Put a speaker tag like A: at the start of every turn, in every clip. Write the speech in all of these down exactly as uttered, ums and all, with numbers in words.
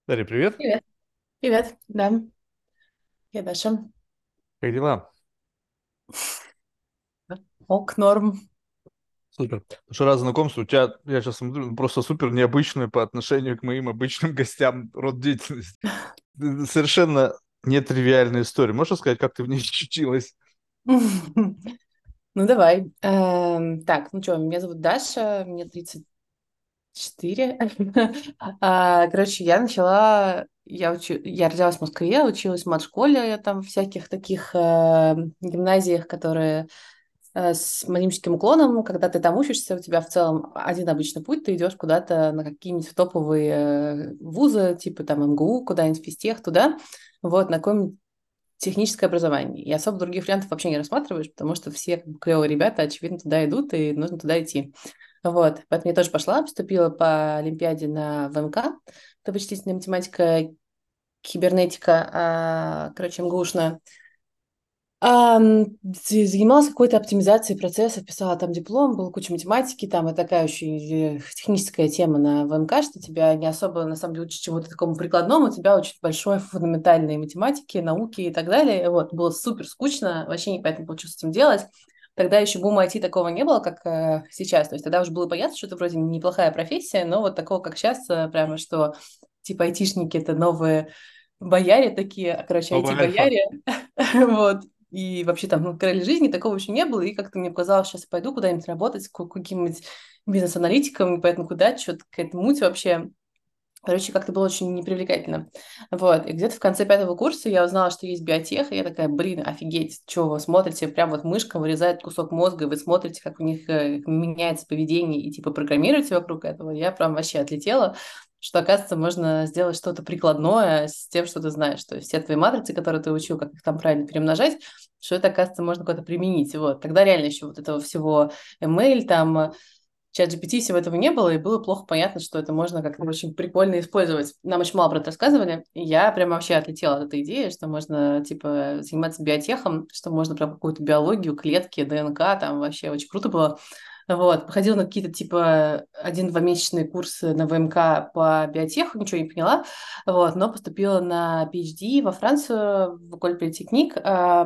A: Дарья, привет.
B: Привет. Привет, да, я Даша.
A: Как дела?
B: Ок, норм.
A: Супер. Ну что, раз знакомство, у тебя, я сейчас смотрю, ну, просто супер необычную по отношению к моим обычным гостям род деятельности. Д- Совершенно нетривиальная история. Можешь сказать, как ты в ней очутилась?
B: Ну, давай. Эм, Так, ну что, меня зовут Даша, мне тридцать четыре. А, Короче, я начала, я, учу, я родилась в Москве, училась в мат-школе, там в всяких таких э, гимназиях, которые э, с математическим уклоном. Когда ты там учишься, у тебя в целом один обычный путь, ты идешь куда-то на какие-нибудь топовые э, вузы, типа там МГУ, куда-нибудь в физтех, туда, вот, на какой-нибудь техническое образование. И особо других вариантов вообще не рассматриваешь, потому что все как бы клевые ребята, очевидно, туда идут, и нужно туда идти. Вот. Поэтому я тоже пошла, поступила по Олимпиаде на ВМК. Это вычислительная математика, кибернетика, а, короче, МГУшная. Ам, зи- занималась какой-то оптимизацией процессов, писала там диплом, была куча математики, там и такая очень э, техническая тема на ВМК, что тебя не особо, на самом деле, учат чему-то такому прикладному, тебя учат большой фундаментальной математике, науке и так далее. Вот, было супер скучно, вообще непонятно было, что с этим делать. Тогда еще бума ай ти такого не было, как э, сейчас. То есть тогда уже было понятно, что это вроде неплохая профессия, но вот такого, как сейчас, э, прямо что типа айтишники — это новые бояре такие, а, короче,
A: Новая альфа.
B: ай ти-бояре. Вот. И вообще там, ну, в реальной жизни такого еще не было, и как-то мне показалось, сейчас я пойду куда-нибудь работать, к каким-нибудь бизнес-аналитиком, непонятно куда, что-то какая-то муть вообще. Короче, как-то было очень непривлекательно. Вот. И где-то в конце пятого курса я узнала, что есть биотех, и я такая, блин, офигеть, что вы смотрите, прям вот мышка вырезает кусок мозга, и вы смотрите, как у них э, меняется поведение, и типа программируете вокруг этого. Я прям вообще отлетела, что, оказывается, можно сделать что-то прикладное с тем, что ты знаешь. То есть все твои матрицы, которые ты учил, как их там правильно перемножать, что это, оказывается, можно куда-то применить. Вот. Тогда реально еще вот этого всего email, там, чат джи пи ти, всего этого не было, и было плохо понятно, что это можно как-то очень прикольно использовать. Нам очень мало про это рассказывали, и я прям вообще отлетела от этой идеи, что можно, типа, заниматься биотехом, что можно прям какую-то биологию, клетки, ДНК, там вообще очень круто было. Вот, походила на какие-то, типа, один-двумесячные курсы на ВМК по биотеху, ничего не поняла, вот, но поступила на пи эйч ди во Францию, в École Polytechnique, а,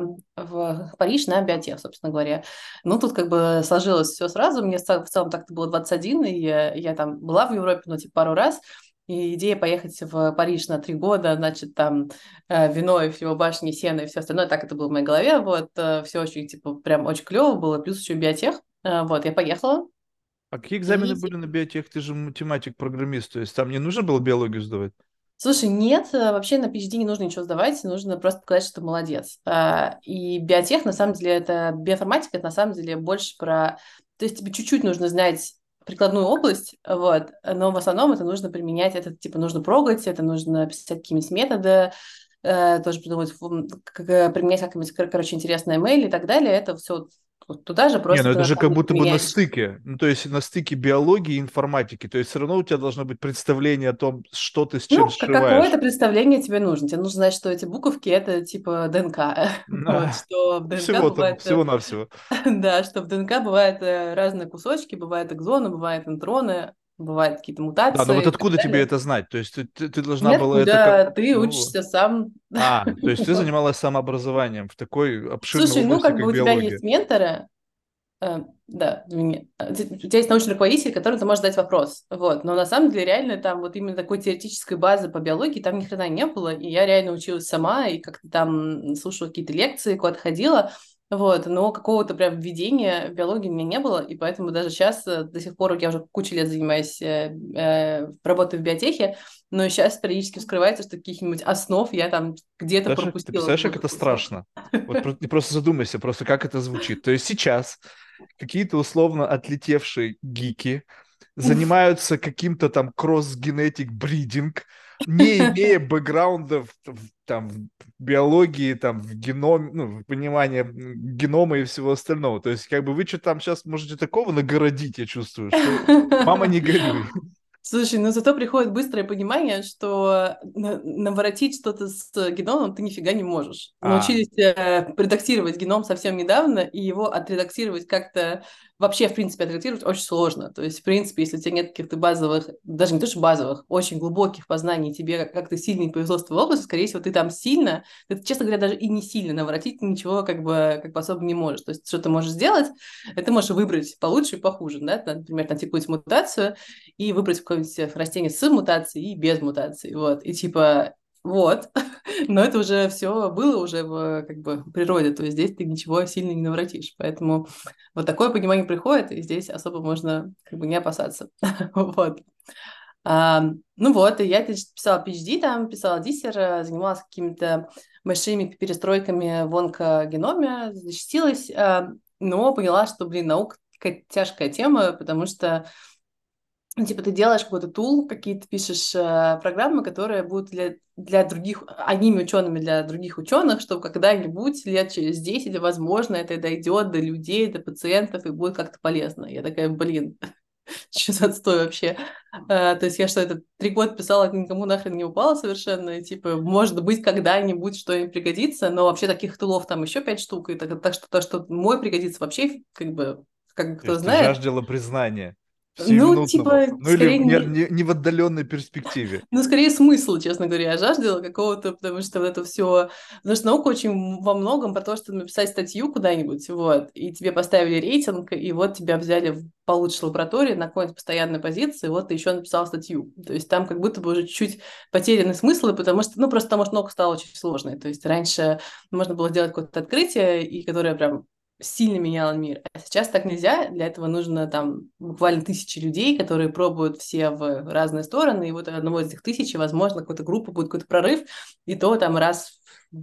B: в Париж на биотех, собственно говоря. Ну, тут как бы сложилось все сразу. Мне в цел- в целом так-то было двадцать один, и я, я там была в Европе, ну, типа, пару раз. И идея поехать в Париж на три года, значит, там э, вино и всего башни, сено и все остальное, так это было в моей голове. Вот, все очень, типа, прям очень клево было, плюс еще биотех. Э, вот, я поехала.
A: А какие
B: И
A: экзамены были на биотех? Ты же математик-программист, то есть там не нужно было биологию сдавать?
B: Слушай, нет, э, вообще на пи эйч ди не нужно ничего сдавать, нужно просто показать, что ты молодец. А, И биотех, на самом деле, это биоинформатика, это на самом деле больше про... То есть тебе чуть-чуть нужно знать прикладную область, вот, но в основном это нужно применять, это типа нужно прогать, это нужно писать какие-нибудь методы, э, тоже придумывать, фу- как, э, применять как-нибудь, кор- короче, интересное mail и так далее. Это все туда же,
A: Не,
B: просто
A: ну
B: ты
A: это
B: на
A: же
B: самом
A: как
B: деле
A: будто бы на
B: применяешь.
A: стыке. Ну, то есть на стыке биологии и информатики. То есть все равно у тебя должно быть представление о том, что ты с чем
B: Ну, как- какое-то
A: сшиваешь.
B: представление тебе нужно. Тебе нужно знать, что эти буковки — это типа ДНК. Вот,
A: На-
B: что в ДНК
A: Всего-то,
B: бывает, э,
A: всего-навсего.
B: да, что в ДНК бывают э, разные кусочки, бывают экзоны, бывают интроны, бывают какие-то
A: Да, но вот
B: мутации и так
A: откуда тебе
B: далее.
A: это знать? То есть ты, ты- ты должна была это как...
B: Ниоткуда ты
A: Ну,
B: учишься сам.
A: а, то есть ты
B: Вот.
A: занималась самообразованием в такой обширной
B: Слушай, ну
A: области,
B: как бы
A: как
B: у тебя есть
A: биология.
B: менторы, э, да, извини. Э, у тебя есть научный руководитель, которому ты можешь задать вопрос. Вот. Но на самом деле реально там вот именно такой теоретической базы по биологии там ни хрена не было. И я реально училась сама и как-то там слушала какие-то лекции, куда-то ходила. Вот. Но какого-то прям введения в биологию у меня не было. И поэтому даже сейчас э, до сих пор я уже кучу лет занимаюсь, э, э, работаю в биотехе, но сейчас периодически вскрывается, что каких-нибудь основ я там где-то
A: Даже, ты
B: пропустила
A: представляешь, как
B: какой-то
A: это
B: кусок.
A: страшно? Вот про- ты просто задумайся, просто как это звучит. То есть сейчас какие-то условно отлетевшие гики занимаются каким-то там кросс-генетик бридинг, не имея бэкграунда в, в- там, в биологии, там, в геном, ну, в понимании м, генома и всего остального. То есть, как бы вы что там сейчас можете такого нагородить, я чувствую, что мама не горюй.
B: Слушай, ну зато приходит быстрое понимание, что на- наворотить что-то с геномом ты нифига не можешь.
A: А,
B: Научились э, редактировать геном совсем недавно, и его отредактировать как-то вообще, в принципе, отредактировать очень сложно. То есть, в принципе, если у тебя нет каких-то базовых, даже не то что базовых, очень глубоких познаний, тебе как- как-то сильно не повезло с твоей области, скорее всего, ты там сильно, ты, честно говоря, даже и не сильно наворотить ничего как бы, как бы особо не можешь. То есть, что ты можешь сделать, это можешь выбрать получше и похуже, да, например, найти какую-то мутацию, и выбрать какое-нибудь растение с мутацией и без мутации, вот, и типа, вот, но это уже все было уже в как бы природе, то есть здесь ты ничего сильно не наворотишь, поэтому вот такое понимание приходит, и здесь особо можно как бы не опасаться, вот. А, ну вот, и я писала PhD там, писала диссер, э, занималась какими-то большими перестройками в онкогеноме, защитилась, а, но поняла, что, блин, наука какая-то тяжкая тема, потому что ну, типа, ты делаешь какой-то тул, какие-то пишешь э, программы, которые будут для, для других, одними учеными для других ученых, чтобы когда-нибудь лет через десять, возможно, это дойдет до людей, до пациентов и будет как-то полезно. Я такая, блин, что за отстой вообще? Э, то есть я что, это три года писала, это никому нахрен не упало совершенно, и, типа, может быть, когда-нибудь что им пригодится, но вообще таких тулов там еще пять штук, и так, так что то, что мой пригодится вообще, как бы, как
A: то
B: кто
A: есть ты
B: знает.
A: жаждала признания
B: Ну,
A: сиюминутного,
B: типа,
A: ну или
B: скорее
A: в не,
B: не,
A: не, не в отдаленной перспективе.
B: ну, скорее смысл, честно говоря, я жаждала какого-то, потому что вот это все... Потому что наука очень во многом про то, чтобы написать статью куда-нибудь, вот, и тебе поставили рейтинг, и вот тебя взяли в получше лаборатории на какой-нибудь постоянной позиции, вот ты еще написал статью. То есть там как будто бы уже чуть потеряны смыслы, потому что, ну, просто потому что наука стала очень сложной. То есть раньше можно было сделать какое-то открытие, и которое прям сильно меняла мир. А сейчас так нельзя, для этого нужно там буквально тысячи людей, которые пробуют все в разные стороны, и вот одного из этих тысячи, возможно, какой-то группа будет какой-то прорыв, и то там раз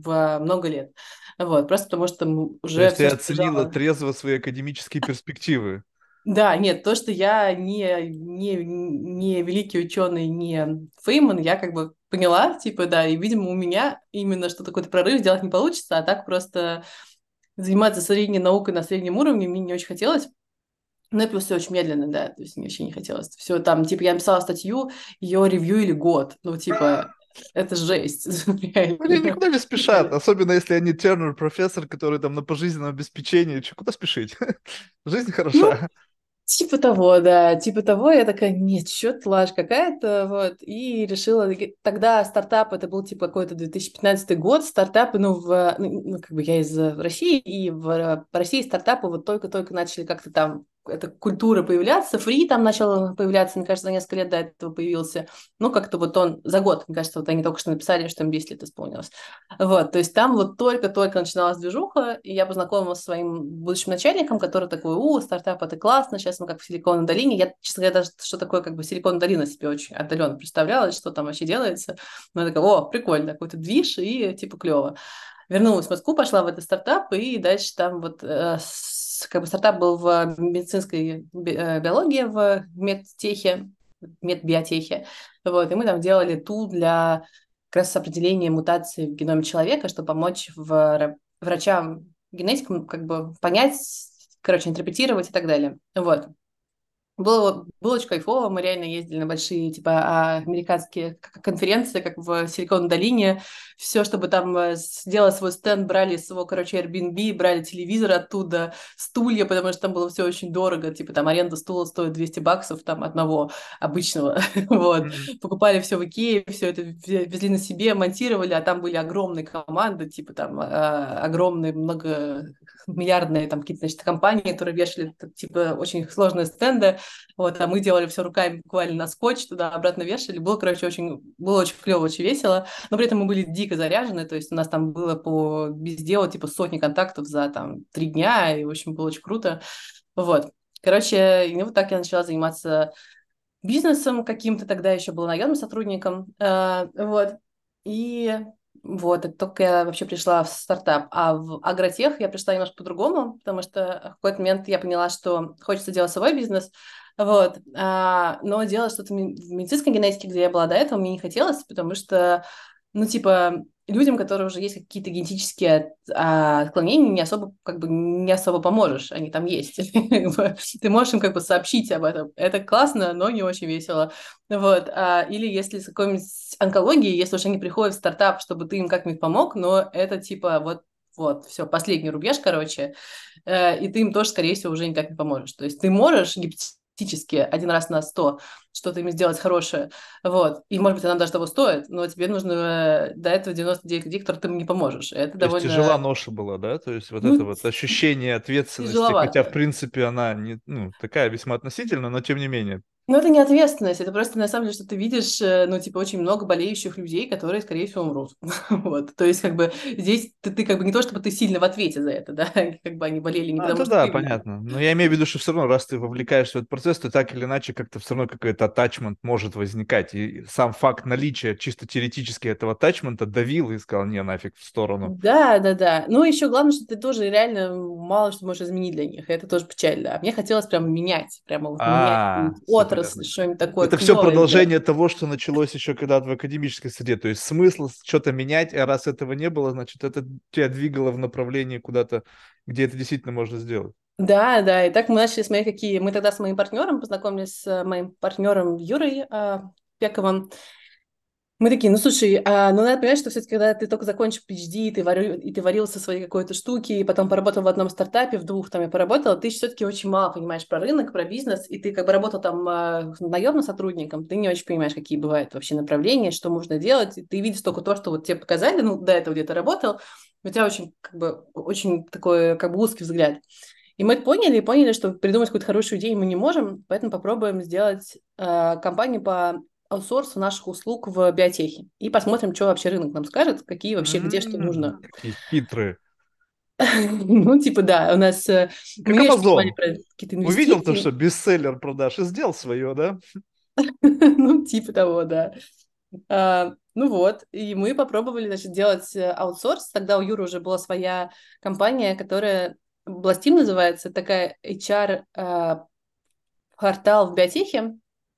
B: в много лет. Вот, просто потому что
A: То
B: уже
A: есть ты
B: все, что
A: оценила
B: лежало.
A: трезво свои академические перспективы.
B: Да, нет, то, что я не, не, не великий ученый, не Фейман, я как бы поняла, типа, да, и, видимо, у меня именно что такой-то прорыв сделать не получится, а так просто заниматься средней наукой на среднем уровне мне не очень хотелось. Ну и плюс все очень медленно, да, то есть мне вообще не хотелось. Все там, типа, я написала статью, ее ревьюили год. Ну, типа, это жесть,
A: Они
B: реально.
A: никуда не спешат, особенно если они Тернер профессор, который там на пожизненном обеспечении. Че, куда спешить? Жизнь
B: Ну,
A: хороша.
B: типа того, да, типа того, я такая, нет, что-то лажь какая-то, вот, и решила, тогда стартап, это был типа какой-то две тысячи пятнадцатый год, стартапы, ну, в, ну, ну, как бы я из России, и в России стартапы вот только-только начали как-то там, эта культура появляться, фри там начал появляться, мне кажется, за несколько лет до этого появился, ну, как-то вот он за год, мне кажется, вот они только что написали, что им десять лет исполнилось, вот, то есть там вот только-только начиналась движуха, и я познакомилась со своим будущим начальником, который такой, у, стартап, это классно, сейчас мы как в Силиконовой долине. Я, честно говоря, даже что такое как бы Силиконовая долина себе очень отдаленно представляла, что там вообще делается. Но я такая, о, прикольно, какой-то движ, и типа клево. Вернулась в Москву, пошла в этот стартап, и дальше там вот э, с- как бы стартап был в медицинской би- э, биологии, в медтехе, медбиотехе. Вот, и мы там делали тул для как раз определения мутаций в геноме человека, чтобы помочь в, ра- врачам, генетикам как бы понять, короче, интерпретировать и так далее. Вот. Было, было очень кайфово, мы реально ездили на большие, типа, а, американские к- конференции, как в Силиконовой долине, все, чтобы там э, сделать свой стенд, брали из своего, короче, Airbnb, брали телевизор оттуда, стулья, потому что там было все очень дорого, типа, там аренда стула стоит двести баксов, там, одного обычного, вот,
A: Мгм.
B: покупали все в Икее, все это ве- везли на себе, монтировали, а там были огромные команды, типа, там, а, огромные, многомиллиардные, там, какие-то, значит, компании, которые вешали, типа, очень сложные стенды, вот, а мы делали все руками буквально на скотч, туда обратно вешали. Было, короче, очень, было очень клево, очень весело, но при этом мы были дико заряжены, то есть у нас там было по без дела типа сотни контактов за там три дня, и, в общем, было очень круто. Вот. Короче, и вот так я начала заниматься бизнесом каким-то, тогда еще была наемным сотрудником, э, вот, и вот, это только я вообще пришла в стартап, а в агротех я пришла немножко по-другому, потому что в какой-то момент я поняла, что хочется делать свой бизнес, вот, а, но делать что-то ми- в медицинской генетике, где я была до этого, мне не хотелось, потому что, ну, типа, людям, которые уже есть какие-то генетические а, отклонения, не особо, как бы, не особо поможешь, они там есть. Ты можешь им как бы сообщить об этом. Это классно, но не очень весело. Вот. А, или если с какой-нибудь онкологией, если уж они приходят в стартап, чтобы ты им как-нибудь помог, но это типа вот вот, все, последний рубеж, короче, э, и ты им тоже, скорее всего, уже никак не поможешь. То есть ты можешь гипотетически один раз на сто что-то им сделать хорошее, вот, и, может быть, она даже того стоит, но тебе нужно э, до этого девяносто девять людей, которым ты им не поможешь. Это
A: То есть тяжела
B: довольно,
A: ноша была, да? То есть вот это
B: ну,
A: вот ощущение ответственности, хотя, в
B: тяжеловато.
A: принципе, она не, ну, такая весьма относительная, но тем не менее.
B: Но это не ответственность, это просто на самом деле, что ты видишь, э, ну, типа, очень много болеющих людей, которые, скорее всего, умрут. Вот. То есть, как бы, здесь ты, ты как бы не то, чтобы ты сильно в ответе за это, да, как бы они болели не
A: Ну,
B: потому,
A: это
B: что
A: да,
B: ты виноват.
A: понятно. Но я имею в виду, что все равно, раз ты вовлекаешься в этот процесс, то так или иначе как-то все равно какой-то attachment может возникать. И сам факт наличия чисто теоретически этого attachment давил и сказал, не, нафиг, в сторону.
B: Да, да, да. Ну, еще главное, что ты тоже реально мало что можешь изменить для них. Это тоже печально. А мне хотелось прям менять, прямо вот менять
A: А, все
B: отрасль,
A: понятно.
B: что-нибудь такое
A: Это все
B: клевое сделать.
A: продолжение того, что началось еще когда в академической среде. То есть смысл что-то менять, а раз этого не было, значит, это тебя двигало в направлении куда-то, где это действительно можно сделать.
B: Да, да, и так мы начали смотреть, какие... Мы тогда с моим партнером познакомились, с моим партнером Юрой а, Пековым. Мы такие, ну слушай, а, ну надо понимать, что все-таки, когда ты только закончил PhD, и ты, варил, и ты варился в своей какой-то штуке, и потом поработал в одном стартапе, в двух там я поработала, ты все-таки очень мало понимаешь про рынок, про бизнес, и ты как бы работал там а, наемным сотрудником, ты не очень понимаешь, какие бывают вообще направления, что можно делать, и ты видишь только то, что вот тебе показали, ну до этого где-то работал, у тебя очень как бы очень такой как бы узкий взгляд. И мы это поняли, и поняли, что придумать какую-то хорошую идею мы не можем, поэтому попробуем сделать э, компанию по аутсорсу наших услуг в биотехе. И посмотрим, что вообще рынок нам скажет, какие вообще, где что
A: М,
B: нужно.
A: Какие хитрые.
B: Ну, типа, да, у нас... э, Мы
A: Как
B: не очень понимали
A: Амазон.
B: про какие-то
A: Увидел то, что
B: инвестиции.
A: бестселлер продаж и сделал свое, да?
B: Ну, типа того, да. А, ну вот, и мы попробовали, значит, делать э, аутсорс. Тогда у Юры уже была своя компания, которая Blastим называется, такая эйч ар-портал в биотехе,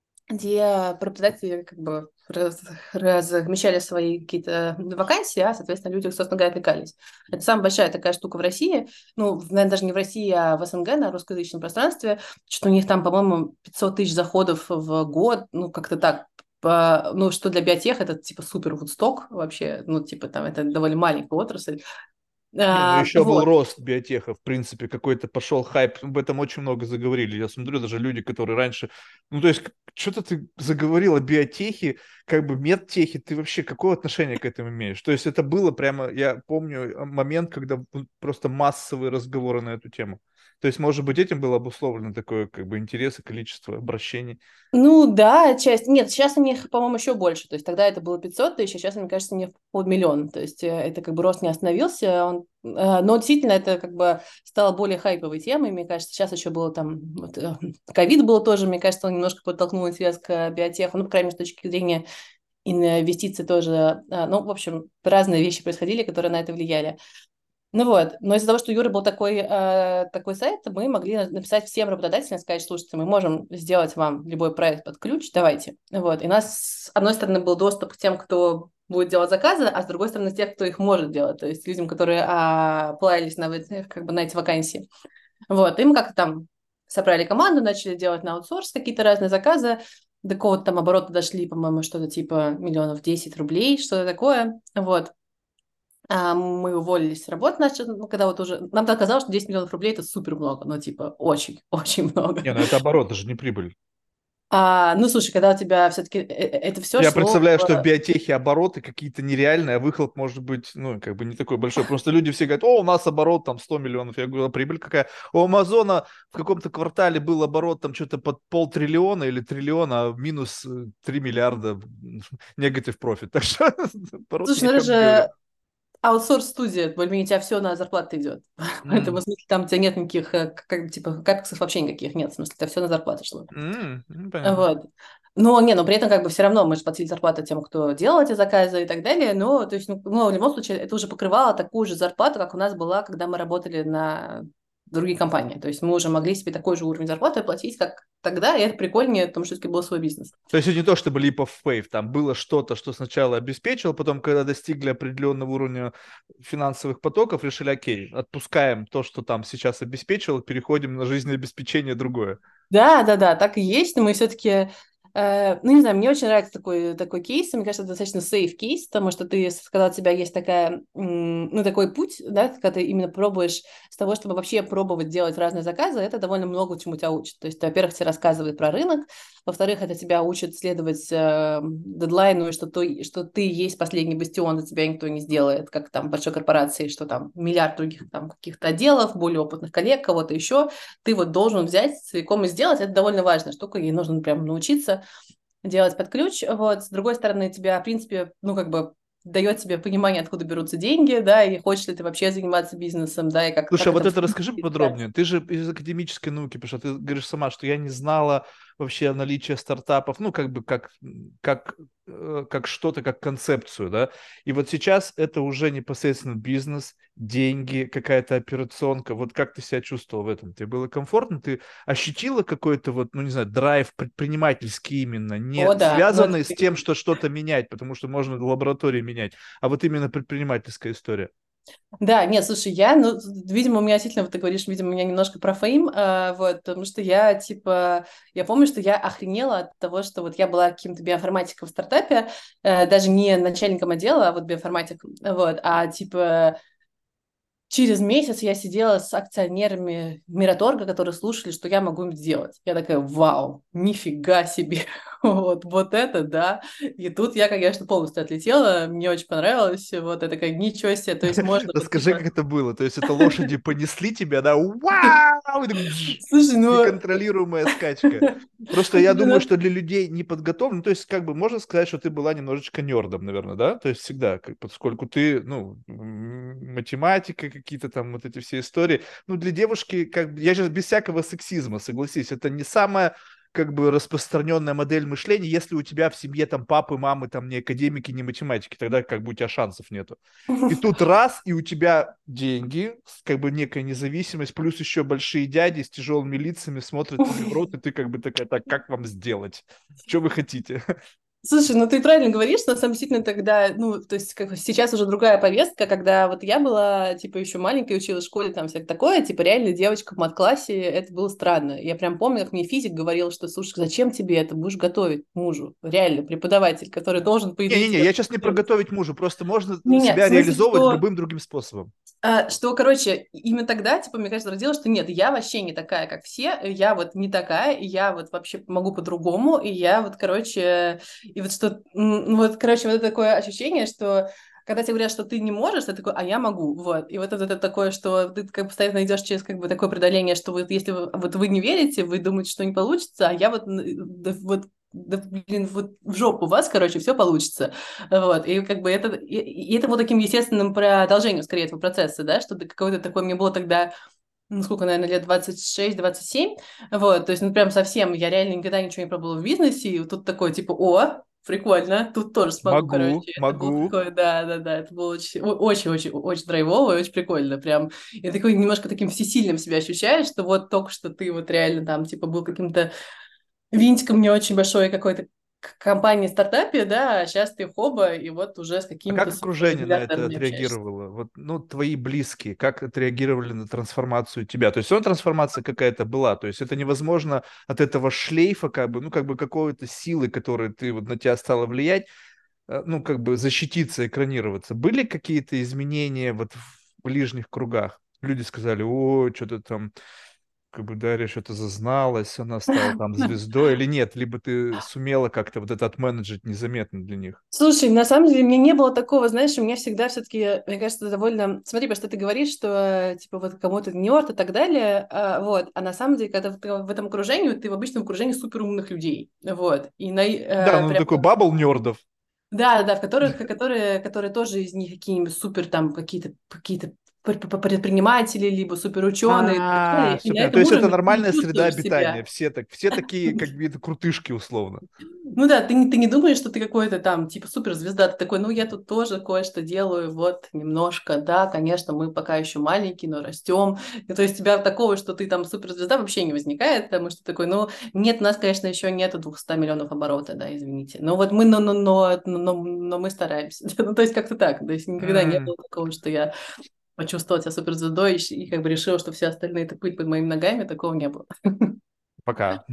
B: где работодатели как бы раз- размещали свои какие-то вакансии, а, соответственно, люди, собственно говоря, отвлекались. Это самая большая такая штука в России, ну, наверное, даже не в России, а в СНГ, на русскоязычном пространстве, что у них там, по-моему, пятьсот тысяч заходов в год, ну, как-то так. По- ну, что для биотех это типа супер вудсток вообще, ну, типа там это довольно маленькая отрасль.
A: Не, ну
B: А,
A: еще был
B: вот.
A: рост биотеха, в принципе, какой-то пошел хайп, об этом очень много заговорили. Я смотрю, даже люди, которые раньше... Ну, то есть, что-то ты заговорил о биотехе, как бы медтехе, ты вообще какое отношение к этому имеешь? То есть это было прямо, я помню э, момент, когда вот просто массовые разговоры на эту тему. То есть, может быть, этим было обусловлено такое, как бы, интерес и количество обращений.
B: Ну да, часть. Нет, сейчас у них, по-моему, еще больше. То есть тогда это было пятьсот тысяч, а сейчас, мне кажется, у них полмиллиона. То есть э, это как бы рост не остановился. Он, э, но действительно это как бы стало более хайповой темой. Мне кажется, сейчас еще было там... вот, э, ковид был тоже, мне кажется, он немножко подтолкнул интерес к биотеху. Ну, по крайней мере, с точки зрения инвестиций тоже. А, Ну, в общем, разные вещи происходили, которые на это влияли. Ну вот, но из-за того, что у Юры был такой, э, такой сайт, мы могли написать всем работодателям, сказать, слушайте, мы можем сделать вам любой проект под ключ, давайте. Вот, и у нас, с одной стороны, был доступ к тем, кто будет делать заказы, а с другой стороны, тех, кто их может делать, то есть людям, которые а, плавились на, вот, э, как бы, на эти вакансии. Вот, и мы как-то там собрали команду, начали делать на аутсорс какие-то разные заказы, до какого-то там оборота дошли, по-моему, что-то типа миллионов десять рублей, что-то такое, вот. А, мы уволились с работы, значит, ну, когда вот уже... Нам тогда казалось, что десять миллионов рублей – это супер много, ну, типа, очень, очень много.
A: Не, ну это оборот, это же не прибыль.
B: А, ну, слушай, когда у тебя все-таки это все
A: Я
B: шло
A: представляю, что в
B: в...
A: биотехе обороты какие-то нереальные, а выхлоп может быть, ну, как бы не такой большой. Просто люди все говорят, о, у нас оборот там сто миллионов. Я говорю, а прибыль какая? У Амазона в каком-то квартале был оборот там что-то под полтриллиона или триллиона, а минус э, три миллиарда негатив профит. Так что оборот ни
B: Слушай,
A: о
B: ну, это
A: чем не говорит.
B: же аутсорс-студия, более-менее у тебя все на зарплату идет. Поэтому, в
A: М,
B: смысле, там у тебя нет никаких, э, как, бы, типа, капексов вообще никаких нет. В смысле, это все на зарплату шло.
A: м, ну, понятно.
B: Вот. Но, не, но при этом как бы все равно мы же платили зарплату тем, кто делал эти заказы и так далее, но, то есть, ну, ну, в любом случае, это уже покрывало такую же зарплату, как у нас была, когда мы работали на другие компании. То есть мы уже могли себе такой же уровень зарплаты платить, как тогда, и это прикольнее, потому что все-таки был свой бизнес.
A: То есть это не то, чтобы leap of faith, там было что-то, что сначала обеспечил, потом, когда достигли определенного уровня финансовых потоков, решили, окей, отпускаем то, что там сейчас обеспечил, переходим на жизнеобеспечение другое.
B: Да, да, да, так и есть, но мы все-таки, э, ну, не знаю, мне очень нравится такой, такой кейс, и мне кажется, это достаточно safe кейс, потому что ты, когда у тебя есть такая, м, ну, такой путь, да, когда ты именно пробуешь с того, чтобы вообще пробовать делать разные заказы, это довольно много чему тебя учит. То есть, во-первых, тебе рассказывает про рынок, во-вторых, это тебя учит следовать э, дедлайну, и что, ты, что ты есть последний бастион, за тебя никто не сделает, как там в большой корпорации, что там миллиард других там каких-то отделов, более опытных коллег, кого-то еще, ты вот должен взять целиком и сделать, это довольно важная штука, ей нужно прям научиться делать под ключ, вот, с другой стороны, тебя, в принципе, ну, как бы дает тебе понимание, откуда берутся деньги, да, и хочешь ли ты вообще заниматься бизнесом, да, и как,
A: Слушай, а
B: как
A: вот
B: это
A: это расскажи поподробнее. Ты же из академической науки пришла, ты говоришь сама, что я не знала вообще о наличии стартапов, ну, как бы как, как, э, как что-то, как концепцию, да. И вот сейчас это уже непосредственно бизнес, деньги, какая-то операционка. Вот как ты себя чувствовал в этом? Тебе было комфортно? Ты ощутила какой-то вот, ну, не знаю, драйв предпринимательский именно, не
B: О, да, ну, это
A: связанный с тем, что что-то менять, потому что можно в лаборатории менять, а вот именно предпринимательская история.
B: Да, нет, слушай, я, ну, видимо, у меня действительно, вот ты говоришь, видимо, у меня немножко про фейм, а, вот, потому что я, типа, я помню, что я охренела от того, что вот я была каким-то биоинформатиком в стартапе, э, даже не начальником отдела, а вот биоинформатиком, вот, а, типа, через месяц я сидела с акционерами Мираторга, которые слушали, что я могу им сделать. Я такая, вау, нифига себе, вот, вот это да. И тут я, конечно, полностью отлетела, мне очень понравилось, вот, я такая, ничего себе, то есть можно вот,
A: Расскажи,
B: типа...
A: как это было. То есть это лошади понесли тебя, да, вау, и так бжж,
B: Слушай, ну...
A: неконтролируемая скачка. Просто я
B: Слушай,
A: думаю,
B: ну,
A: что для людей неподготовленных, то есть как бы можно сказать, что ты была немножечко нердом, наверное, да? То есть всегда, как, поскольку ты, ну, м, математика, какие-то там вот эти все истории. Ну, для девушки, как бы, я сейчас без всякого сексизма, согласись, это не самое как бы распространенная модель мышления, если у тебя в семье там папы, мамы там не академики, не математики, тогда как бы у тебя шансов нету. И тут раз, и у тебя деньги, как бы некая независимость, плюс еще большие дяди с тяжелыми лицами смотрят тебе в рот, и ты как бы такая, так, как вам сделать? Что вы хотите?
B: Слушай, ну ты правильно говоришь, на самом деле, действительно тогда, ну, то есть как сейчас уже другая повестка, когда вот я была, типа, еще маленькая, училась в школе, там, всякое такое, типа, реально девочка в мат-классе, это было странно. Я прям помню, как мне физик говорил, что, слушай, зачем тебе это, будешь готовить мужу, реально, преподаватель, который должен, по идее,
A: Не-не-не,
B: тебя...
A: я сейчас не про готовить мужа, просто можно
B: Не-не, в
A: себя
B: смысле,
A: реализовывать
B: что
A: любым другим способом.
B: а, что, короче, именно тогда, типа, мне кажется, родилось, что нет, я вообще не такая, как все, я вот не такая, и я вот вообще могу по-другому, и я вот, короче, и вот что, м, вот, короче, вот это такое ощущение, что когда тебе говорят, что ты не можешь, ты такой, а я могу, вот, и вот это, это такое, что ты как бы постоянно идешь через как бы такое преодоление, что вот если вы, вот вы не верите, вы думаете, что не получится, а я вот, н- да, вот да, блин, вот в жопу вас, короче, все получится. Вот, и как бы это, и, и это было таким естественным продолжением, скорее, этого процесса, да, что ты какой-то такой, мне было тогда, ну, сколько, наверное, лет двадцать шесть двадцать семь, вот, то есть, ну, прям совсем, я реально никогда ничего не пробовала в бизнесе, и вот тут такой, типа, о, прикольно, тут тоже смогу,
A: Могу,
B: короче, это было
A: могу.
B: такое, да-да-да, это было очень-очень-очень драйвово и очень прикольно, прям, и такой немножко таким всесильным себя ощущаешь, что вот только что ты вот реально там, типа, был каким-то винтиком не очень большой какой-то к- компании, стартапе, да, а сейчас ты хоба, и вот уже с
A: А
B: какими-то
A: как окружение на это
B: супермиллиардерами общаешься.
A: отреагировало? Вот, ну, твои близкие, как отреагировали на трансформацию тебя? То есть, все равно трансформация какая-то была, то есть это невозможно от этого шлейфа, как бы, ну, как бы какой-то силы, которая ты вот на тебя стала влиять, э, ну, как бы защититься, экранироваться. Были какие-то изменения вот в ближних кругах? Люди сказали, о, что-то там, как бы Дарья что-то зазналась, она стала там звездой или нет? Либо ты сумела как-то вот это отменеджить незаметно для них?
B: Слушай, на самом деле, мне не было такого, знаешь, у меня всегда все-таки, мне кажется, довольно... Смотри, потому что ты говоришь, что, типа, вот кому-то нерд и так далее, а, вот, а на самом деле, когда ты в этом окружении, ты в обычном окружении суперумных людей, вот, и на,
A: Да,
B: э,
A: ну
B: прям
A: такой бабл нердов.
B: да, да, да, в которых, которые, которые тоже из них какие-нибудь супер там какие-то какие-то предприниматели, либо суперученые и так
A: А,
B: далее. И
A: все
B: на
A: понятно. То
B: этом
A: есть это
B: уровне ты не
A: нормальная среда
B: чувствуешь
A: обитания.
B: себя.
A: Все так, все такие, как бы, это крутышки, условно.
B: Ну да, ты, не- ты не думаешь, что ты какой-то там, типа, суперзвезда, ты такой, ну, я тут тоже кое-что делаю, вот, немножко, да, конечно, мы пока еще маленькие, но растем. И то есть у тебя такого, что ты там суперзвезда, вообще не возникает, потому что такой, ну, нет, у нас, конечно, еще нету двухсот миллионов оборота, да, извините. Но вот мы, но, но, но, но, но мы стараемся. Ну, то есть как-то так, то есть никогда не
A: М,
B: было такого, что я почувствовала себя суперзвездой и, и как бы решила, что все остальные это пыль под моими ногами, такого не было.
A: Пока.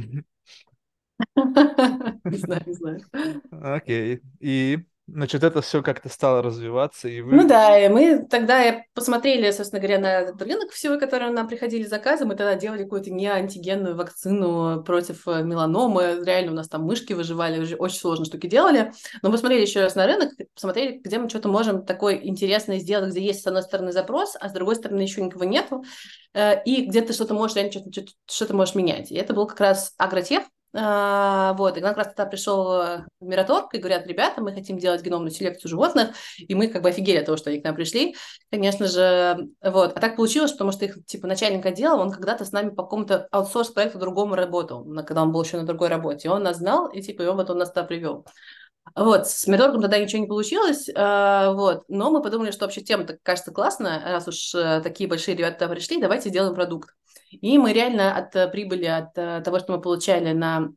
B: Не знаю, не знаю.
A: Окей. И, значит, это все как-то стало развиваться, и
B: Ну
A: вы...
B: да, и мы тогда и посмотрели, собственно говоря, на этот рынок всего, который нам приходили заказы. Мы тогда делали какую-то неантигенную вакцину против э, меланомы. Реально у нас там мышки выживали, уже очень сложные штуки делали. Но мы смотрели еще раз на рынок, посмотрели, где мы что-то можем такое интересное сделать, где есть, с одной стороны, запрос, а с другой стороны, еще никого нету. Э, И где ты что-то можешь, реально что-то, что-то можешь менять. И это был как раз агротех. А, вот, и к нам как раз тогда пришел э, Мираторг и говорят, ребята, мы хотим делать геномную селекцию животных, и мы как бы офигели от того, что они к нам пришли, конечно же, вот. А так получилось, потому что их, типа, начальник отдела, он когда-то с нами по какому-то аутсорс-проекту другому работал, на- когда он был еще на другой работе, и он нас знал, и, типа, и он вот он нас туда привел. Вот, с Мираторгом тогда ничего не получилось, а, вот, но мы подумали, что вообще тема, кажется, классная, раз уж э, такие большие ребята туда пришли, давайте сделаем продукт. И мы реально от э, прибыли, от э, того, что мы получали на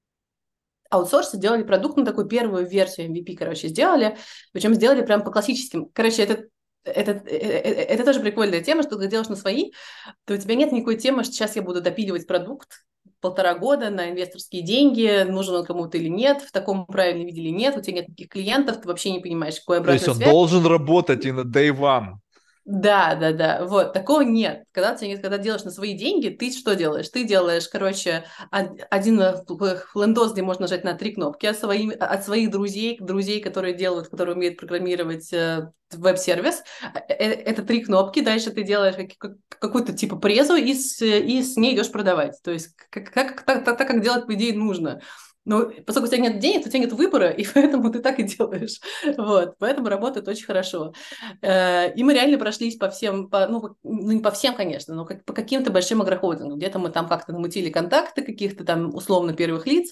B: аутсорсе, делали продукт, ну, такую первую версию эм ви пи, короче, сделали, причем сделали прям по классическим. Короче, это, это, это, это тоже прикольная тема, что ты делаешь на свои, то у тебя нет никакой темы, что сейчас я буду допиливать продукт полтора года на инвесторские деньги, нужен он кому-то или нет, в таком правильном виде или нет, у тебя нет никаких клиентов, ты вообще не понимаешь, какой
A: То есть
B: обратной
A: он
B: связи.
A: должен работать и на day one.
B: Да, да, да, вот, такого нет. Когда ты когда делаешь на свои деньги, ты что делаешь? Ты делаешь, короче, од- один э, лендос, где можно нажать на три кнопки от, своим, от своих друзей, друзей, которые делают, которые умеют программировать э, веб-сервис. Э, э, Это три кнопки, дальше ты делаешь как- как- какую-то типа презу и с, и с ней идешь продавать. То есть как, как, так, так, так, как делать, по идее, нужно. Но поскольку у тебя нет денег, то у тебя нет выбора, и поэтому ты так и делаешь. Вот, поэтому работает очень хорошо. Э, И мы реально прошлись по всем, по, ну, ну, не по всем, конечно, но как, по каким-то большим агрохолдингам. Где-то мы там как-то намутили контакты каких-то там условно первых лиц,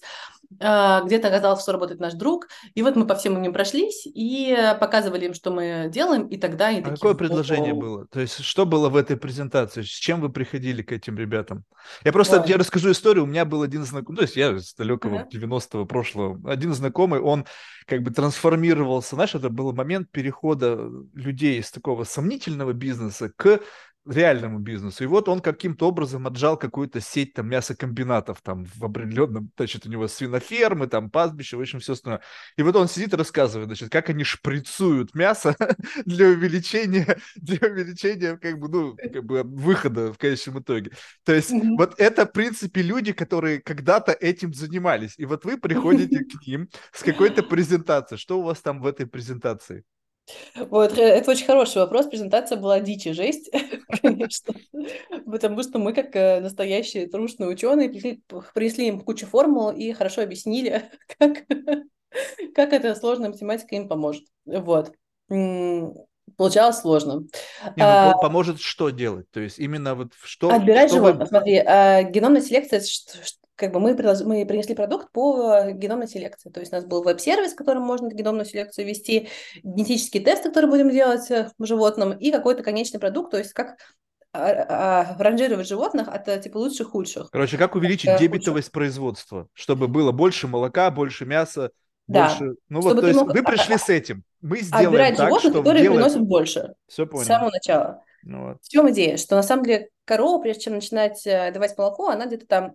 B: э, где-то оказалось, что работает наш друг. И вот мы по всем ним прошлись и э, показывали им, что мы делаем, и тогда они
A: А
B: такие,
A: какое предложение
B: вау.
A: было? То есть что было в этой презентации? С чем вы приходили к этим ребятам? Я просто,
B: Ой.
A: я расскажу историю. У меня был один знакомый, то есть я с далекого
B: Ага.
A: девяностого прошлого, один знакомый, он как бы трансформировался. Знаешь, это был момент перехода людей из такого сомнительного бизнеса к реальному бизнесу. И вот он каким-то образом отжал какую-то сеть там мясокомбинатов там в определенном, значит, у него свинофермы, там пастбища, в общем, все остальное. И вот он сидит и рассказывает, значит, как они шприцуют мясо для увеличения, для увеличения как бы, ну, как бы выхода в конечном итоге. То есть
B: Мгм.
A: вот это, в принципе, люди, которые когда-то этим занимались. И вот вы приходите к ним с какой-то презентацией. Что у вас там в этой презентации?
B: Вот, э, это очень хороший вопрос. Презентация была дичь и жесть, конечно. Потому что мы, как э, настоящие трушные ученые, принесли, принесли им кучу формул и хорошо объяснили, как, как эта сложная математика им поможет. Вот. М, Получалось сложно.
A: Не, ну
B: А,
A: по- поможет что делать? То есть именно вот в что,
B: Отбирать
A: что
B: животных.
A: вы...
B: Смотри, а, геномная селекция, это ш- ш- как бы мы, предлож- мы принесли продукт по геномной селекции. То есть у нас был веб-сервис, которым можно эту геномную селекцию вести, генетические тесты, которые будем делать э, животным, и какой-то конечный продукт, то есть как а, а, ранжировать животных от э, типа лучших худших.
A: Короче, как увеличить
B: Э, худших.
A: дебетовость производства, чтобы было больше молока, больше мяса,
B: Да.
A: больше... Ну вот,
B: Чтобы
A: то
B: ты
A: есть
B: мог
A: вы
B: а,
A: пришли
B: а,
A: с этим. Мы сделаем
B: отбирать
A: так,
B: животных,
A: что
B: которые
A: делает...
B: приносят больше
A: Все
B: с
A: понял.
B: самого начала.
A: Ну вот.
B: В чем идея? Что на самом деле корова, прежде чем начинать э, давать молоко, она где-то там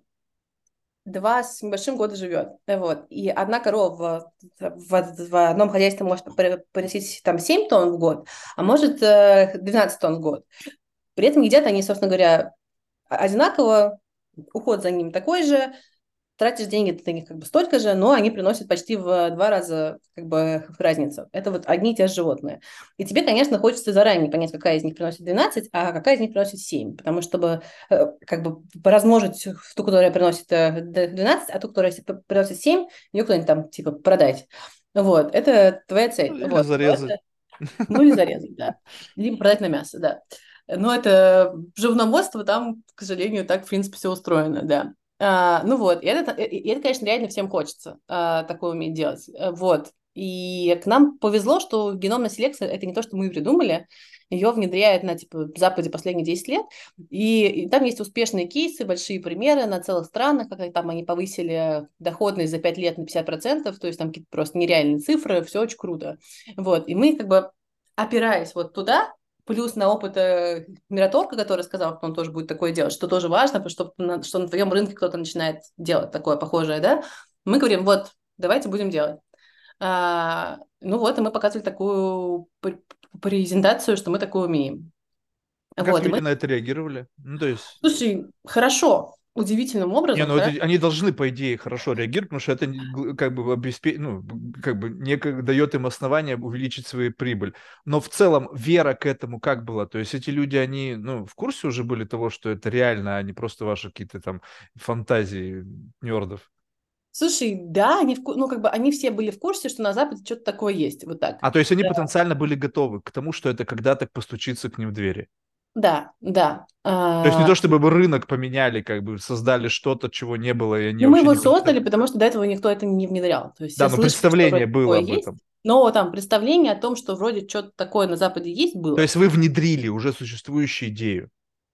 B: два с небольшим года живет. Вот. И одна корова в, в, в одном хозяйстве может приносить там семь тонн в год, а может э, двенадцать тонн в год. При этом едят они, собственно говоря, одинаково, уход за ним такой же, тратишь деньги ты на них как бы столько же, но они приносят почти в два раза как бы разницу. Это вот одни и те же животные. И тебе, конечно, хочется заранее понять, какая из них приносит двенадцать, а какая из них приносит семь, потому что чтобы э, как бы размножить в ту, которая приносит э, двенадцать, а ту, которая п- приносит семь, ее куда-нибудь там типа продать. Вот, это твоя цель.
A: Ну, или
B: Вот.
A: зарезать.
B: Это, ну или зарезать, да. Либо продать на мясо, да. Но это животноводство, там, к сожалению, так, в принципе, все устроено, да. А, ну вот, и это, и это, конечно, реально всем хочется а, такое уметь делать. А, Вот. И к нам повезло, что геномная селекция — это не то, что мы придумали, ее внедряют на, типа, Западе последние десять лет, и, и там есть успешные кейсы, большие примеры на целых странах, как там они повысили доходность за пять лет на пятьдесят процентов, то есть там какие-то просто нереальные цифры, все очень круто. Вот, и мы как бы, опираясь вот туда, плюс на опыт э, Мираторга, который сказал, что он тоже будет такое делать, что тоже важно, потому что на, что на твоем рынке кто-то начинает делать такое похожее, да, мы говорим, вот, давайте будем делать. А, ну вот, и мы показывали такую пр- презентацию, что мы такое умеем.
A: А как
B: Вот, и
A: люди
B: мы,
A: на это реагировали? Ну, то есть...
B: слушай, хорошо, удивительным
A: Не,
B: образом,
A: ну это,
B: хорошо.
A: они должны, по идее, хорошо реагировать, потому что это не- г- как бы обеспе... ну, как бы некое дает им основание увеличить свою прибыль. Но в целом вера к этому как была? То есть эти люди, они, ну, в курсе уже были того, что это реально, а не просто ваши какие-то там фантазии нердов?
B: Слушай, да, они, в ку- ну, как бы, они все были в курсе, что на Западе что-то такое есть, вот так.
A: А то есть они потенциально были готовы к тому, что это когда-то постучится к ним в двери.
B: Да, да.
A: То есть не
B: А,
A: то, чтобы бы рынок поменяли, как бы создали что-то, чего не было, и они
B: ну, мы
A: вообще
B: его
A: не могли...
B: создали, потому что до этого никто это не внедрял. То есть
A: Да,
B: все
A: но
B: слышали, что
A: представление
B: вроде
A: было
B: такое
A: об
B: есть,
A: этом.
B: но там представление о том, что вроде что-то такое на Западе есть,
A: То
B: было.
A: есть вы внедрили уже существующую идею.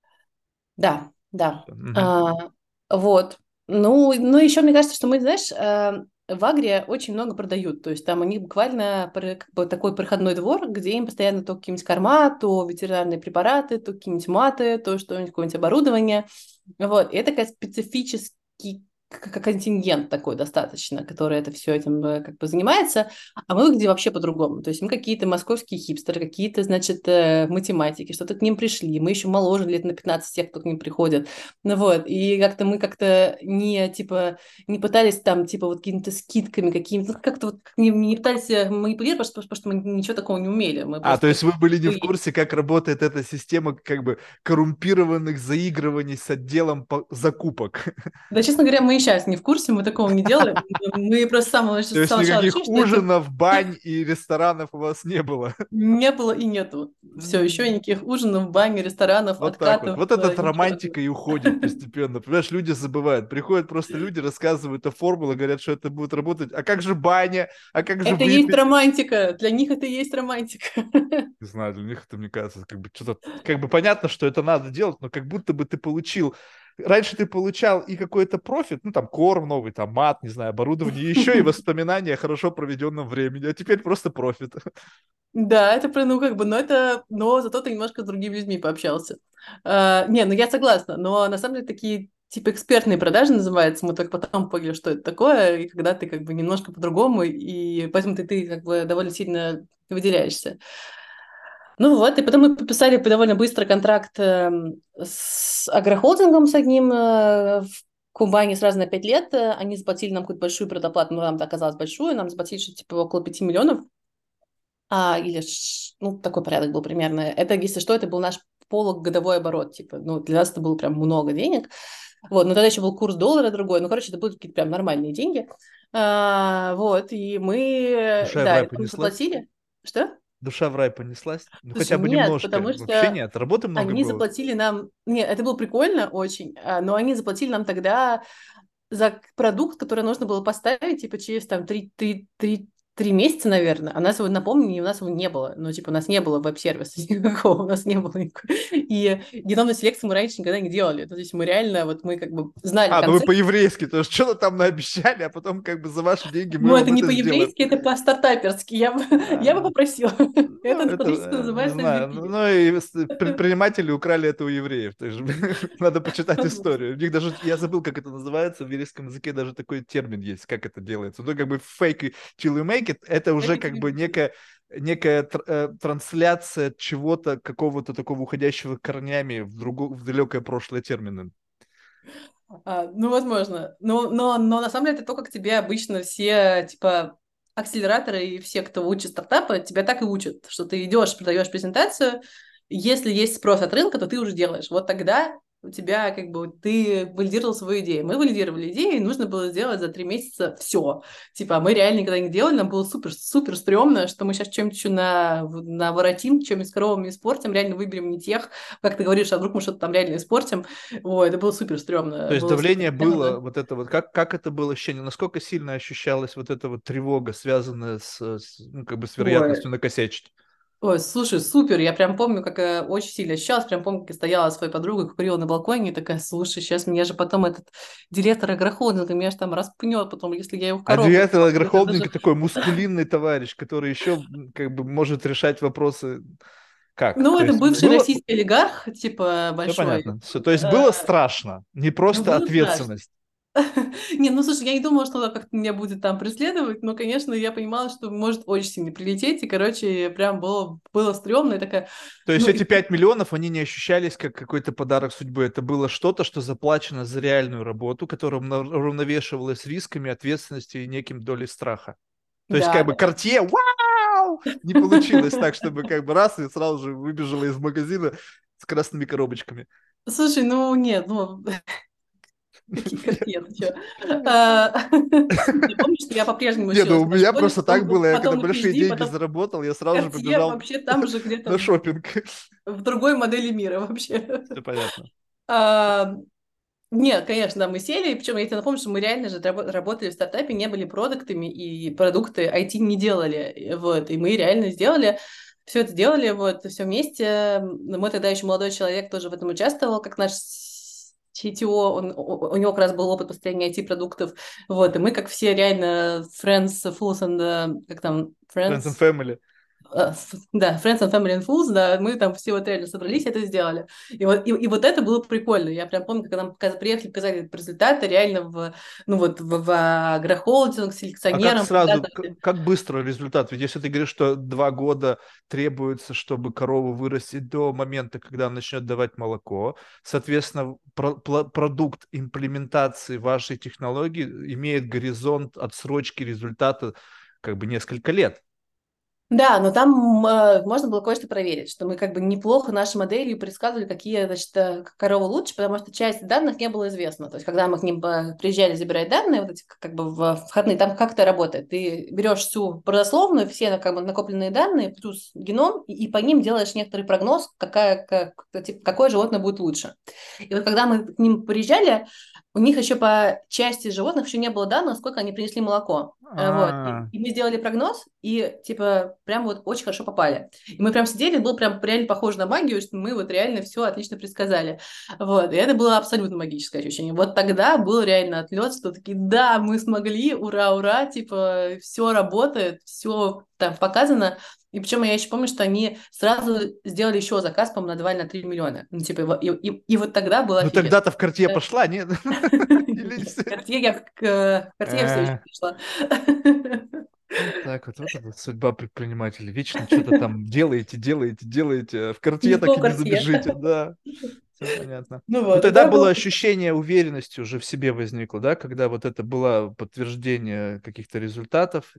B: Да, да.
A: Мгм.
B: А, вот. Ну, ну, еще мне кажется, что мы, знаешь, э, в Агре очень много продают. То есть там у них буквально про- как бы такой проходной двор, где им постоянно то какие-нибудь корма, то ветеринарные препараты, то какие-нибудь маты, то что-нибудь, какое-нибудь оборудование. Вот. И это такой специфический к- к- контингент такой достаточно, который это все этим э, как бы занимается, а мы выглядим вообще по-другому. То есть мы какие-то московские хипстеры, какие-то, значит, э, математики, что-то к ним пришли. Мы еще моложе лет на пятнадцать тех, кто к ним приходит. Ну вот, и как-то мы как-то не, типа, не пытались там, типа, вот какими-то скидками, какими-то, ну, как-то вот не, не пытались э, манипулировать, потому что, потому что мы ничего такого не умели. Мы
A: А, то
B: просто
A: есть вы были не в
B: были.
A: курсе, как работает эта система как бы коррумпированных заигрываний с отделом по- закупок.
B: Да, честно говоря, мы и сейчас не в курсе, мы такого не делали. Мы просто с самого, с
A: То есть
B: самого начала решили,
A: никаких
B: что это
A: ужинов, бань и ресторанов у вас не было.
B: не было и нету. Все, еще
A: М,
B: никаких ужинов, бани, ресторанов,
A: Вот так вот.
B: откатов,
A: Вот
B: э,
A: этот
B: ничего такого.
A: романтика и уходит постепенно. Понимаешь, люди забывают. Приходят просто люди, рассказывают о формуле, говорят, что это будет работать. А как же баня? А как же
B: Это и есть
A: выпить?
B: романтика. Для них это и есть романтика.
A: Не знаю, для них это, мне кажется, как бы что-то, как бы понятно, что это надо делать, но как будто бы ты получил, раньше ты получал и какой-то профит, ну там корм новый, там мат, не знаю, оборудование, еще и воспоминания о хорошо проведенном времени, а теперь просто профит.
B: Да, это про, ну, как бы, но это, но зато ты немножко с другими людьми пообщался. А, не, ну я согласна, но на самом деле такие типа экспертные продажи называются, мы только потом поняли, что это такое, и когда ты как бы немножко по-другому, и поэтому ты, ты как бы довольно сильно выделяешься. Ну вот, и потом мы подписали довольно быстро контракт эм, с агрохолдингом с одним э, в Кубани сразу на пять лет. Э, Они заплатили нам какую-то большую предоплату, но нам это оказалось большую, нам заплатили что-то типа около пяти миллионов. А, или, ш- ну, такой порядок был примерно. Это, если что, это был наш полугодовой оборот, типа, ну, для нас это было прям много денег. Вот, но тогда еще был курс доллара другой, ну, короче, это были какие-то прям нормальные деньги. А, вот, и мы,
A: Душа в
B: да,
A: рай
B: и потом
A: понеслась?
B: заплатили. Что?
A: Душа в рай понеслась? Ну
B: Слушай,
A: хотя бы
B: нет,
A: немножко.
B: потому
A: Вообще
B: что
A: нет, работы много
B: они
A: было.
B: заплатили нам... Нет, это было прикольно очень, а, но они заплатили нам тогда за продукт, который нужно было поставить, типа, через там три, три, три, три месяца, наверное. А нас его, напомню, у нас его не было. Ну, типа, у нас не было веб-сервиса никакого, у нас не было никакой. И геномную селекцию мы раньше никогда не делали. То есть мы реально, вот мы как бы знали
A: А, ну вы
B: концепт.
A: по-еврейски, то есть что-то там наобещали, а потом как бы за ваши деньги мы
B: Ну, это
A: вам
B: не
A: это сделаем.
B: по-еврейски, это по-стартаперски. Я бы, я бы
A: А,
B: попросила.
A: Ну,
B: Это
A: это,
B: по-человечески
A: э, не
B: называется
A: знаю. Ну,
B: эм ви пи.
A: ну и с- предприниматели украли это у евреев. Так же надо почитать
B: Возможно.
A: историю. У них даже, я забыл, как это называется, в еврейском языке даже такой термин есть, как это делается. Ну, как бы fake it till you make it, это уже
B: Это
A: как бы
B: тебе.
A: некая, некая тр- э, трансляция чего-то, какого-то такого уходящего корнями в, друго, в далекое прошлое термина.
B: А, ну, возможно. Но, но, но на самом деле это то, как тебе обычно все, типа, акселераторы и все, кто учит стартапы, тебя так и учат, что ты идешь, продаешь презентацию, если есть спрос от рынка, то ты уже делаешь. Вот тогда у тебя как бы ты валидировал свою идею. Мы валидировали идею, и нужно было сделать за три месяца все. Типа, а мы реально никогда не делали, нам было супер-супер стрёмно, что мы сейчас чем-то еще на, наворотим, чем-нибудь с коровами испортим, реально выберем не тех, как ты говоришь, а вдруг мы что-то там реально испортим. Ой, это было супер
A: То
B: стрёмно.
A: есть
B: Было супер
A: давление было,
B: стрёмно.
A: вот это вот, как, как это было ощущение, насколько сильно ощущалась вот эта вот тревога, связанная с, с, ну, как бы с
B: Ой,
A: вероятностью накосячить?
B: ой, слушай, супер, я прям помню, как э, очень сильно ощущалась, прям помню, как я стояла с своей подругой, курила на балконе, и такая, слушай, сейчас меня же потом этот директор агрохолдинга меня же там распнет потом, если я его в
A: А
B: корову.
A: директор
B: Это даже...
A: агрохолдинга такой мускулинный товарищ, который еще м, как бы может решать вопросы. Как?
B: Ну,
A: То
B: это
A: есть
B: бывший
A: было,
B: российский олигарх, типа,
A: все
B: большой.
A: понятно. Все. То есть
B: Э,
A: было страшно, не
B: Ну,
A: просто
B: было страшно.
A: ответственность.
B: Не, ну, слушай, я не думала, что она как-то меня будет там преследовать, но, конечно, я понимала, что может очень сильно прилететь, и, короче, прям было, было стрёмно, и такая,
A: То есть
B: ну,
A: эти
B: и
A: пять миллионов, они не ощущались как какой-то подарок судьбы. Это было что-то, что заплачено за реальную работу, которая мна- уравновешивалась рисками, ответственностью и неким долей страха. То есть
B: да,
A: как бы
B: да.
A: Cartier, вау! Не получилось так, чтобы как бы раз и сразу же выбежала из магазина с красными коробочками.
B: Слушай, ну, нет, ну, какие
A: Я-
B: картины, ты чё? А, Слушай, помнишь, что я по-прежнему
A: Не, ну
B: училась
A: у
B: на
A: меня
B: школе,
A: просто так было.
B: потом,
A: Я когда
B: потом на
A: большие
B: пи эйч ди,
A: деньги
B: потом
A: заработал, я сразу же
B: Cartier
A: побежал
B: вообще там же где-то
A: на
B: в,
A: шопинг.
B: в другой модели мира вообще.
A: Все понятно.
B: А, нет, конечно, да, мы сели, причем я тебе напомню, что мы реально же рабо- работали в стартапе, не были продуктами, и продукты ай ти не делали, и вот, и мы реально сделали, все это делали, вот, все вместе. Мой тогда еще молодой человек тоже в этом участвовал, как наш си ти о, он, у у него как раз был опыт построения ай ти-продуктов, вот, и мы, как все реально friends, fools and, э, как там,
A: Friends and
B: friends,
A: family.
B: э, ф- да, Friends and Family and Fools, да, мы там все вот реально собрались и это сделали. И вот, и, и вот это было прикольно. Я прям помню, когда нам показ- приехали, показали результаты реально в, ну вот, в, в агрохолдинг,
A: А как
B: селекционерам
A: сразу, к-
B: показывали.
A: как быстро результат? Ведь если ты говоришь, что два года требуется, чтобы корова вырастет до момента, когда она начнет давать молоко, соответственно, про- пла- продукт имплементации вашей технологии имеет горизонт отсрочки результата как бы несколько лет.
B: Да, но там э, можно было кое-что проверить, что мы как бы неплохо нашей моделью предсказывали, какие, значит, э, коровы лучше, потому что часть данных не было известно. То есть, когда мы к ним э, приезжали забирать данные, вот эти как бы в входные, там как это работает? Ты берешь всю родословную, все на- как бы накопленные данные, плюс геном, и, и по ним делаешь некоторый прогноз, какая, как, типа, какое животное будет лучше. И вот когда мы к ним приезжали, у них еще по части животных еще не было данных, сколько они принесли молоко. Э, Вот. И,
A: А,
B: и мы сделали прогноз, и типа прям вот очень хорошо попали. И мы прям сидели, было прям реально похоже на магию, что мы вот реально все отлично предсказали. Вот. И это было абсолютно магическое ощущение. Вот тогда был реально отлет, что такие, да, мы смогли, ура, ура, типа все работает, все там показано. И причем я еще помню, что они сразу сделали еще заказ, по-моему, на два или на три миллиона. Ну, типа, и, и, и вот тогда было
A: ну
B: офигенно.
A: тогда-то в карте пошла, нет? Или не всё?
B: Cartier я к к Cartier все еще
A: Э,
B: пришла.
A: Вот так вот, вот это судьба предпринимателей. Вечно что-то там делаете, делаете, делаете, а в карте так
B: Никакого
A: и не
B: Cartier.
A: забежите, да. Все понятно.
B: Ну
A: Ну,
B: вот,
A: тогда
B: это
A: было
B: было...
A: ощущение уверенности уже в себе возникло, да, когда вот это было подтверждение каких-то результатов,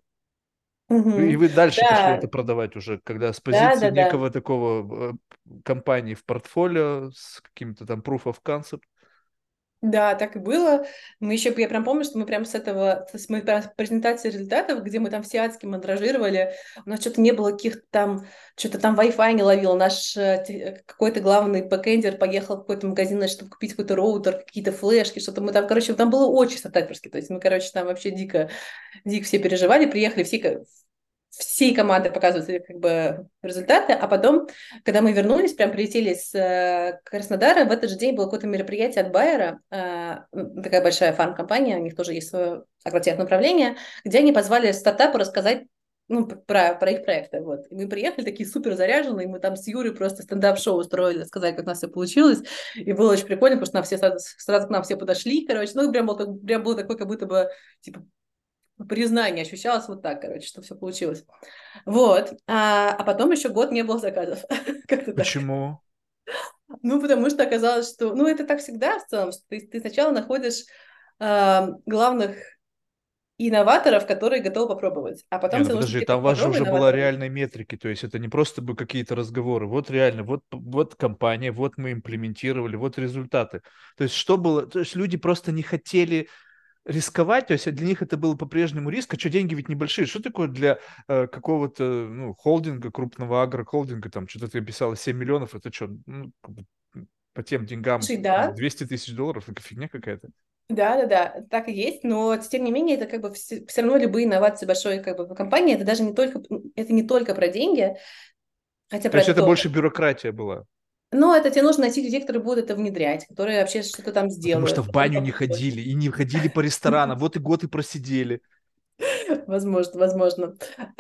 A: и
B: Мгм.
A: вы дальше пошли это
B: Да,
A: продавать уже, когда с
B: да,
A: позиции
B: да, да.
A: некого такого э, компании в портфолио, с каким-то там proof of concept.
B: Да, так и было. Мы еще, я прям помню, что мы прям с этого, с мы прям с презентации результатов, где мы там все адски мандражировали, у нас что-то не было каких-то там, что-то там Wi-Fi не ловил, наш э, те- какой-то главный бэкэндер поехал в какой-то магазин, значит, чтобы купить какой-то роутер, какие-то флешки, что-то мы там, короче, там было очень стартаперски, то есть мы, короче, там вообще дико, дико все переживали, приехали все, ко- всей команды показывают как бы результаты, а потом, когда мы вернулись, прям прилетели с э, Краснодара, в этот же день было какое-то мероприятие от Байера, э, такая большая фарм-компания, у них тоже есть свое агротех-направление, где они позвали стартапы рассказать ну, про, про их проекты. Вот. И мы приехали такие супер заряженные, мы там с Юрой просто стендап-шоу устроили, сказать, как у нас все получилось. И было очень прикольно, потому что нам все сразу, сразу к нам все подошли, короче. Ну, прям был, как- прям был такой, как будто бы, типа, признание ощущалось вот так, короче, что все получилось. Вот. А, а потом еще год не было заказов. Как-то так.
A: Почему?
B: Ну, потому что оказалось, что... Ну, это так всегда в целом, что ты, ты сначала находишь а, главных и новаторов, которые готовы попробовать. А
A: Не,
B: потом
A: ну
B: тебе нужно
A: подожди,
B: такие,
A: там
B: так,
A: у вас же
B: попробуй,
A: уже была
B: новатор.
A: реальной метрики, то есть это не просто бы какие-то разговоры. Вот реально, вот, вот компания, вот мы имплементировали, вот результаты. То есть что было? То есть люди просто не хотели рисковать, то есть для них это было по-прежнему риск, а что деньги ведь небольшие. Что такое для э, какого-то ну, холдинга, крупного агрохолдинга, там что-то ты писала семь миллионов, это что, ну, как бы, по тем деньгам
B: Слушай, да,
A: двести тысяч долларов, это фигня какая-то.
B: да, да, да, так и есть, но тем не менее это как бы все, все равно любые инновации большой как бы компании, это даже не только, это не только про деньги, хотя
A: То
B: про
A: есть
B: это
A: это
B: тоже.
A: больше бюрократия была.
B: Но это тебе нужно найти людей, которые будут это внедрять, которые вообще что-то там
A: Потому что
B: сделают,
A: в
B: которые
A: баню не
B: попробуют.
A: ходили и не ходили по ресторанам. Вот и год и просидели.
B: Возможно, возможно.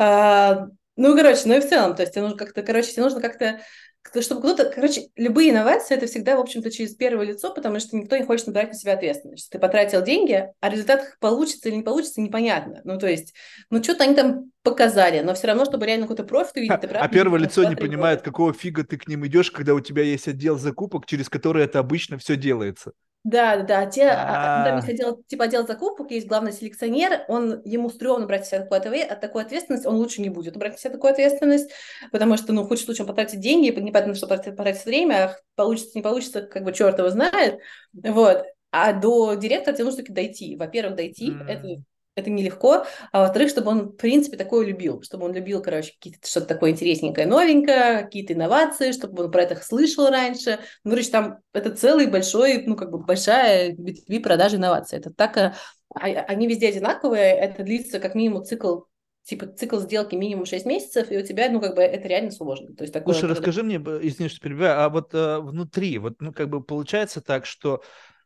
B: А, ну, короче, ну и в целом, то есть тебе нужно как-то, короче, тебе нужно как-то, как-то, чтобы кто-то, короче, любые инновации, это всегда, в общем-то, через первое лицо, потому что никто не хочет брать на себя ответственность. Ты потратил деньги, а результат получится или не получится, непонятно. Ну, то есть, ну, что-то они там показали, но все равно, чтобы реально какой-то профит увидеть, ты
A: А
B: правда
A: первое
B: нужно там
A: лицо не
B: два-три
A: понимает,
B: года.
A: какого фига ты к ним идешь, когда у тебя есть отдел закупок, через который это обычно все делается.
B: Да, да, да. Те, а, а, ну, там есть
A: А,
B: отдел, типа отдел закупок, есть главный селекционер, он, ему стрёмно брать на себя такую, отве- от такую ответственность, он лучше не будет брать на себя такую ответственность, потому что, ну, в худшем случае он потратит деньги, непонятно, что потратит, потратит время, а получится, не получится, как бы черт его знает, вот. А до директора тебе нужно таки дойти. Во-первых, дойти, это,
A: м.
B: это нелегко, а во-вторых, чтобы он, в принципе, такое любил, чтобы он любил, короче, какие-то, что-то такое интересненькое, новенькое, какие-то инновации, чтобы он про это слышал раньше, ну, короче, там это целый большой, ну, как бы большая би ту би продажи инноваций. Это так, а, а- они везде одинаковые, это длится как минимум цикл, типа цикл сделки минимум шесть месяцев, и у тебя, ну, как бы это реально сложно. То есть такое,
A: Слушай,
B: когда...
A: расскажи мне, б- извини, что перебиваю, а вот э, внутри, вот, ну, как бы получается так, что,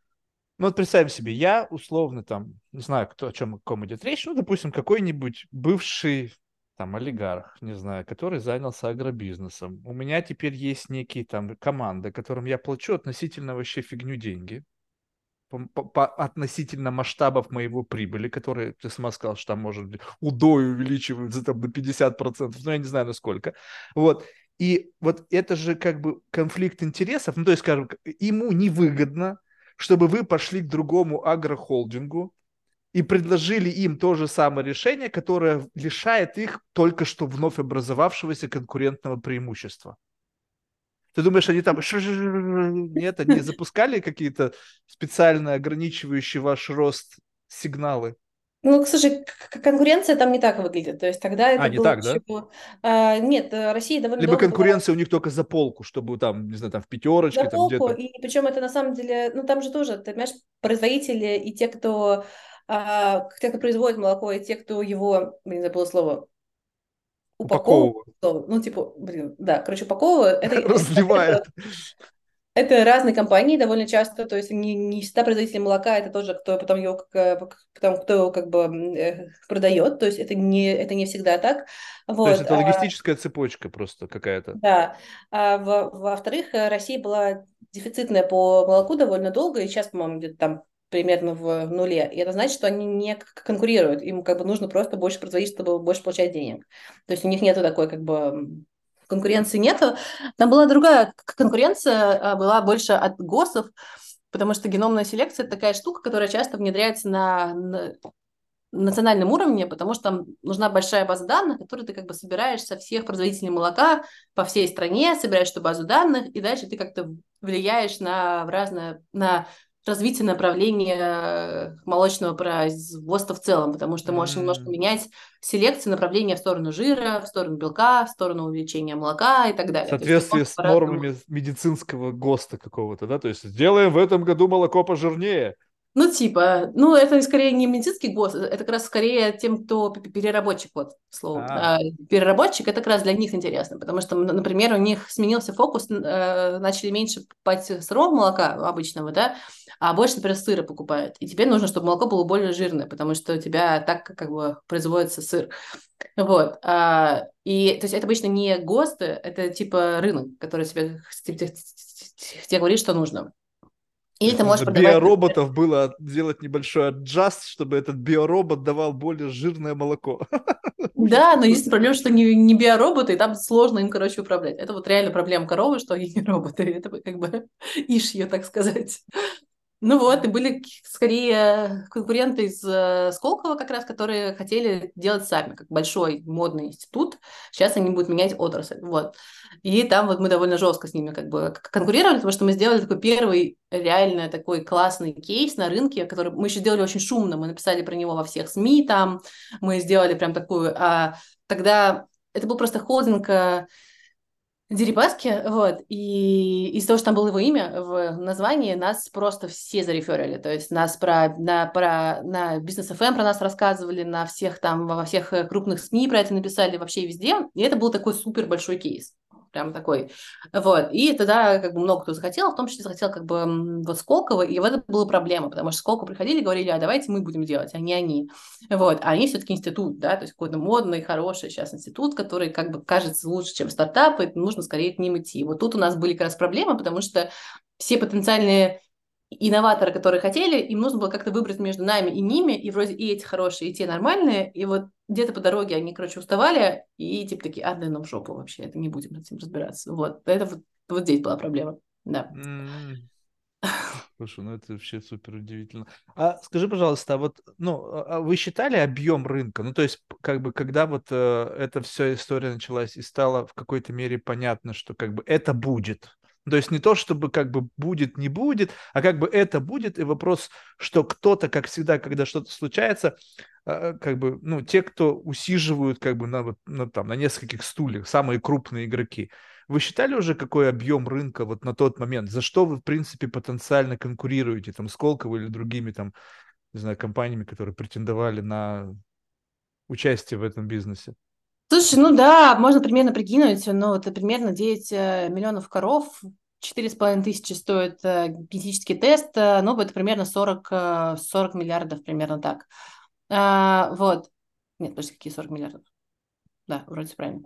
A: ну, вот представим себе, я условно там, не знаю, кто, о чем, о ком идет речь, ну, допустим, какой-нибудь бывший там олигарх, не знаю, который занялся агробизнесом. У меня теперь есть некие там команды, которым я плачу относительно вообще фигню деньги. по, по- по- относительно масштабов моего прибыли, которые ты сама сказал, что там может быть удой увеличиваются там до пятьдесят процентов, но я не знаю насколько. Вот. И вот это же как бы конфликт интересов, ну то есть, скажем, ему невыгодно, чтобы вы пошли к другому агрохолдингу и предложили им то же самое решение, которое лишает их только что вновь образовавшегося конкурентного преимущества. Ты думаешь, они там ш- ш- ш- нет, они запускали какие-то специально ограничивающие ваш рост сигналы?
B: Ну, слушай, к- к- конкуренция там не так выглядит. То есть тогда
A: А,
B: это
A: не
B: было
A: так,
B: еще...
A: да?
B: а, нет, э, Россия довольно
A: Либо
B: долго была
A: конкуренция у них только за полку, чтобы там, не знаю, там в
B: за
A: пятерочке, там
B: полку,
A: где-то.
B: и причем это на самом деле... Ну, там же тоже, ты понимаешь, производители и те, кто, а, те, кто производит молоко, и те, кто его, блин, забыла слово, упаковывают,
A: Упаковывают,
B: ну, типа, блин, да, короче, упаковывают, это, это,
A: разливают.
B: это разные компании довольно часто, то есть не, не всегда производители молока, это тоже кто потом его, как, э, потом, кто его как бы э, продает, то есть это не, это не всегда так,
A: То есть
B: вот,
A: это
B: а,
A: логистическая цепочка просто какая-то.
B: да. А во- во-вторых, э, Россия была дефицитная по молоку довольно долго, и сейчас, по-моему, где-то там примерно в нуле. И это значит, что они не к- конкурируют. Им как бы нужно просто больше производить, чтобы больше получать денег. То есть у них нету такой как бы м, конкуренции нету. Там была другая к- конкуренция, а, была больше от ГОСов, потому что геномная селекция — это такая штука, которая часто внедряется на, на национальном уровне, потому что там нужна большая база данных, которую ты как бы собираешь со всех производителей молока по всей стране, собираешь эту базу данных, и дальше ты как-то влияешь на в разное, на развитие направления э, молочного производства в целом, потому что можешь немножко
A: М.
B: менять селекцию направления в сторону жира, в сторону белка, в сторону увеличения молока и так
A: В
B: далее. То есть ты
A: соответствии
B: можешь
A: с
B: по-разному.
A: нормами медицинского ГОСТа какого-то, да? То есть сделаем в этом году молоко пожирнее.
B: Ну, типа, ну, это скорее не медицинский гос, это как раз скорее тем, кто п- п- переработчик, вот, слово.
A: А,
B: А, переработчик, это как раз для них интересно, потому что, м, например, у них сменился фокус, э, начали меньше покупать сырого молока обычного, да, а больше, например, сыра покупают. И теперь нужно, чтобы молоко было более жирное, потому что у тебя так как бы производится сыр. Вот. А, и, то есть это обычно не ГОСТы, это типа рынок, который тебе, тебе, тебе говорит, что нужно.
A: то
B: Или
A: есть
B: ты можешь
A: нужно
B: продавать.
A: биороботов было сделать небольшой аджаст, чтобы этот биоробот давал более жирное молоко. Ужас
B: Да, но
A: какой.
B: единственная проблема, что не, не биороботы, и там сложно им, короче, управлять. Это вот реально проблема коровы, что они не роботы. Это как бы ишь ее, так сказать. Ну вот, и были скорее конкуренты из э, Сколково как раз, которые хотели делать сами, как большой модный институт. Сейчас они будут менять отрасль, вот. И там вот мы довольно жестко с ними как бы к- конкурировали, потому что мы сделали такой первый реально такой классный кейс на рынке, который мы еще сделали очень шумно, мы написали про него во всех СМИ там, мы сделали прям такую, а тогда это был просто холдинг э, Дерипаски, вот, и из-за того, что там было его имя в названии, нас просто все зареферили, то есть нас про, на, про, на Бизнес эф эм про нас рассказывали, на всех там, во всех э, крупных СМИ про это написали, вообще везде, и это был такой супер большой кейс, прям такой, вот, и тогда как бы много кто захотел, в том числе захотел как бы м, вот Сколково, и в этом была проблема, потому что Сколково приходили и говорили, а давайте мы будем делать, а не они, вот, а они все-таки институт, да, то есть какой-то модный, хороший сейчас институт, который как бы кажется лучше, чем стартапы, нужно скорее к ним идти. Вот тут у нас были как раз проблемы, потому что все потенциальные инноваторы, которые хотели, им нужно было как-то выбрать между нами и ними, и вроде и эти хорошие, и те нормальные, и вот где-то по дороге они, короче, уставали, и типа такие, а, дай нам в жопу вообще, это не будем с этим разбираться. Вот, это вот, вот здесь была проблема, да.
A: М. Слушай, ну это вообще супер удивительно. А скажи, пожалуйста, а вот, ну, а а вы считали объем рынка? Ну, то есть, п- как бы, когда вот э, эта вся история началась и стало в какой-то мере понятно, что как бы это будет. То есть не то, чтобы как бы будет, не будет, а как бы это будет, и вопрос, что кто-то, как всегда, когда что-то случается, э, как бы, ну, те, кто усиживают как бы на, вот, на, там, на нескольких стульях, самые крупные игроки, вы считали уже, какой объем рынка вот на тот момент? За что вы, в принципе, потенциально конкурируете, там, Сколково или другими, там, не знаю, компаниями, которые претендовали на участие в этом бизнесе?
B: Слушай, ну да, можно примерно прикинуть, но это примерно девять э, миллионов коров, четыре с половиной тысячи стоит э, генетический тест, э, ну, это примерно сорок, э, сорок миллиардов, примерно так. А, вот. Нет, подожди, какие сорок миллиардов? Да, вроде правильно.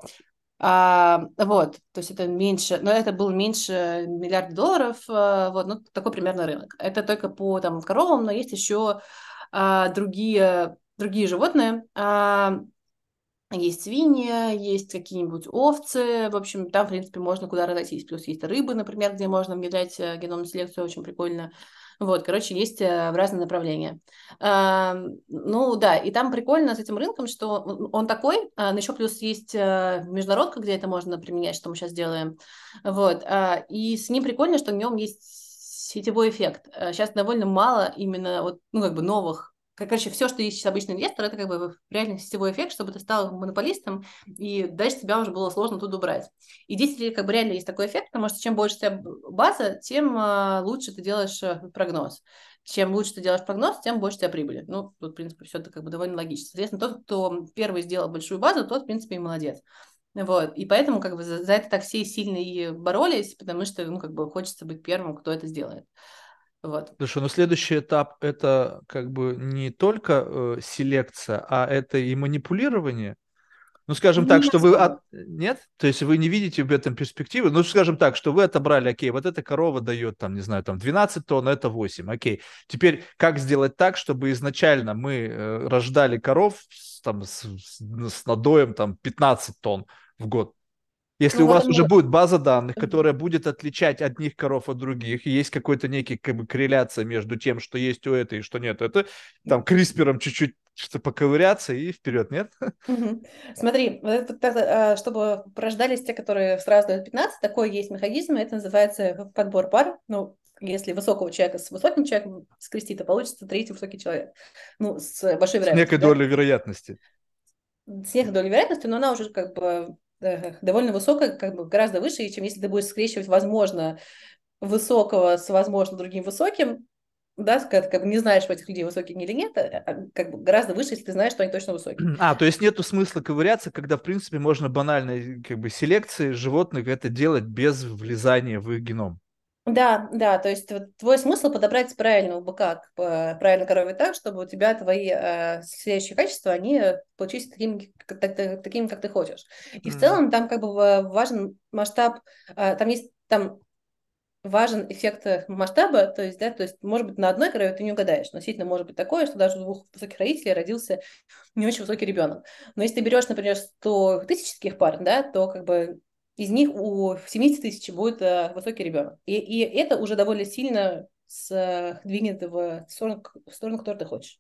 B: А, вот, то есть это меньше, но это было меньше миллиарда долларов, э, вот, ну, такой примерно рынок. Это только по там коровам, но есть еще а, другие, другие животные. А, есть свиньи, есть какие-нибудь овцы. В общем, там, в принципе, можно куда разойтись. Плюс есть рыбы, например, где можно внедрять э, геномную селекцию, очень прикольно. Вот, короче, есть э, в разные направления. А, ну да, и там прикольно с этим рынком, что он он такой, а, но еще плюс есть э, международка, где это можно применять, что мы сейчас делаем. Вот, а, и с ним прикольно, что в нем есть сетевой эффект. Сейчас довольно мало именно вот, ну, как бы новых как, короче, все, что ищет обычный инвестор, это как бы реально сетевой эффект, чтобы ты стал монополистом, и дальше тебя уже было сложно тут убрать. И здесь как бы реально есть такой эффект, потому что чем больше у тебя база, тем а, лучше ты делаешь а, прогноз. Чем лучше ты делаешь прогноз, тем больше у тебя прибыли. Ну, тут, в принципе, все это как бы довольно логично. Соответственно, тот, кто первый сделал большую базу, тот, в принципе, и молодец. Вот. И поэтому как бы за, за это так все сильно и боролись, потому что, ну, как бы хочется быть первым, кто это сделает. Вот.
A: Хорошо, но следующий этап это как бы не только э, селекция, а это и манипулирование. Ну, скажем так,
B: Не
A: что вы...
B: особо.
A: От... Нет? То есть вы не видите в этом перспективы? Ну, скажем так, что вы отобрали, окей, вот эта корова дает, там, не знаю, там двенадцать тонн, а это восемь, окей. Теперь как сделать так, чтобы изначально мы э, рождали коров с, там, с, с- с надоем там пятнадцать тонн в год? Если
B: Ну,
A: у
B: вот
A: вас уже
B: он...
A: будет база данных, которая будет отличать одних коров от других, и есть какой-то некий как бы корреляция между тем, что есть у этой и что нет, это там криспером чуть-чуть что поковыряться и вперед, нет?
B: Мгм. Смотри, вот это, вот это, а, чтобы порождались те, которые сразу дают пятнадцать, такой есть механизм, это называется подбор пар. Ну, если высокого человека с высоким человеком скрестить, то получится третий высокий человек. Ну, с большой
A: С некой
B: вероятностью, да?
A: долей вероятности.
B: С некой долей вероятности, но она уже как бы э, довольно высокая, как бы гораздо выше, чем если ты будешь скрещивать, возможно, высокого с, возможно, другим высоким, да, когда ты как бы не знаешь, что этих людей высокие или нет, а, а, как бы гораздо выше, если ты знаешь, что они точно высокие.
A: А, то есть нету смысла ковыряться, когда, в принципе, можно банальной как бы селекции животных это делать без влезания в их геном.
B: Да, да, то есть вот твой смысл подобрать правильного быка, к- по- правильно корове так, чтобы у тебя твои э, следующие качества, они получились такими, как, так- так- такими, как ты хочешь. И в
A: М.
B: целом там как бы ва- важен масштаб, э, там есть там важен эффект э, масштаба, то есть, да, то есть, может быть, на одной корове ты не угадаешь, но действительно может быть такое, что даже у двух высоких родителей родился не очень высокий ребенок. Но если ты берешь, например, сто тысяч таких пар, да, то как бы из них у семидесяти тысяч будет э, высокий ребенок. И, и это уже довольно сильно с, двинет в сторону, в сторону, которую ты хочешь.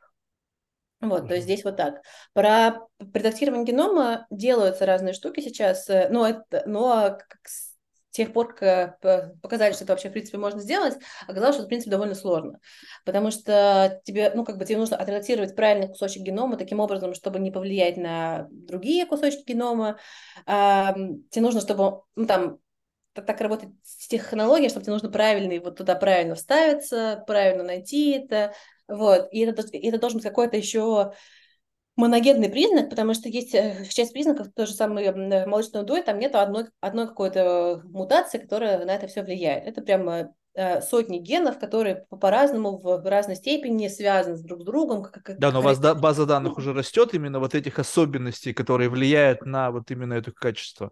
B: Вот, то есть здесь вот так. Про редактирование генома делаются разные штуки сейчас, э, но, это, но как с тех пор, как п- показали, что это вообще, в принципе, можно сделать, оказалось, что это, в принципе, довольно сложно. Потому что тебе, ну, как бы тебе нужно отредактировать правильный кусочек генома таким образом, чтобы не повлиять на другие кусочки генома. А, м, тебе нужно, чтобы, ну, там, так, так работает технология, чтобы тебе нужно правильно вот туда правильно вставиться, правильно найти это. Вот. И это, и это должен быть какой-то еще моногенный признак, потому что есть э, часть признаков, то же самое м, молочной удой, там нет одной, одной какой-то мутации, которая на это все влияет. Это прямо э, сотни генов, которые по- по-разному, в разной степени связаны с друг с другом. Как, как,
A: Да, но у
B: как...
A: вас да- база данных уже растет именно вот этих особенностей, которые влияют на вот именно это качество.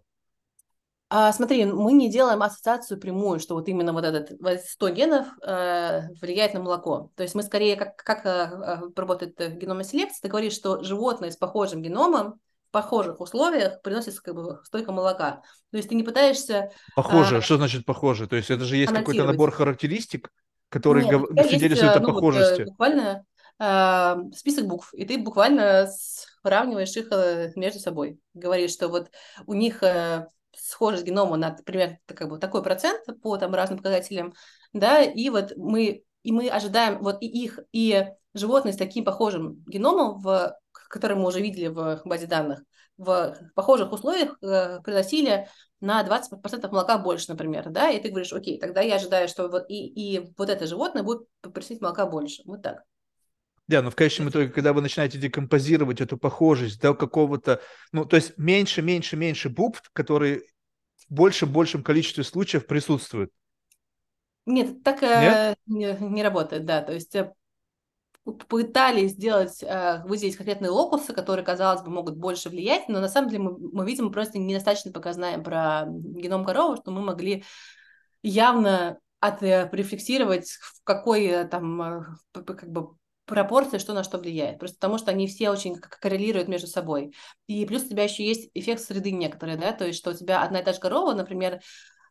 B: А, смотри, мы не делаем ассоциацию прямую, что вот именно вот этот вот сто генов э, влияет на молоко. То есть мы скорее, как, как э, э, работает э, геномная селекция, ты говоришь, что животное с похожим геномом в похожих условиях приносит как бы столько молока. То есть ты не пытаешься э,
A: Похоже. Что значит похоже? То есть это же есть какой-то
B: аннотировать.
A: набор характеристик, которые
B: Нет, у
A: гов-
B: тебя есть
A: свидетельствуют
B: э,
A: о
B: ну вот э,
A: похожести.
B: буквально э, список букв, и ты буквально сравниваешь их э, между собой. Говоришь, что вот у них э, схожесть генома на, например, так- как бы такой процент по там разным показателям, да, и вот мы и мы ожидаем вот и их и животные с таким похожим геномом, в, который мы уже видели в базе данных, в похожих условиях э, приносили на двадцать процентов молока больше, например, да, и ты говоришь, окей, тогда я ожидаю, что вот и, и вот это животное будет приносить молока больше. Вот так.
A: Да, но в конечном итоге, когда вы начинаете декомпозировать эту похожесть до какого-то, ну, то есть меньше, меньше, меньше букв, которые в большем, большем количестве случаев присутствуют.
B: Нет, так
A: Нет?
B: э, не, не работает, да, то есть э, пытались сделать, э, выделить конкретные локусы, которые, казалось бы, могут больше влиять, но на самом деле мы, мы видим просто недостаточно пока знаем про геном коровы, что мы могли явно отрефлексировать, в какой э, там э, п- п- как бы пропорции, что на что влияет. Просто потому что они все очень к- коррелируют между собой. И плюс у тебя еще есть эффект среды некоторые, да, то есть что у тебя одна и та же корова, например,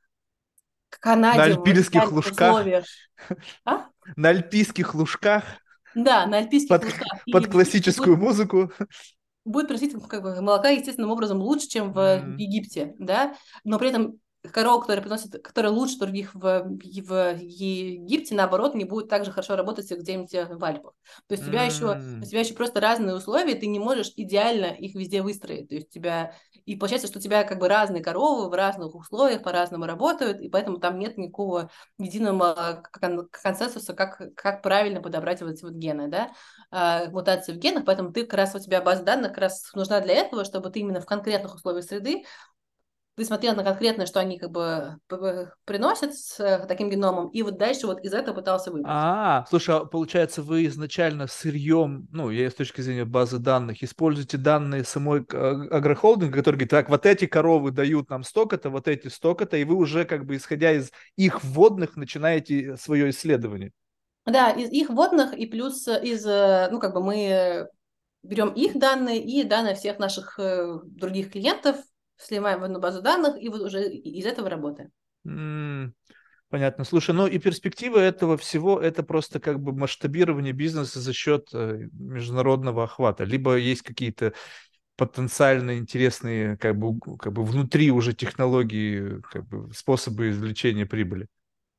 B: в
A: На
B: Канаде в
A: альпийских
B: идеальных
A: лужках,
B: условиях, а?
A: на альпийских лужках
B: Да, на альпийских
A: под,
B: лужках. И
A: под
B: в Египте
A: классическую
B: будет
A: музыку.
B: будет приносить как бы, молока естественным образом лучше, чем в
A: М,
B: Египте, да, но при этом корова, которая приносит, которая лучше других в, в Египте, наоборот, не будет так же хорошо работать где-нибудь в Альпах. То есть у тебя еще, у
A: м.
B: тебя еще просто разные условия, ты не можешь идеально их везде выстроить. То есть у тебя, и получается, что у тебя как бы разные коровы в разных условиях по-разному работают, и поэтому там нет никакого единого кон- консенсуса, как, как правильно подобрать вот эти вот гены, да, э, мутации в генах, поэтому ты как раз у тебя база данных как раз нужна для этого, чтобы ты именно в конкретных условиях среды ты смотрел на конкретное, что они как бы п- п- приносят с э, таким геномом, и вот дальше вот из этого пытался выбрать.
A: А, слушай, а получается, вы изначально сырьем, ну, я с точки зрения базы данных, используете данные самой к- а- агрохолдинга, который говорит, так, вот эти коровы дают нам столько-то, вот эти столько-то, и вы уже, как бы, исходя из их вводных, начинаете свое исследование.
B: Да, из их вводных и плюс э, из, э, ну как бы мы берем их данные и данные всех наших э, других клиентов, сливаем в одну базу данных и вот уже из этого работаем.
A: М, понятно. Слушай, ну и перспектива этого всего, это просто как бы масштабирование бизнеса за счет э, международного охвата. Либо есть какие-то потенциально интересные, как бы, у- как бы внутри уже технологии, как бы способы извлечения прибыли.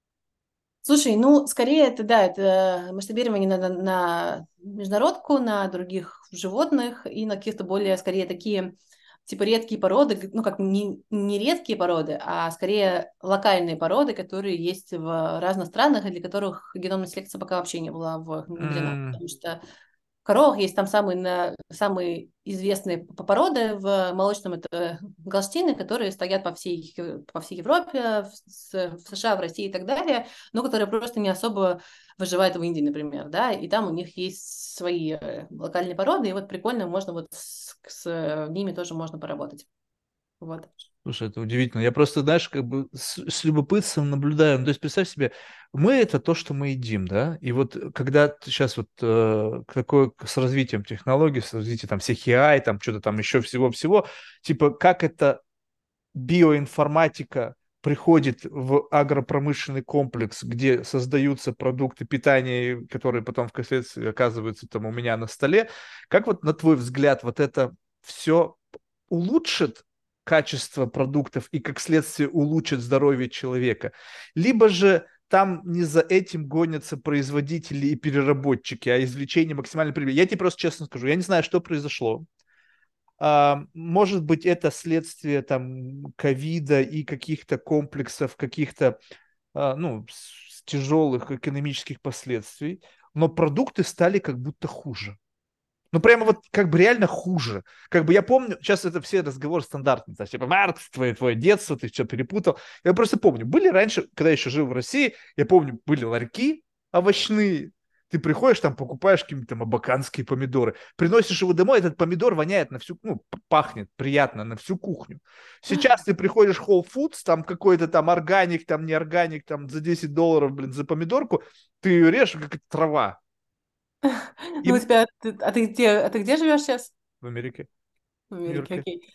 B: Слушай, ну, скорее это, да, это масштабирование на, на, на международку, на других животных и на каких-то более, скорее, такие, типа, редкие породы, г- ну, как не, не редкие породы, а скорее локальные породы, которые есть в разных странах, и для которых геномная селекция пока вообще не была в- внедрена.
A: М,
B: Потому что коровах есть там самые, на, самые известные п- породы в молочном, это галштины, которые стоят по всей, Ев- по всей Европе, в, с- в США, в России и так далее, но которые просто не особо выживают в Индии, например, да, и там у них есть свои э, локальные породы, и вот прикольно, можно вот с, с ними тоже можно поработать. Вот.
A: Слушай, это удивительно. Я просто, знаешь, как бы с, с любопытством наблюдаю. Ну, то есть представь себе, мы это то, что мы едим, да? И вот э, когда сейчас вот э, такое с развитием технологий, с развитием там всех A I, там что-то там еще всего-всего, типа как это биоинформатика приходит в агропромышленный комплекс, где создаются продукты питания, которые потом впоследствии оказываются там у меня на столе, как вот на твой взгляд вот это все улучшит качество продуктов и как следствие улучшит здоровье человека? Либо же там не за этим гонятся производители и переработчики, а извлечение максимальной прибыли. Я тебе просто честно скажу, я не знаю, что произошло. А, может быть, это следствие там ковида и каких-то комплексов, каких-то а, ну, с- тяжелых экономических последствий, но продукты стали как будто хуже. Ну, прямо вот как бы реально хуже. Как бы я помню, сейчас это все разговоры стандартные, то есть, типа, Маркс, твое, твое детство, ты что перепутал. Я просто помню, были раньше, когда я еще жил в России, я помню, были ларьки овощные, ты приходишь, там покупаешь какие-нибудь там абаканские помидоры, приносишь его домой, этот помидор воняет на всю, ну, пахнет приятно на всю кухню. Сейчас ты приходишь в Whole Foods, там какой-то там органик, там не органик, там за десять долларов, блин, за помидорку, ты ее режешь, как трава.
B: Ну, у
A: И
B: тебя... ты- А ты где, а ты где живешь сейчас?
A: в Америке,
B: В
A: в
B: Америке,
A: Нью-Йорке.
B: окей.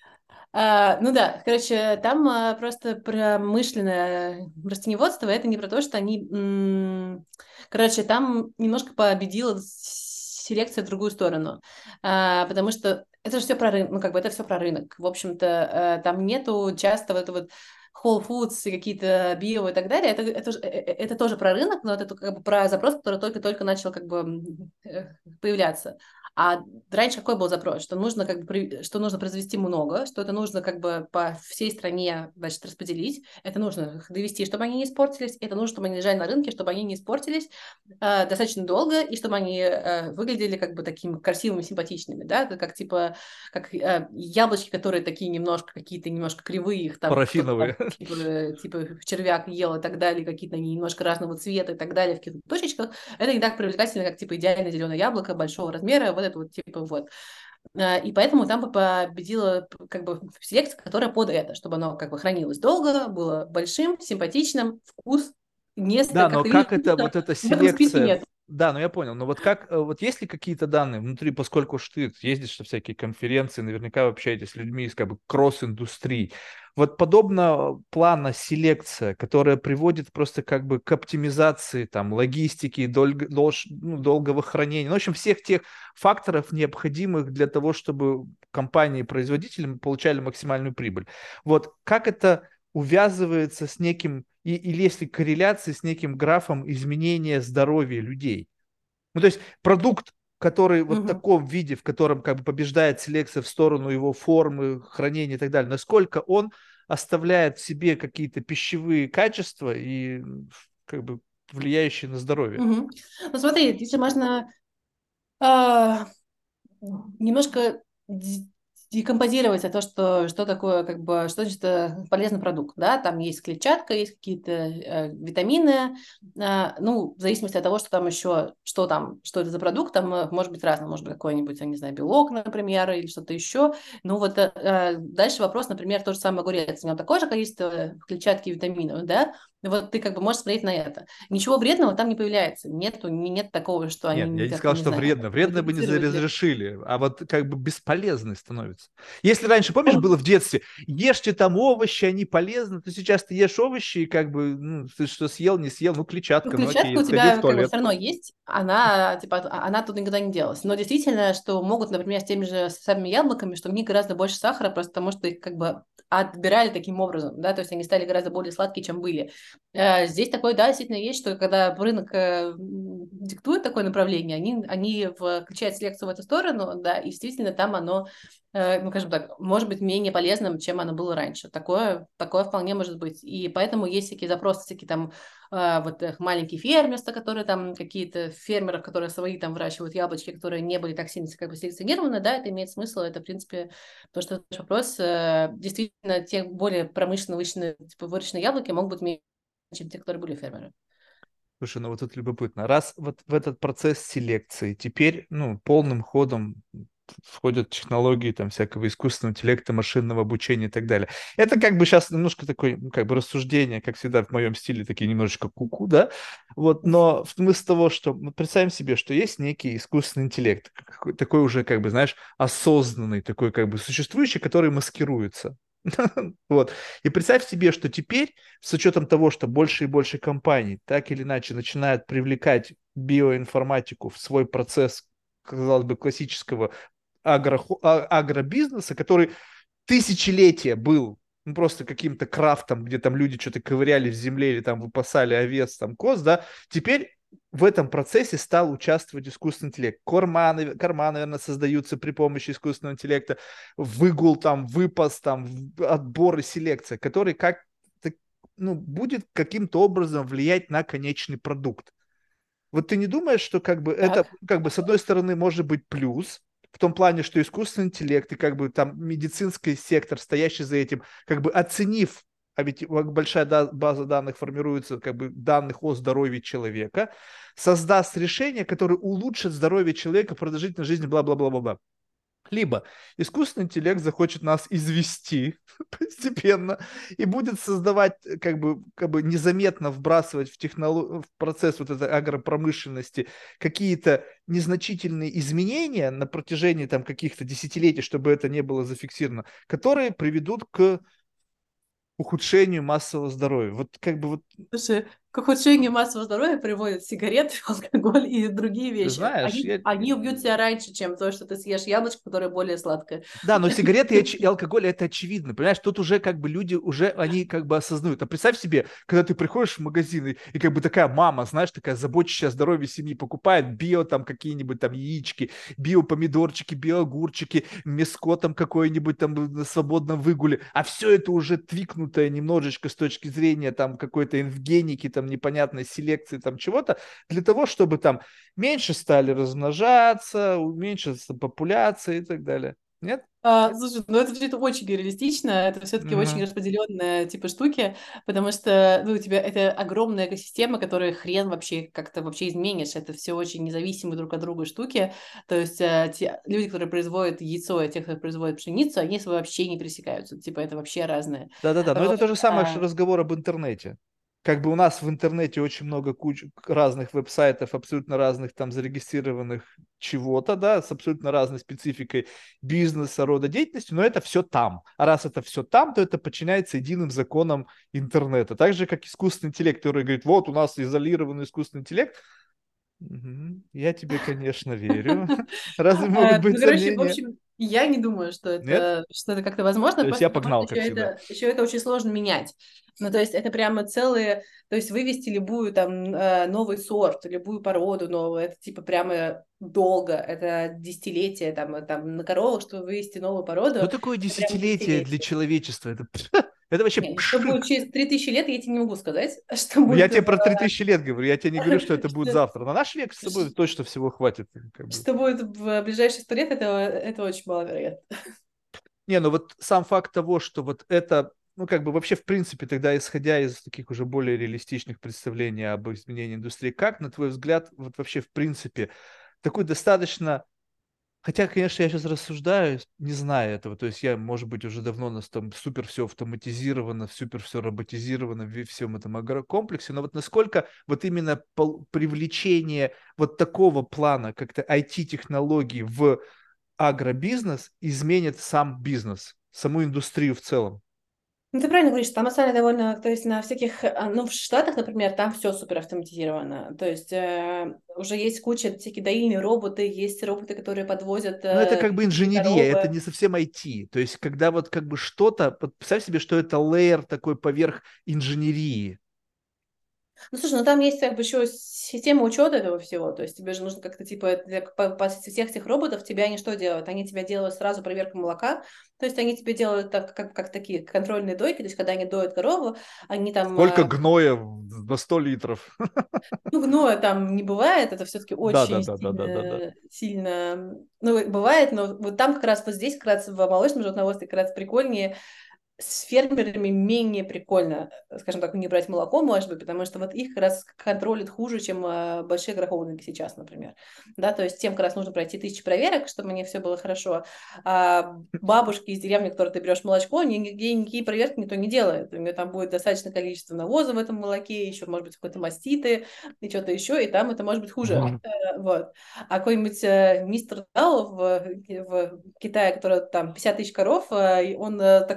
B: А, ну да, короче, там а, просто промышленное растеневодство, это не про то, что они... м, Короче, там немножко победила селекция в другую сторону. А, потому что это же все про рынок, ну как бы это все про рынок. В общем-то, э, там нету часто вот это вот Whole Foods и какие-то био и так далее. Это, это, ж- э, э, это тоже про рынок, но это как бы про запрос, который только-только начал как бы м, э, появляться. А раньше какой был запрос? Что нужно, как бы, при- что нужно произвести много, что это нужно как бы по всей стране, значит, распределить. Это нужно их довести, чтобы они не испортились. Это нужно, чтобы они лежали на рынке, чтобы они не испортились э, достаточно долго, и чтобы они э, выглядели как бы такими красивыми, симпатичными, да, это как типа, как э, яблочки, которые такие немножко, какие-то немножко кривые, их там кто-то там,
A: Парафиновые.
B: типа, типа червяк ел и так далее, какие-то они немножко разного цвета и так далее в каких-то точечках, это не так привлекательно, как типа идеальное зеленое яблоко большого размера, вот это вот типа вот. Э, И поэтому там победила как бы селекция, которая под это, чтобы оно как бы хранилось долго, было большим, симпатичным, вкус не,
A: Да,
B: как
A: но
B: ты видишь,
A: как это, вот эта
B: в этом списке
A: селекция,
B: нет.
A: да, ну я понял, но вот как, э, вот есть ли какие-то данные внутри, поскольку уж ты ездишь на всякие конференции, наверняка вы общаетесь с людьми из как бы кросс-индустрий, вот подобно плана селекция, которая приводит просто как бы к оптимизации там логистики, долг, долж- ну, долгого хранения, ну, в общем, всех тех факторов, необходимых для того, чтобы компании-производители получали максимальную прибыль. Вот как это увязывается с неким, и, или есть ли корреляция с неким графом изменения здоровья людей. Ну, то есть продукт, который вот в
B: Мгм.
A: таком виде, в котором как бы побеждает селекция в сторону его формы, хранения и так далее, насколько он оставляет в себе какие-то пищевые качества и как бы влияющие на здоровье.
B: Мгм. Ну смотри, здесь же можно а, немножко д- декомпозировать то, что, что такое, как бы, что значит э, полезный продукт, да, там есть клетчатка, есть какие-то э, витамины, а, ну, в зависимости от того, что там еще, что там, что это за продукт, там э, может быть разное, может быть какой-нибудь, я не знаю, белок, например, или что-то еще, ну, вот э, э, дальше вопрос, например, тот же самый огурец, у него такое же количество клетчатки и витаминов, да, вот ты как бы можешь смотреть на это. Ничего вредного там не появляется, нету, не- нет такого, что
A: Нет, я
B: они
A: не
B: как-то,
A: сказал,
B: не
A: что
B: знаю,
A: вредно. Вредно бы не
B: модифицировать.
A: разрешили, а вот как бы бесполезный становится. Если раньше, помнишь, было в детстве, ешьте там овощи, они полезны, то сейчас ты ешь овощи и как бы, ну, ты что съел, не съел, ну,
B: Ну,
A: клетчатка, ну,
B: клетчатка
A: окей,
B: у
A: сходил в
B: тебя как бы
A: туалет.
B: все равно есть, она, типа, а- она тут никогда не делалась. Но действительно, что могут, например, с теми же самыми яблоками, что в них гораздо больше сахара, просто потому что их как бы отбирали таким образом, да, то есть они стали гораздо более сладкие, чем были. Э, Здесь такое, да, действительно есть, что когда рынок э, м, диктует такое направление, они, они включают селекцию в эту сторону, да, и действительно там оно, э, ну, скажем так, может быть менее полезным, чем оно было раньше. Такое, такое вполне может быть. И поэтому есть всякие запросы, всякие там а, вот э, маленькие фермерства, которые там какие-то фермеров, которые свои там выращивают яблочки, которые не были так сильно как бы селекционированы, да, это имеет смысл, это, в принципе, то, что наш вопрос, э, действительно, те более промышленно выращенные, типа, выращенные яблоки могут быть меньше, чем те, которые были фермеры.
A: Слушай, ну вот тут любопытно. Раз вот в этот процесс селекции теперь, ну, полным ходом входят технологии там всякого искусственного интеллекта, машинного обучения и так далее. Это как бы сейчас немножко такое, ну, как бы рассуждение, как всегда в моем стиле, такие немножечко куку, да? Вот, но в смысле того, что ну, представим себе, что есть некий искусственный интеллект, какой- такой уже, как бы, знаешь, осознанный, такой как бы существующий, который маскируется. Вот. И представь себе, что теперь, с учетом того, что больше и больше компаний так или иначе начинают привлекать биоинформатику в свой процесс, казалось бы, классического агро, а- агробизнеса, который тысячелетия был ну, просто каким-то крафтом, где там люди что-то ковыряли в земле или там выпасали овец, там коз, да, теперь в этом процессе стал участвовать искусственный интеллект. Корма, навер- корма, наверное, создаются при помощи искусственного интеллекта, выгул, там, выпас, там, в- отбор и селекция, который как ну, будет каким-то образом влиять на конечный продукт. Вот ты не думаешь, что как бы это,
B: Так.
A: как бы с одной стороны может быть плюс, в том плане, что искусственный интеллект и как бы там медицинский сектор, стоящий за этим, как бы оценив, а ведь большая да- база данных формируется, как бы данных о здоровье человека, создаст решение, которое улучшит здоровье человека, продолжительность жизни, бла-бла-бла-бла-бла. Либо искусственный интеллект захочет нас извести постепенно и будет создавать, э, как бы, как бы незаметно вбрасывать в, технолог... в процесс вот этой агропромышленности какие-то незначительные изменения на протяжении там каких-то десятилетий, чтобы это не было зафиксировано, которые приведут к ухудшению массового здоровья. Вот как бы вот,
B: Слушай, к ухудшению массового здоровья приводят сигареты, алкоголь и другие
A: ты
B: вещи.
A: знаешь,
B: Они,
A: я,
B: они убьют тебя раньше, чем то, что ты съешь яблочко, которое более сладкое.
A: да, но сигареты и, оч- и алкоголь это очевидно, понимаешь, тут уже как бы люди уже, они как бы осознают. А представь себе, когда ты приходишь в магазин и, и как бы такая мама, знаешь, такая заботящая о здоровье семьи, покупает био там какие-нибудь там яички, био помидорчики, био огурчики, мяско там какое-нибудь там на свободном выгуле, а все это уже твикнутое немножечко с точки зрения там какой-то евгеники, там непонятной селекции, там чего-то, для того, чтобы там меньше стали размножаться, уменьшиться популяция и так далее. Нет?
B: А, слушай, ну это звучит очень реалистично, это все-таки очень
A: Мгм.
B: распределенные типа штуки, потому что ну, у тебя это огромная экосистема, которую хрен вообще как-то вообще изменишь, это все очень независимые друг от друга штуки, то есть а, те люди, которые производят яйцо, и те, кто производит пшеницу, они с собой вообще не пересекаются, типа это вообще разные.
A: Да-да-да, но
B: Вот.
A: это то же самое, что
B: А,
A: разговор об интернете. Как бы у нас в интернете очень много куч разных веб-сайтов, абсолютно разных там зарегистрированных чего-то, да, с абсолютно разной спецификой бизнеса, рода деятельности, но это все там. А раз это все там, то это подчиняется единым законам интернета. Так же, как искусственный интеллект, который говорит, вот у нас изолированный искусственный интеллект. Мгм. Я тебе, конечно, верю. Разве могут
B: Э,
A: быть
B: Ну, короче, в
A: сомнения?
B: общем, я не думаю, что
A: Нет?
B: это, что это как-то возможно,
A: То есть я
B: просто потому что
A: погнал,
B: еще
A: как всегда.
B: это, еще это очень сложно менять. Ну, то есть это прямо целые, то есть вывести любую там э, новый сорт, любую породу новую, это типа прямо долго, это десятилетия там, э, там на коровах, чтобы вывести новую
A: Что
B: породу,
A: такое
B: это прямо
A: десятилетие для
B: десятилетия.
A: человечества? Это, это вообще
B: Нет, что будет
A: пшик.
B: через три тысячи лет, я тебе не могу сказать, что
A: Ну, я
B: будет,
A: тебе
B: в-
A: про три тысячи лет говорю, я тебе не говорю, что это будет
B: что,
A: завтра. На наш век с собой точно всего хватит. Как бы.
B: что будет в ближайшие сто лет, это, это очень маловероятно.
A: Не, ну вот сам факт того, что вот это, ну как бы вообще в принципе тогда исходя из таких уже более реалистичных представлений об изменении индустрии, как, на твой взгляд, вот вообще в принципе такой достаточно. Хотя, конечно, я сейчас рассуждаю, не зная этого. То есть я, может быть, уже давно у нас там супер все автоматизировано, супер все роботизировано в всем этом агрокомплексе. Но вот насколько вот именно пол- привлечение вот такого плана, как-то ай ти-технологий в агробизнес изменит сам бизнес, саму индустрию в целом.
B: Ну, ты правильно говоришь, там остались довольно, то есть на всяких, а, ну, в Штатах, например, там все супер автоматизировано, то есть э, уже есть куча всякие доильные роботы, есть роботы, которые подвозят
A: Но это
B: э,
A: как бы инженерия, это
B: коровы.
A: не совсем ай ти. То есть когда вот как бы что-то, вот представь себе, что это лейер такой поверх инженерии.
B: Ну, слушай, ну там есть как бы еще система учета этого всего, то есть тебе же нужно как-то типа для, по, по всех этих роботов тебя они что делают? Они тебя делают сразу проверку молока, то есть они тебе делают так, как, как такие контрольные дойки, то есть когда они доят корову, они там
A: Сколько
B: э,
A: гноя в- на сто литров.
B: ну, гноя там не бывает, это все-таки
A: Да, да,
B: очень
A: да, да, да, да, да.
B: сильно, сильно, ну, бывает, но вот там как раз вот здесь, как раз в молочном животноводстве, как раз прикольнее с фермерами менее прикольно, скажем так, не брать молоко, может быть, потому что вот их как раз контролят хуже, чем э, большие агрохолдинги сейчас, например. Да, то есть тем как раз нужно пройти тысячи проверок, чтобы мне все было хорошо. А бабушки из деревни, которые ты берешь молочко, нигде никакие проверки никто не делает. У нее там будет достаточное количество навоза в этом молоке, еще, может быть, какой-то маститы и что-то еще, и там это может быть хуже.
A: Мгм.
B: Э, Вот. А какой-нибудь э, мистер Дау в, в Китае, который там пятьдесят тысяч коров, э, он э, такое количество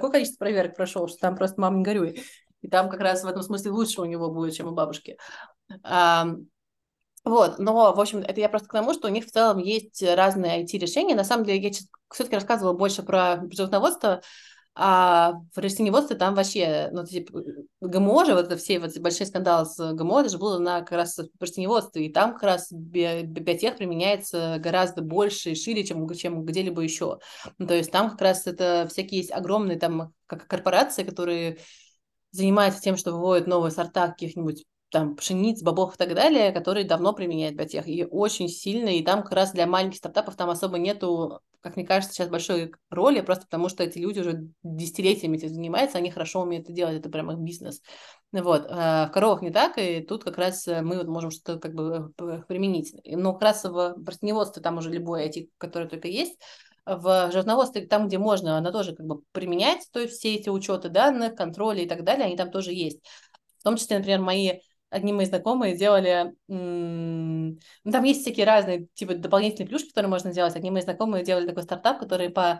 B: проверок прошел, что там просто мама не горюй. И там как раз в этом смысле лучше у него будет, чем у бабушки. А, вот, но, в общем, это я просто к тому, что у них в целом есть разные ай ти-решения. На самом деле, я все-таки рассказывала больше про животноводство, а в растениеводстве там вообще, ну, типа, ГМО же, вот это все вот эти большие скандалы с ГМО, это же было на как раз в растениеводстве, и там как раз би- биотех применяется гораздо больше и шире, чем, чем где-либо еще. Ну, то есть там как раз это всякие есть огромные там как корпорации, которые занимается тем, что выводит новые сорта каких-нибудь там пшениц, бобов и так далее, которые давно применяют биотех, и очень сильно, и там как раз для маленьких стартапов там особо нету, как мне кажется, сейчас большой роли, просто потому что эти люди уже десятилетиями этим занимаются, они хорошо умеют это делать, это прям их бизнес. Вот. А в коровах не так, и тут как раз мы вот можем что-то как бы применить. Но как раз в растениеводстве там уже любой ай ти, который только есть, в животноводстве, там, где можно, она тоже как бы применять, то есть все эти учеты данных, контроли и так далее, они там тоже есть. В том числе, например, мои одни мои знакомые делали, м, ну, там есть всякие разные, типа, дополнительные плюшки, которые можно сделать. Одни мои знакомые делали такой стартап, который по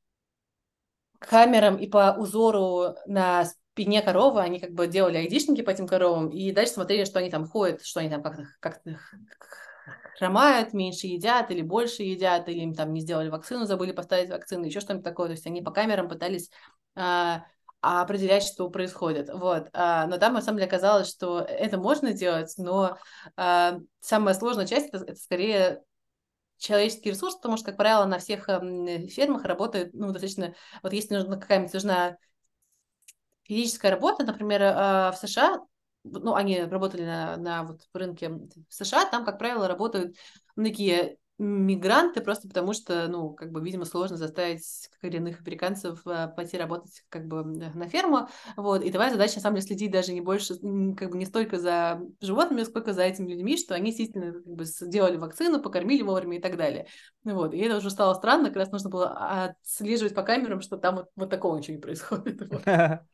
B: камерам и по узору на спине коровы, они как бы делали айдишники по этим коровам, и дальше смотрели, что они там ходят, что они там как-то как хромают, меньше едят или больше едят, или им там не сделали вакцину, забыли поставить вакцину, еще что-нибудь такое. То есть они по камерам пытались а, определять, что происходит. Вот. А, но там на самом деле оказалось, что это можно делать, но а, самая сложная часть это, это скорее человеческий ресурс, потому что, как правило, на всех эм, фермах работает, ну, достаточно, вот если нужна какая-нибудь нужна физическая работа, например, э, в США, ну, они работали на, на вот рынке в США, там, как правило, работают многие мигранты, просто потому что, ну, как бы, видимо, сложно заставить коренных американцев э, пойти работать, как бы, на ферму, вот, и твоя задача, на самом деле, следить даже не больше, м, как бы, не столько за животными, сколько за этими людьми, что они действительно, как бы, сделали вакцину, покормили вовремя и так далее, вот, и это уже стало странно, как раз нужно было отслеживать по камерам, что там вот, вот такого ничего не происходит, вот.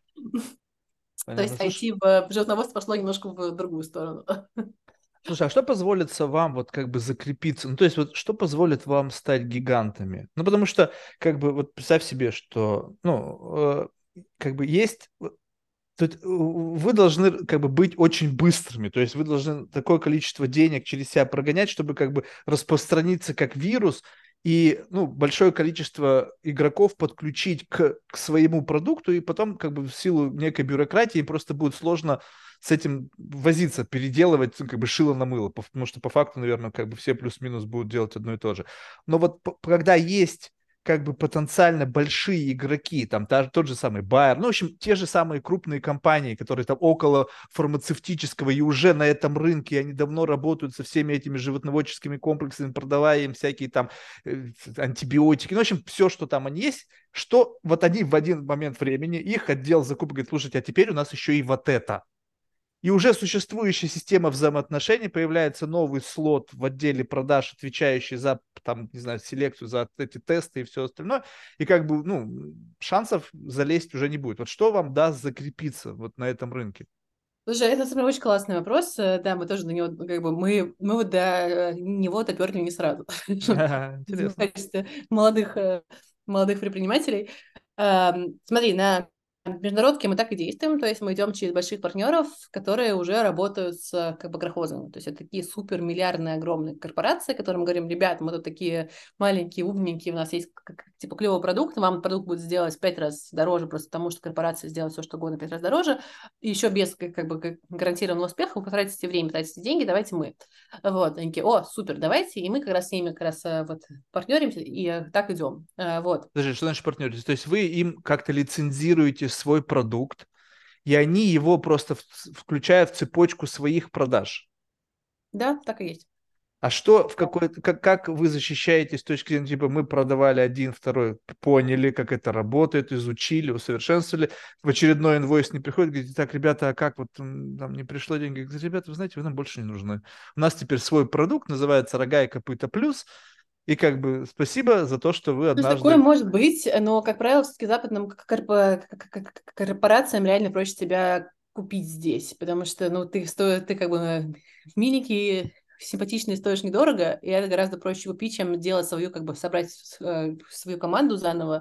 B: То
A: Понятно.
B: есть
A: Слушай,
B: ай ти в животноводстве пошло немножко в другую сторону.
A: слушай, а что позволит вам вот как бы закрепиться? Ну, то есть вот что позволит вам стать гигантами? Ну, потому что как бы вот представь себе, что, ну, э, как бы есть тут э, вы должны как бы быть очень быстрыми, то есть вы должны такое количество денег через себя прогонять, чтобы как бы распространиться как вирус и ну, большое количество игроков подключить к, к своему продукту, и потом как бы в силу некой бюрократии им просто будет сложно с этим возиться, переделывать, ну, как бы шило на мыло, потому что по факту, наверное, как бы все плюс-минус будут делать одно и то же. Но вот п- когда есть как бы потенциально большие игроки, там та, тот же самый Bayer, ну, в общем, те же самые крупные компании, которые там около фармацевтического и уже на этом рынке, они давно работают со всеми этими животноводческими комплексами, продавая им всякие там э, антибиотики, ну, в общем, все, что там они есть, что вот они в один момент времени, их отдел закупок говорит, слушайте, а теперь у нас еще и вот это. И уже существующая система взаимоотношений, появляется новый слот в отделе продаж, отвечающий за, там, не знаю, селекцию, за эти тесты и все остальное. И как бы, ну, шансов залезть уже не будет. Вот что вам даст закрепиться вот на этом рынке?
B: Слушай, это, самый очень классный вопрос. Э, Да, мы тоже на него, как бы, мы, мы вот до э, него доперли не сразу. В
A: Интересно.
B: качестве молодых, э, молодых предпринимателей. Эм, Смотри, на международке мы так и действуем, то есть мы идем через больших партнеров, которые уже работают с как бы агрохозами. То есть это такие супер миллиардные огромные корпорации, которым мы говорим, ребят, мы тут такие маленькие, умненькие, у нас есть как- типа клевый продукт, вам продукт будет сделать в пять раз дороже, просто потому что корпорация сделает все, что угодно, в пять раз дороже, и еще без как, как бы как гарантированного успеха, вы потратите время, потратите деньги, давайте мы. Вот, они такие, о, супер, давайте, и мы как раз с ними как раз э, вот партнеримся и э, так идем. Э, Вот.
A: Подожди, что значит партнеритесь? То есть вы им как-то лицензируете свой продукт, и они его просто в- включают в цепочку своих продаж.
B: Да, так и есть.
A: А что в какой как, как вы защищаетесь с точки зрения, типа, мы продавали один, второй, поняли, как это работает, изучили, усовершенствовали, в очередной инвойс не приходит, говорите, так, ребята, а как вот м, там не пришло деньги? Говорит, ребята, вы знаете, вы нам больше не нужны. У нас теперь свой продукт, называется «Рога и копыта плюс», и как бы спасибо за то, что вы
B: Ну, такое
A: однажды...
B: может быть, но, как правило, все-таки западным корпо- корпорациям реально проще тебя купить здесь, потому что, ну, ты стоит, ты как бы в милике симпатичный, стоишь недорого, и это гораздо проще купить, чем делать свою, как бы собрать э, свою команду заново.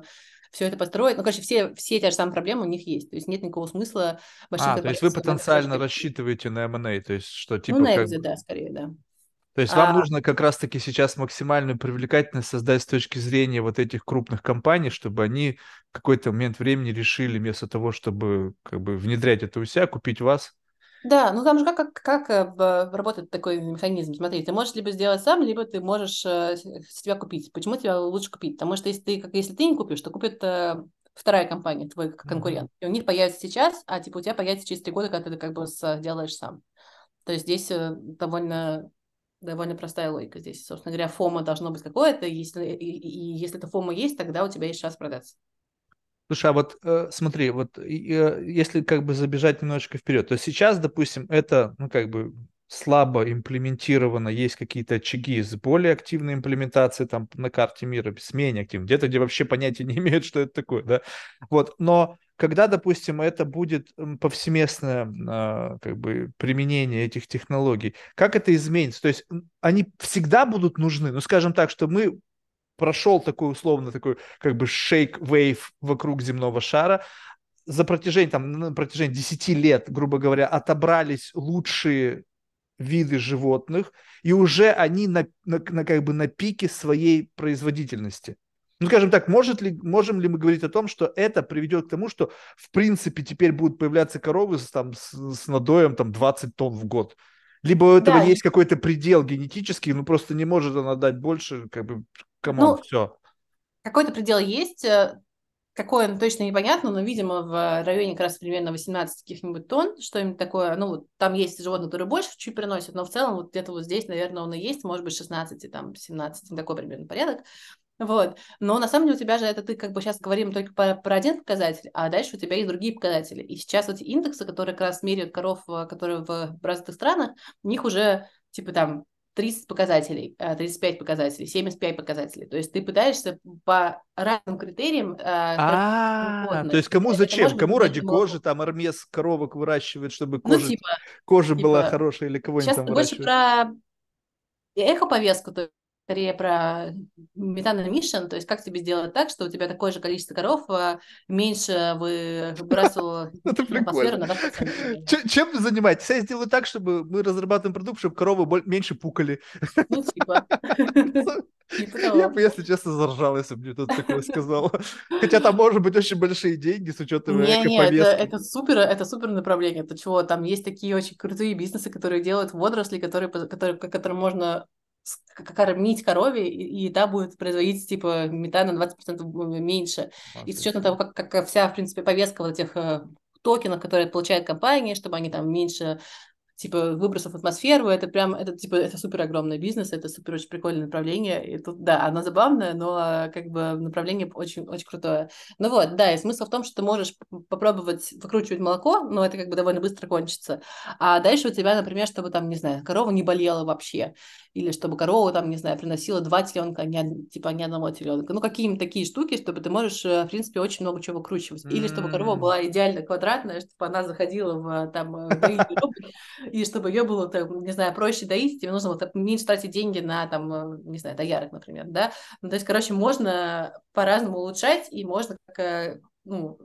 B: все это построить. Ну, короче, все, все те же самые проблемы у них есть. То есть нет никакого смысла большим
A: А, то есть вы
B: корпорациям это
A: потенциально
B: вкладывать.
A: рассчитываете на эм энд эй, то есть что
B: Ну,
A: типа
B: на
A: как
B: экзит,
A: бы...
B: да, скорее, да.
A: То есть вам
B: А,
A: нужно как раз-таки сейчас максимальную привлекательность создать с точки зрения вот этих крупных компаний, чтобы они в какой-то момент времени решили вместо того, чтобы как бы внедрять это у себя, купить вас.
B: да, ну там же как, как, как э, б- работает такой механизм. Смотри, ты можешь либо сделать сам, либо ты можешь э, с с тебя купить. Почему тебя лучше купить? Потому что если ты, как, если ты не купишь, то купит э, вторая компания, твой к-
A: Мгм.
B: конкурент. И у них появится сейчас, а типа у тебя появится через три года, когда ты как бы с- делаешь сам. То есть здесь э, довольно, довольно простая логика. Здесь, собственно говоря, фома должно быть какое-то, и если, и, и если это фома есть, тогда у тебя есть шанс продаться.
A: Слушай, а вот э, смотри, вот и, э, если как бы забежать немножечко вперед, то сейчас, допустим, это, ну, как бы слабо имплементировано, есть какие-то очаги с более активной имплементацией там на карте мира, с менее активной, где-то, где вообще понятия не имеют, что это такое, да, вот, но когда, допустим, это будет м, повсеместное а, как бы применение этих технологий, как это изменится? То есть м, они всегда будут нужны, ну, скажем так, что мы прошел такой условно такой как бы шейк-вейв вокруг земного шара. За протяжении, там, на протяжении десяти лет, грубо говоря, отобрались лучшие виды животных, и уже они на, на, на, как бы на пике своей производительности. Ну, скажем так, может ли, можем ли мы говорить о том, что это приведет к тому, что в принципе теперь будут появляться коровы с, там, с, с надоем там, двадцать тонн в год? Либо у этого
B: Да,
A: есть какой-то предел генетический, ну просто не может она дать больше, как бы, камон,
B: ну,
A: все.
B: какой-то предел есть. э, Какое, ну, точно непонятно, но, видимо, в районе как раз примерно восемнадцать каких-нибудь тонн, что-нибудь такое. Ну, вот там есть животные, которые больше чуть приносят, но в целом вот где-то вот здесь, наверное, он и есть, может быть, шестнадцать, и там семнадцать, ну, такой примерно порядок. Вот. Но на самом деле у тебя же это ты как бы сейчас говорим только по- про один показатель, а дальше у тебя есть другие показатели. И сейчас эти индексы, которые как раз меряют коров, э, которые в развитых странах, у них уже типа там тридцать показателей, э, тридцать пять показателей, семьдесят пять показателей. То есть ты пытаешься по разным критериям э,
A: А, то
B: животных.
A: есть кому
B: Это
A: зачем?
B: может быть
A: Кому
B: не
A: ради
B: для
A: кожи
B: молока.
A: там Армес коровок выращивает, чтобы
B: Ну,
A: кожа,
B: типа,
A: кожа была
B: типа,
A: хорошая, или кого-нибудь
B: сейчас
A: там
B: это больше
A: выращивает?
B: про эхо-повестку, то есть скорее про метан emission, то есть как тебе сделать так, что у тебя такое же количество коров а, меньше выбрасывало
A: Это
B: в атмосферу
A: прикольно.
B: на два процента примерно.
A: Чем, чем вы занимаетесь? Я сделаю так, чтобы мы разрабатываем продукт, чтобы коровы боль- меньше пукали.
B: Ну, типа, типа
A: Я бы,
B: того.
A: если честно, заржал, если бы мне кто-то такое сказал. Хотя там может быть очень большие деньги с учетом
B: Не-не, это,
A: эко-повестки.
B: это супер, это супер направление. Это чего? Там есть такие очень крутые бизнесы, которые делают водоросли, которые, по- которые, к которым можно с- к- кормить корове, и, и та будет производить типа метана на двадцать процентов меньше. И с учетом того, как, как вся, в принципе, повестка вот этих э, токенов, которые получает компания, чтобы они там меньше типа выбросов в атмосферу, это прям, это типа, это супер огромный бизнес, это супер очень прикольное направление, и тут, да, оно забавное, но а, как бы направление очень, очень крутое. Ну вот, да, и смысл в том, что ты можешь п- попробовать выкручивать молоко, но это как бы довольно быстро кончится, а дальше у тебя, например, чтобы там, не знаю, корова не болела вообще, или чтобы корова там, не знаю, приносила два теленка, а не, од- типа не одного теленка, ну какие-нибудь такие штуки, чтобы ты можешь, э, в принципе, очень много чего выкручивать, или чтобы корова
A: М.
B: была идеально квадратная, чтобы она заходила в там э, доильный робот, и чтобы ее было, там, не знаю, проще доить, тебе нужно вот так меньше тратить деньги на, там, э, не знаю, доярок, например, да. Ну, то есть, короче, можно по-разному улучшать, и можно как, э, ну,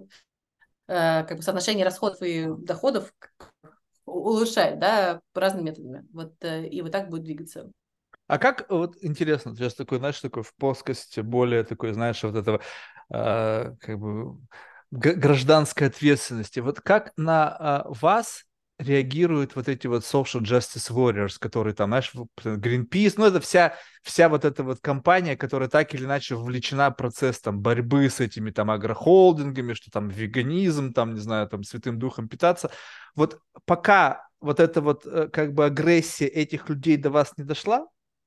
B: э, как бы соотношение расходов и доходов у- улучшать, да, по разным методами. Вот, э, и вот так будет двигаться.
A: А как, вот интересно, сейчас такой, знаешь, такой в плоскости более такой, знаешь, вот этого, а, как бы, г- гражданской ответственности. Вот как на а, вас реагируют вот эти вот social justice warriors, которые там, знаешь, в- Greenpeace, ну, это вся, вся вот эта вот компания, которая так или иначе вовлечена в процесс там борьбы с этими там агрохолдингами, что там веганизм, там, не знаю, там святым духом питаться. Вот пока вот эта вот э, как бы агрессия этих людей до вас не дошла.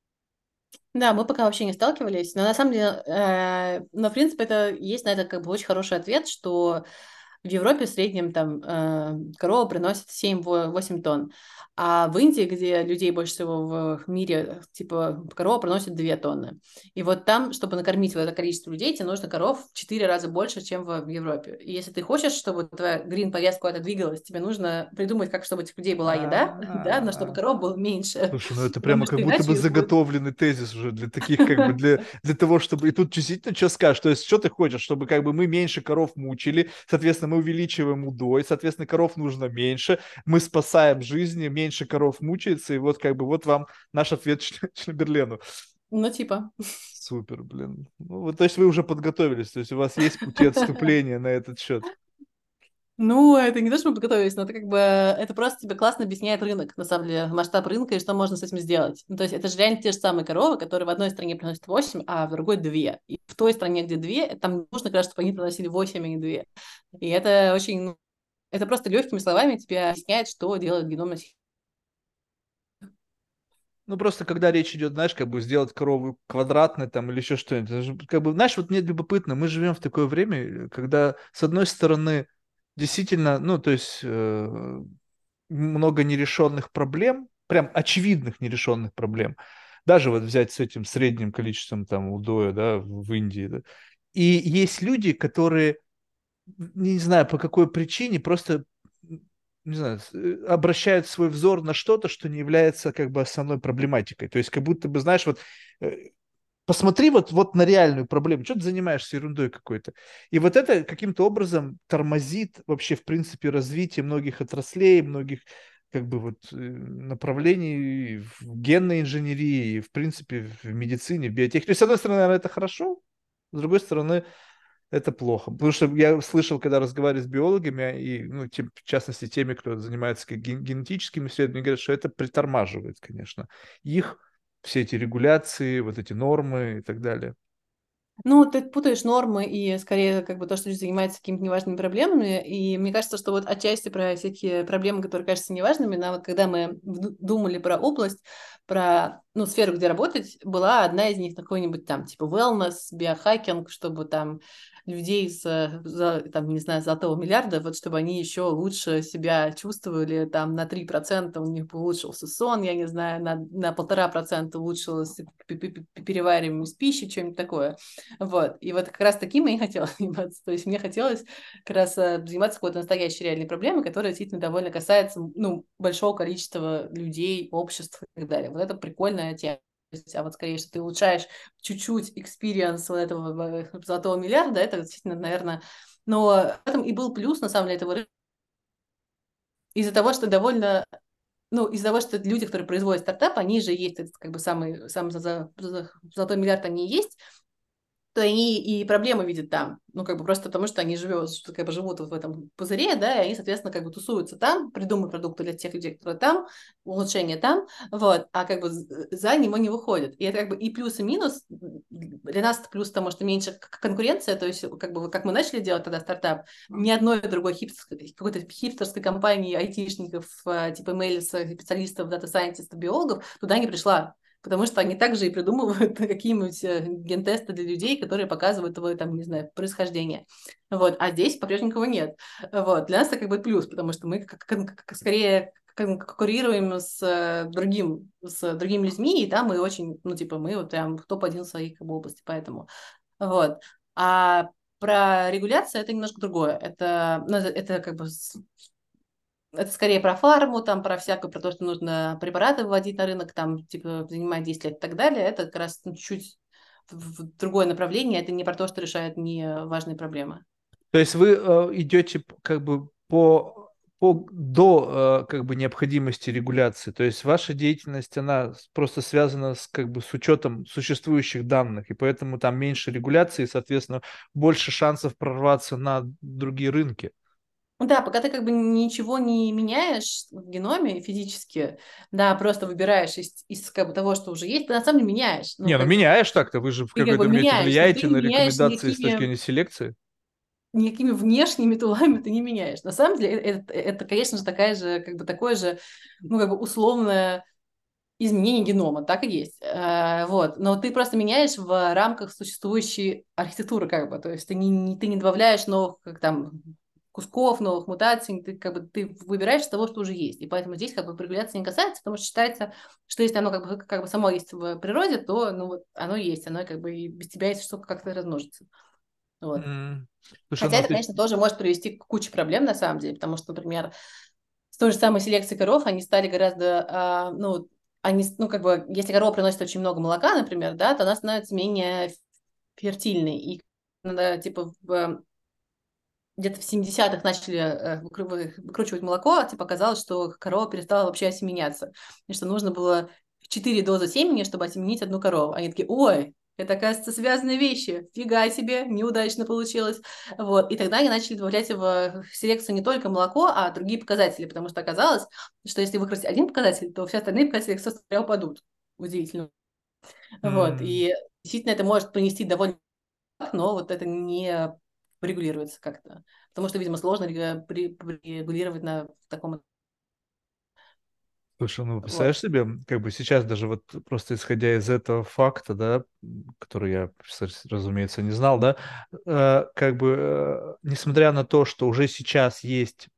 B: Да, мы пока вообще не сталкивались, но на самом деле, э, но в принципе это есть на это как бы очень хороший ответ, что в Европе в среднем там э, корова приносит семь-восемь тонн, а в Индии, где людей больше всего в мире, типа корова приносит две тонны. И вот там, чтобы накормить вот это количество людей, тебе нужно коров в четыре раза больше, чем в Европе. И если ты хочешь, чтобы твоя грин-повестка куда-то двигалась, тебе нужно придумать, как чтобы у этих людей была еда, да, но чтобы
A: А,
B: коров было меньше,
A: слушай, ну это
B: потому
A: прямо как
B: что
A: будто бы
B: иначе их будет...
A: заготовленный тезис уже для таких, как бы, для, для того, чтобы... И тут действительно что скажешь, то есть что ты хочешь, чтобы как бы мы меньше коров мучили, соответственно, мы увеличиваем удой, соответственно, коров нужно меньше, мы спасаем жизни, меньше коров мучается, и вот как бы вот вам наш ответ Ч- Чемберлену.
B: Ну, типа...
A: Супер, блин. Ну, вот, то есть вы уже подготовились, то есть у вас есть пути отступления на этот счет.
B: Ну, это не то, что мы подготовились, но это как бы, это просто тебе классно объясняет рынок, на самом деле, масштаб рынка и что можно с этим сделать. Ну, то есть это же реально те же самые коровы, которые в одной стране приносят восемь, а в другой две. И в той стране, где две, там нужно, как раз, чтобы они приносили восемь, а не две. И это очень, ну, это просто легкими словами тебе объясняет, что делает геномная система.
A: Ну, просто когда речь идет, знаешь, как бы сделать корову квадратной там или еще что-нибудь, это же, как бы, знаешь, вот мне любопытно, мы живем в такое время, когда, с одной стороны, действительно, ну, то есть э, много нерешенных проблем, прям очевидных нерешенных проблем, даже вот взять с этим средним количеством там удоя, да, в в Индии, да. И есть люди, которые не знаю по какой причине, просто, не знаю, с- э, обращают свой взор на что-то, что не является как бы основной проблематикой. То есть как будто бы, знаешь, вот э, посмотри вот, вот на реальную проблему, что ты занимаешься ерундой какой-то. И вот это каким-то образом тормозит вообще, в принципе, развитие многих отраслей, многих как бы вот э, направлений в генной инженерии, и, в принципе, в медицине, в биотехнике. То есть, с одной стороны, наверное, это хорошо, с другой стороны, это плохо. Потому что я слышал, когда разговариваю с биологами, и, ну, тем, в частности, теми, кто занимается как ген- генетическими исследованиями, говорят, что это притормаживает, конечно, их, все эти регуляции, вот эти нормы и так далее.
B: Ну, ты путаешь нормы и скорее как бы то, что люди занимаются какими-то неважными проблемами. И мне кажется, что вот отчасти про всякие проблемы, которые кажутся неважными, но вот когда мы вду- думали про область, про ну, сферу, где работать, была одна из них какой-нибудь там типа wellness, биохакинг, чтобы там людей с, за, там, не знаю, золотого миллиарда, вот чтобы они еще лучше себя чувствовали, там на три процента у них бы улучшился сон, я не знаю, на, на полтора процента улучшилась п- п- п- перевариваемость пищи, что-нибудь такое. Вот. И вот как раз таким я и хотела заниматься. То есть мне хотелось как раз э, заниматься какой-то настоящей реальной проблемой, которая действительно довольно касается, ну, большого количества людей, обществ и так далее. Вот это прикольная тема. То есть, а вот скорее, что ты улучшаешь чуть-чуть экспириенс вот этого э, золотого миллиарда, это действительно, наверное... Но в этом и был плюс, на самом деле, этого рынка. Из-за того, что довольно ну, из-за того, что люди, которые производят стартап, они же есть, это как бы самый, самый за, за, за золотой миллиард они и есть, то они и проблемы видят там. Ну, как бы просто потому, что они живут, что как бы живут вот в этом пузыре, да, и они, соответственно, как бы тусуются там, придумывают продукты для тех людей, которые там, улучшения там, вот, а как бы за него не выходят. И это как бы и плюс, и минус. Для нас это плюс, потому что меньше конкуренция, то есть как бы как мы начали делать тогда стартап, ни одной другой хипстер, какой-то хипстерской компании айтишников, э, типа мейлис, специалистов, дата-сайентистов, биологов, туда не пришла. Потому что они также и придумывают какие-нибудь э, гентесты для людей, которые показывают его, там, не знаю, происхождение. Вот. А здесь по-прежнему никого нет. Вот. Для нас это как бы плюс, потому что мы как, как, как, скорее конкурируем с э, другим, с другими людьми, и там мы очень, ну, типа, мы вот прям топ один в своей как бы, области, поэтому. Вот. А про регуляцию это немножко другое. Это, ну, это, это как бы это скорее про фарму, там, про всякое, про то, что нужно препараты вводить на рынок, там, типа, занимать десять лет и так далее. Это как раз ну, чуть-чуть в в другое направление. Это не про то, что решает не важные проблемы.
A: То есть вы э, идете п- как бы по, по до э, как бы необходимости регуляции. То есть ваша деятельность, она с- просто связана с как бы с учетом существующих данных, и поэтому там меньше регуляции, и, соответственно, больше шансов прорваться на другие рынки.
B: Ну да, пока ты как бы ничего не меняешь в геноме физически, да, просто выбираешь из, из как бы того, что уже есть, ты на самом деле меняешь. Ну,
A: Не, ну
B: как бы
A: меняешь так-то, вы же в
B: ты как бы
A: какой-то мере
B: меняешь, но ты
A: влияете
B: не
A: на
B: меняешь
A: рекомендации с точки
B: никакими
A: зрения селекции.
B: никакими внешними тулами ты не меняешь. На самом деле, э, это, это, конечно же, такая же, как бы такое же, ну, как бы условное изменение генома, так и есть. Э, вот. Но ты просто меняешь в рамках существующей архитектуры, как бы. То есть ты не, не- ты не добавляешь новых, как там, кусков, новых мутаций, ты как бы ты выбираешь из того, что уже есть. И поэтому здесь как бы регуляция не касается, потому что считается, что если оно как бы, как бы само есть в природе, то ну, вот оно есть, оно как бы и без тебя, если что, как-то размножится. Вот.
A: М. Слушай,
B: Хотя
A: ну
B: это,
A: ты...
B: конечно, тоже может привести к куче проблем на самом деле, потому что, например, с той же самой селекцией коров они стали гораздо, а, ну, они, ну, как бы, если корова приносит очень много молока, например, да, то она становится менее фертильной. И надо, типа, в, где-то в семидесятых начали э, выкру- выкручивать молоко, а, типа, оказалось, что корова перестала вообще осеменяться. И что нужно было четыре дозы семени, чтобы осеменить одну корову. Они такие, ой, это, оказывается, связанные вещи. Фига себе, неудачно получилось. Вот. И тогда они начали добавлять в селекцию не только молоко, а другие показатели, потому что оказалось, что если выкрутить один показатель, то все остальные показатели, кстати, упадут. Удивительно. Вот.
A: М.
B: И действительно это может принести довольно, но вот это не регулируется как-то. Потому что, видимо, сложно регулировать на таком...
A: Слушай, ну,
B: Вот.
A: представляешь себе, как бы сейчас даже вот просто исходя из этого факта, да, м, который я, кстати, разумеется, не знал, да, э, как бы, э, несмотря на то, что уже сейчас есть,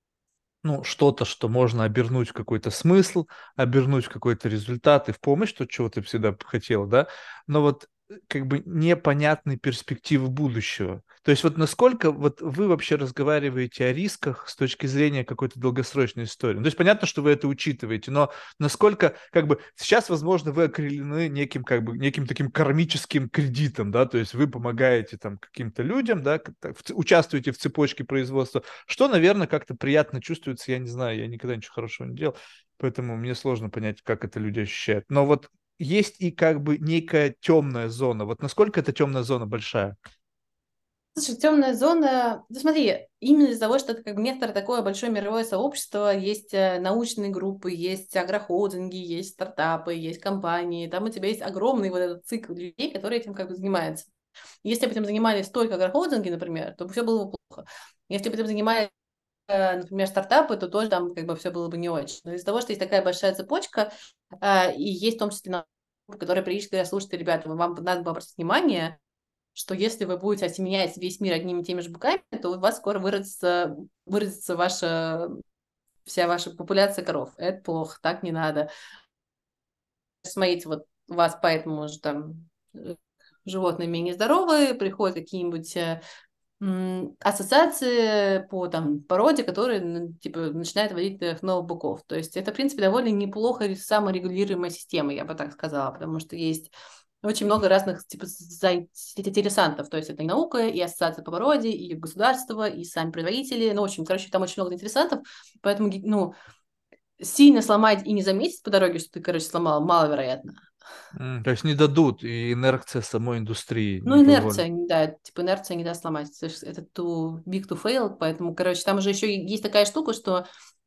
A: ну, что-то, что можно обернуть в какой-то смысл, обернуть в какой-то результат и в помощь, то, чего ты всегда хотел, да, но вот э, как бы непонятны перспективы будущего. То есть вот насколько вот вы вообще разговариваете о рисках с точки зрения какой-то долгосрочной истории? Ну, то есть понятно, что вы это учитываете, но насколько как бы сейчас, возможно, вы окрылены неким как бы неким таким кармическим кредитом, да, то есть вы помогаете там каким-то людям, да, к- так, в ц- участвуете в цепочке производства, что, наверное, как-то приятно чувствуется, я не знаю, я никогда ничего хорошего не делал, поэтому мне сложно понять, как это люди ощущают. Но вот есть и как бы некая темная зона. Вот насколько эта темная зона большая?
B: Слушай, темная зона, ну смотри, именно из-за того, что это как бы некоторое такое большое мировое сообщество, есть э, научные группы, есть агрохолдинги, есть стартапы, есть компании, там у тебя есть огромный вот этот цикл людей, которые этим как бы занимаются. Если бы этим занимались только агрохолдинги, например, то все было бы плохо. Если бы этим занимались, э, например, стартапы, то тоже там как бы все было бы не очень. Но из-за того, что есть такая большая цепочка, э, и есть в том числе на которые периодически говорят, слушайте, ребята, вам надо было обратить внимание, что если вы будете осеменять весь мир одними и теми же быками, то у вас скоро выродится, выродится ваша, вся ваша популяция коров. Это плохо, так не надо. Смотрите, вот у вас поэтому же там э, животные менее здоровые, приходят какие-нибудь э, м, ассоциации по там породе, которые ну, типа начинают водить их новых быков. То есть это, в принципе, довольно неплохо ре- саморегулируемая система, я бы так сказала, потому что есть очень много разных типа заинтересантов. То есть это и наука, и ассоциация по породе, и государство, и сами производители. Ну, в общем, короче, там очень много интересантов, поэтому ги- ну, сильно сломать и не заметить по дороге, что ты, короче, сломал, маловероятно.
A: М, то есть не дадут, и инерция самой индустрии не
B: Ну,
A: позволит.
B: инерция, не- да, типа инерция не даст сломать. То есть это too big to fail, поэтому, короче, там уже еще есть такая штука, что,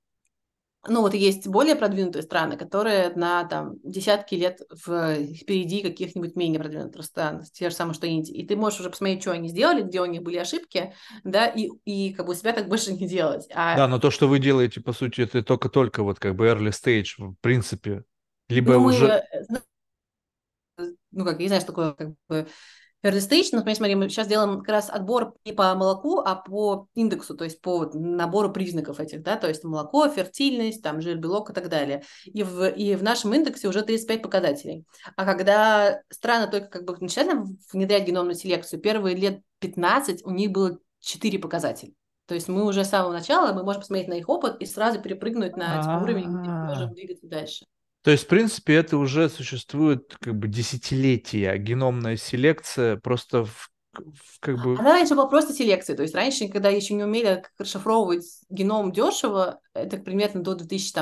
B: ну, вот есть более продвинутые страны, которые на, там, десятки лет в, впереди каких-нибудь менее продвинутых стран, те же самые, что Индия. И ты можешь уже посмотреть, что они сделали, где у них были ошибки, да, и, и как бы у себя так больше не делать. А,
A: Да, но то, что вы делаете, по сути, это только-только вот как бы early stage, в принципе. Либо
B: ну, мы,
A: уже...
B: э, ну, как, я не знаю, что такое, как бы, early stage, но, смотри, смотри, мы сейчас делаем как раз отбор не по молоку, а по индексу, то есть по вот набору признаков этих, да, то есть молоко, фертильность, там, жир, белок и так далее. И в, и в нашем индексе уже тридцать пять показателей. А когда страны только как бы начали внедрять геномную селекцию, первые лет пятнадцать у них было четыре показателя. То есть мы уже с самого начала, мы можем посмотреть на их опыт и сразу перепрыгнуть на типа, уровень, где мы
A: А,
B: можем двигаться дальше.
A: то есть, в принципе, это уже существует как бы десятилетия, геномная селекция просто в, в как бы...
B: Она раньше была просто селекцией, то есть раньше, когда еще не умели как расшифровывать геном дешево, это примерно до две тысячи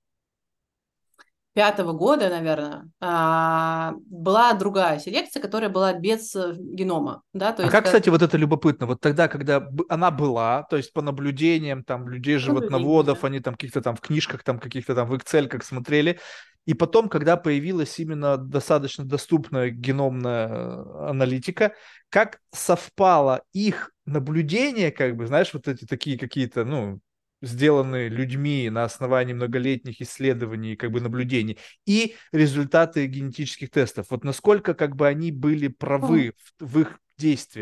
B: пятого года, наверное, а, была другая селекция, которая была без э, генома, да, то
A: А
B: есть
A: как,
B: когда
A: кстати, вот это любопытно, вот тогда, когда б- она была, то есть по наблюдениям там
B: наблюдение,
A: людей-животноводов,
B: да.
A: они там каких-то там в книжках, там каких-то там в Excel смотрели, и потом, когда появилась именно достаточно доступная геномная э, аналитика, как совпало их наблюдение, как бы, знаешь, вот эти такие какие-то, ну, сделанные людьми на основании многолетних исследований, как бы наблюдений, и результаты генетических тестов. Вот насколько как бы они были
B: Ну,
A: правы в, в их действиях.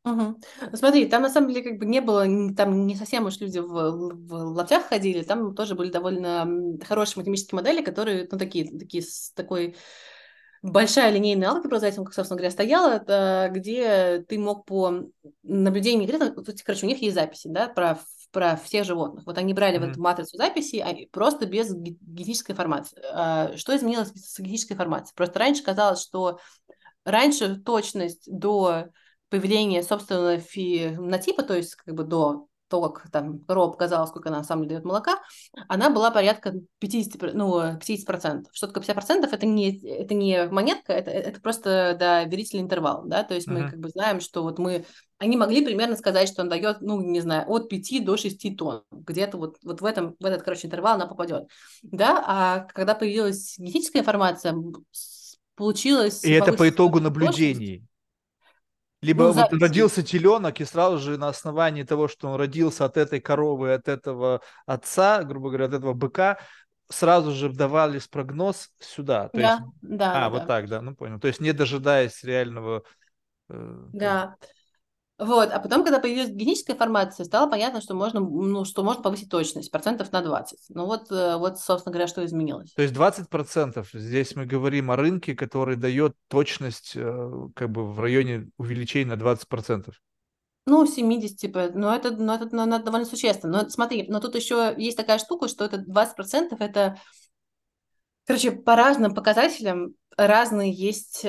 B: Мгм. Ну, смотри, там на самом деле как бы не было, н- там не совсем уж люди в, в лаптях ходили, там тоже были довольно м, хорошие математические модели, которые, ну, такие, такие, с такой большая линейная алгебра за этим, как, собственно говоря, стояла, это где ты мог по наблюдениям клеток, вот, эти, короче, у них есть записи, да, про, про всех животных. Вот они брали в
A: Мгм.
B: эту матрицу записей а, просто без ге- генетической информации. А, Что изменилось с генетической информацией? Просто раньше казалось, что раньше точность до появления собственного фенотипа, то есть как бы до того, как там корова показала, сколько она на самом деле дает молока, она была порядка пятьдесят, пр- ну, пятьдесят процентов. Что такое пятьдесят процентов? Это не, это не монетка, это, это просто, да, верительный интервал, да, то есть мы
A: Мгм.
B: как бы знаем, что вот мы, они могли примерно сказать, что он дает, ну, не знаю, от пяти до шести тонн, где-то вот, вот в этом, в этот, короче, интервал она попадет, да, а когда появилась генетическая информация, с- получилось
A: И это по
B: повысить
A: итогу
B: точность.
A: наблюдений.
B: Ну,
A: Либо вот
B: записи.
A: родился теленок, и сразу же на основании того, что он родился от этой коровы, от этого отца, грубо говоря, от этого быка, сразу же вдавались прогноз сюда. То есть,
B: Да, да,
A: а,
B: да,
A: вот
B: да.
A: так, да, ну понял. То есть не дожидаясь реального, э, как бы.
B: Да. Вот, а потом, когда появилась генетическая информация, стало понятно, что можно, ну, что можно повысить точность процентов на двадцать. Ну вот, э, вот, собственно говоря, что изменилось.
A: То есть двадцать процентов. Здесь мы говорим о рынке, который дает точность э, как бы в районе увеличения на двадцать процентов.
B: Ну, семьдесят, типа, но это, но это, но это довольно существенно. Но смотри, но тут еще есть такая штука, что это двадцать процентов, это, короче, по разным показателям разные есть э,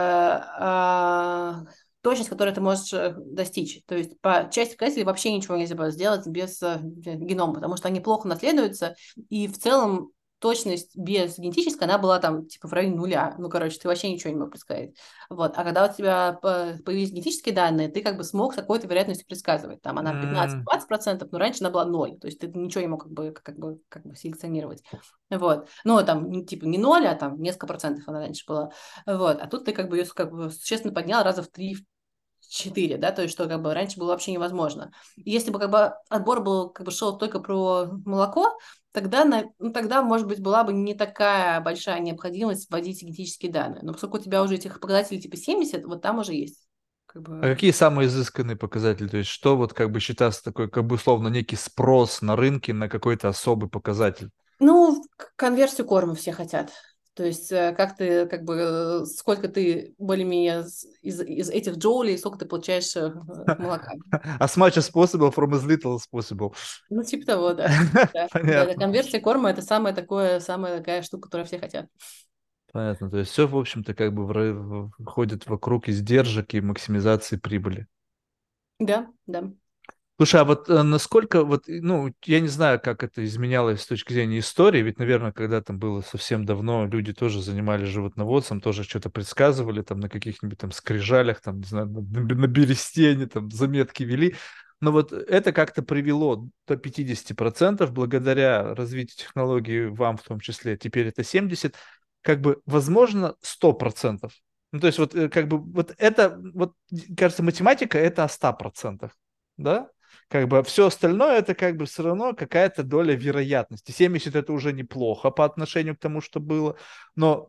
B: а, точность, которую ты можешь э, достичь. То есть по части показателей вообще ничего нельзя было сделать без э, генома, потому что они плохо наследуются, и в целом точность без генетической, она была там типа в районе нуля. Ну, короче, ты вообще ничего не мог предсказать. Вот. А когда у тебя по- появились генетические данные, ты как бы смог с какой-то вероятностью предсказывать. Там она
A: М,
B: пятнадцать-двадцать процентов, но раньше она была ноль. То есть ты ничего не мог как бы, как бы, как бы селекционировать. Вот. Ну, там, ну, типа, не ноль, а там несколько процентов она раньше была. Вот. А тут ты как бы ее как бы существенно поднял раза в три, в четыре, да, то есть что как бы раньше было вообще невозможно. И если бы как бы отбор был, как бы шел только про молоко, тогда, на, ну, тогда, может быть, была бы не такая большая необходимость вводить генетические данные. Но поскольку у тебя уже этих показателей типа семьдесят, вот там уже есть. Как
A: А
B: бы,
A: какие самые изысканные показатели? То есть что вот как бы считается такой, как бы условно, некий спрос на рынке на какой-то особый показатель?
B: ну, к- конверсию корма все хотят. То есть, э, как ты, как бы, э, сколько ты более-менее с- из, из этих джоулей, сколько ты получаешь э, молока.
A: As much as possible from as little as possible.
B: Ну, типа того, да. Да, да, да.
A: Понятно.
B: Конверсия корма– это самая такое, самая такая штука, которую все хотят.
A: Понятно. То есть все, в общем-то, как бы в ра- в- ходит вокруг издержек и максимизации прибыли.
B: Да, да.
A: Слушай, а вот э, насколько, вот, и, ну, я не знаю, как это изменялось с точки зрения истории, ведь, наверное, когда там было совсем давно, люди тоже занимались животноводством, тоже что-то предсказывали там на каких-нибудь там скрижалях, там, не знаю, на, на на берестене, там, заметки вели. Но вот это как-то привело до пятидесяти процентов благодаря развитию технологий, вам в том числе, теперь это семьдесят, как бы, возможно, сто процентов. Ну, то есть вот э, как бы вот это, вот, кажется, математика это о ста процентах, да? Как бы все остальное это как бы все равно какая-то доля вероятности. семьдесят это уже неплохо по отношению к тому, что было, но